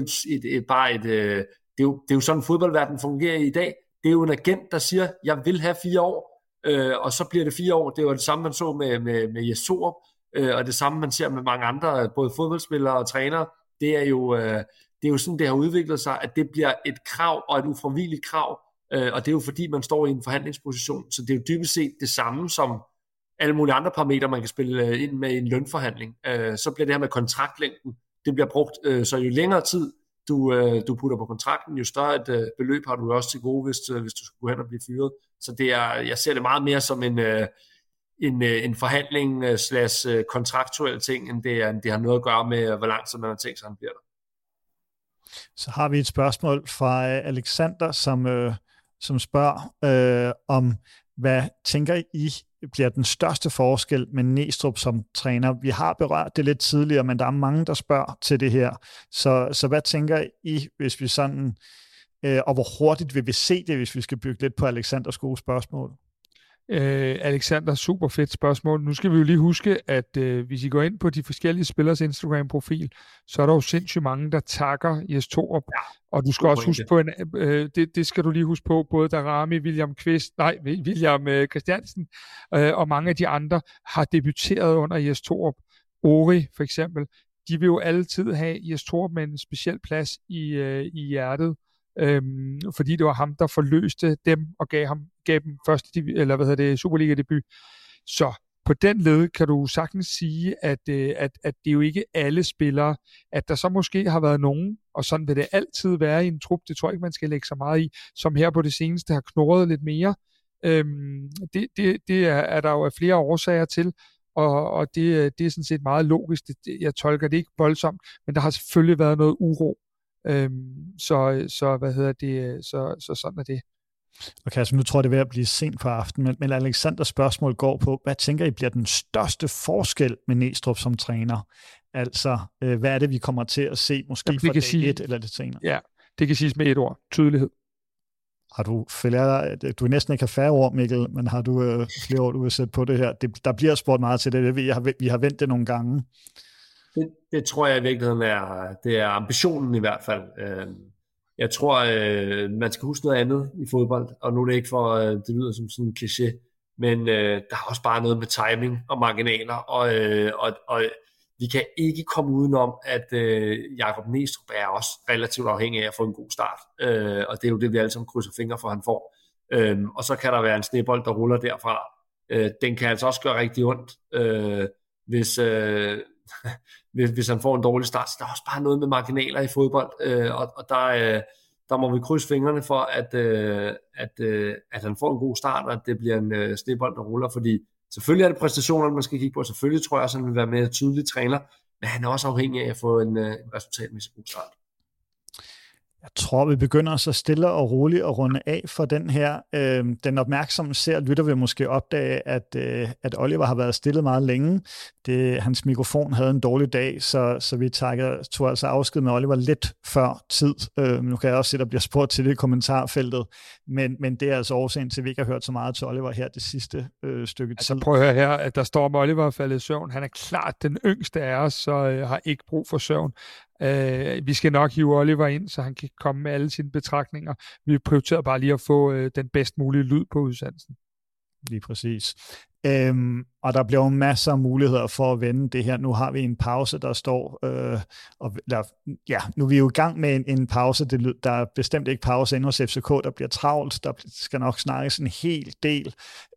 jo det er jo sådan fodboldverdenen fungerer i dag. Det er jo en agent, der siger, jeg vil have 4 år, og så bliver det 4 år. Det er jo det samme, man så med Jes Torup, og det samme, man ser med mange andre, både fodboldspillere og trænere. Det er jo sådan, det har udviklet sig, at det bliver et krav og et ufravigeligt krav, og det er jo fordi, man står i en forhandlingsposition, så det er jo dybest set det samme som alle mulige andre parametre, man kan spille ind med i en lønforhandling. Så bliver det her med kontraktlængden, det bliver brugt, så jo længere tid du putter på kontrakten, jo større et beløb har du også til gode, hvis du skulle gå hen og blive fyret. Så jeg ser det meget mere som en forhandling / kontraktuel ting, end det har noget at gøre med, hvor langt man har tænkt sig, han bliver der. Så har vi et spørgsmål fra Alexander, som spørger om, hvad tænker I bliver den største forskel med Næstrup som træner? Vi har berørt det lidt tidligere, men der er mange, der spørger til det her. Så hvad tænker I, hvis vi sådan, og hvor hurtigt vil vi se det, hvis vi skal bygge lidt på Alexanders gode spørgsmål? Alexander, super fedt spørgsmål. Nu skal vi jo lige huske, at hvis I går ind på de forskellige spillers Instagram-profil, så er der jo sindssygt mange, der takker Jes Torup. Ja, og du skal også huske på, det skal du lige huske på, både Darami, William Christiansen og mange af de andre har debuteret under Jes Torup. Ori for eksempel, de vil jo altid have Jes Torup med en speciel plads i hjertet. Fordi det var ham, der forløste dem og gav dem første Superliga-debut. Så på den led kan du sagtens sige, at det er jo ikke alle spillere, at der så måske har været nogen, og sådan vil det altid være i en trup, det tror jeg ikke, man skal lægge så meget i, som her på det seneste har knurret lidt mere. Det er der jo flere årsager til, og det er sådan set meget logisk. Jeg tolker det ikke voldsomt, men der har selvfølgelig været noget uro. Så sådan er det. Okay, så nu tror jeg, det er ved at blive sent på aftenen, men Alexanders spørgsmål går på, hvad tænker I bliver den største forskel med Næstrup som træner? Altså, hvad er det, vi kommer til at se, måske fra dag 1 eller lidt senere? Ja, det kan siges med et ord. Tydelighed. Har du vil næsten ikke have færre ord, Mikkel, men har du flere ord, du vil sætte på det her? Der bliver spurgt meget til det. Vi har vendt det nogle gange. Det tror jeg i virkeligheden det er ambitionen i hvert fald. Jeg tror, man skal huske noget andet i fodbold, og nu er det ikke for, det lyder som sådan en kliché, men der er også bare noget med timing og marginaler, og vi kan ikke komme udenom, at Jakob Næstrup er også relativt afhængig af at få en god start, og det er jo det, vi alle sammen krydser fingre for, han får. Og så kan der være en snebold, der ruller derfra. Den kan altså også gøre rigtig ondt, hvis han får en dårlig start. Så der er også bare noget med marginaler i fodbold, og der må vi krydse fingrene for, at han får en god start, og at det bliver en snebold, der ruller, fordi selvfølgelig er det præstationerne, man skal kigge på. Selvfølgelig tror jeg også, han vil være mere tydelig træner, men han er også afhængig af at få en resultatmæssig god start. Jeg tror, vi begynder så stille og roligt at runde af for den her. Den opmærksomme lytter vil måske opdage, at Oliver har været stille meget længe. Hans mikrofon havde en dårlig dag, så vi tog altså afsked med Oliver lidt før tid. Nu kan jeg også se, at der bliver spurgt til det i kommentarfeltet, men det er altså årsagen til, at vi ikke har hørt så meget til Oliver her det sidste stykke tid. Altså prøv at høre her, at der står om Oliver er faldet i søvn. Han er klart den yngste af os, så har ikke brug for søvn. Vi skal nok hive Oliver ind, så han kan komme med alle sine betragtninger. Vi prioriterer bare lige at få den bedst mulige lyd på udsendelsen. Lige præcis. Og der bliver jo masser af muligheder for at vende det her. Nu har vi en pause, der står... nu er vi jo i gang med en pause. Der er bestemt ikke pause inde hos FCK. Der bliver travlt. Der skal nok snakkes en hel del.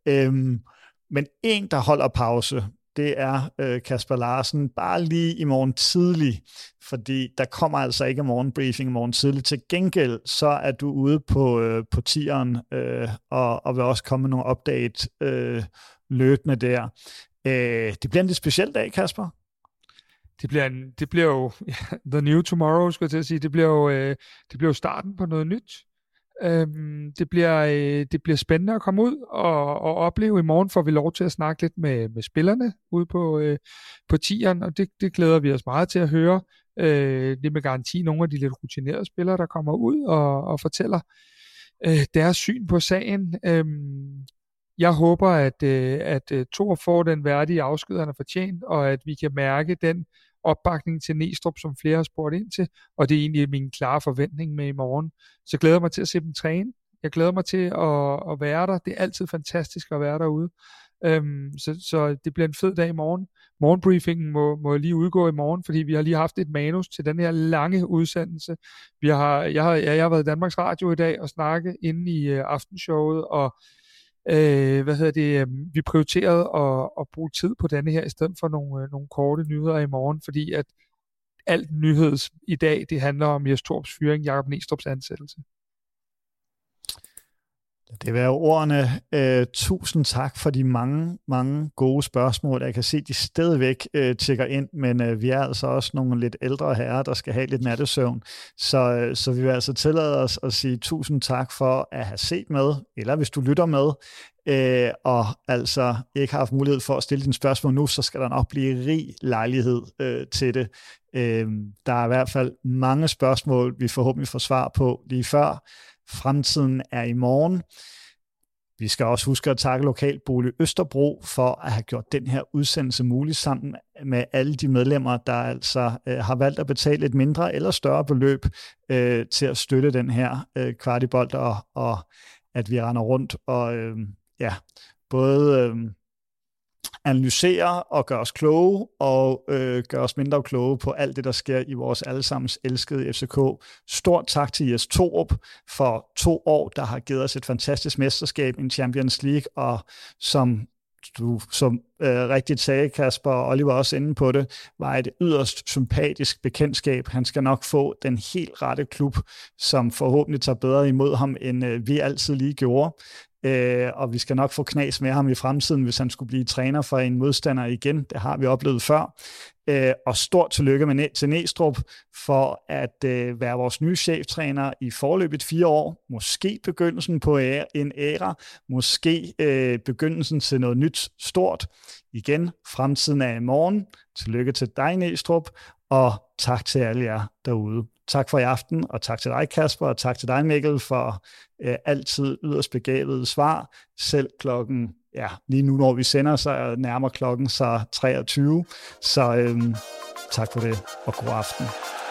Men en, der holder pause, det er Kasper Larsen, bare lige i morgen tidlig, fordi der kommer altså ikke morgenbriefing i morgen tidlig. Til gengæld, så er du ude på tieren, og vil også komme med nogle update løbende der. Det bliver en lidt speciel dag, Kasper. Det bliver jo the new tomorrow, skulle jeg til at sige. Det bliver jo starten på noget nyt. Det bliver spændende at komme ud og opleve. I morgen får vi lov til at snakke lidt med spillerne ude på tieren, og det glæder vi os meget til at høre. Det er med garanti nogle af de lidt rutinerede spillere, der kommer ud og fortæller deres syn på sagen. Jeg håber, at Thor får den værdige afsked, han har fortjent, og at vi kan mærke den opbakning til Næstrup, som flere har spurgt ind til, og det er egentlig min klare forventning med i morgen. Så jeg glæder mig til at se dem træne. Jeg glæder mig til at være der. Det er altid fantastisk at være derude. Så det bliver en fed dag i morgen. Morgenbriefingen må lige udgå i morgen, fordi vi har lige haft et manus til den her lange udsendelse. Jeg har været i Danmarks Radio i dag og snakket inde i aftenshowet, og vi prioriterede at bruge tid på denne her, i stedet for nogle korte nyheder i morgen, fordi at alt nyheds i dag, det handler om Jes Torps fyring, Jakob Næstrups ansættelse. Det var ordene. Tusind tak for de mange, mange gode spørgsmål. Jeg kan se, de stadigvæk tjekker ind, men vi er altså også nogle lidt ældre herrer, der skal have lidt nattesøvn. Så vi vil altså tillade os at sige tusind tak for at have set med, eller hvis du lytter med, og altså ikke har haft mulighed for at stille dine spørgsmål nu, så skal der nok blive rig lejlighed til det. Der er i hvert fald mange spørgsmål, vi forhåbentlig får svar på lige før. Fremtiden er i morgen. Vi skal også huske at takke Lokalbolig Østerbro for at have gjort den her udsendelse mulig, sammen med alle de medlemmer, der altså har valgt at betale et mindre eller større beløb til at støtte den her Kvartibolt, og at vi render rundt og både analysere og gøre os kloge og gøre os mindre kloge på alt det, der sker i vores allesammens elskede FCK. Stort tak til Jes Torup for 2 år, der har givet os et fantastisk mesterskab i Champions League, og som du rigtigt sagde, Kasper, og Oliver også inde på det, var et yderst sympatisk bekendtskab. Han skal nok få den helt rette klub, som forhåbentlig tager bedre imod ham, end vi altid lige gjorde. Og vi skal nok få knas med ham i fremtiden, hvis han skulle blive træner for en modstander igen. Det har vi oplevet før. Og stort tillykke til Næstrup for at være vores nye cheftræner i forløbet 4 år. Måske begyndelsen på en æra. Måske begyndelsen til noget nyt stort. Igen, fremtiden er i morgen. Tillykke til dig, Næstrup, og tak til alle jer derude. Tak for i aften, og tak til dig, Kasper, og tak til dig, Mikkel, for altid yderst begavede svar. Selv klokken, lige nu, når vi sender, så nærmer klokken så 23. Så tak for det, og god aften.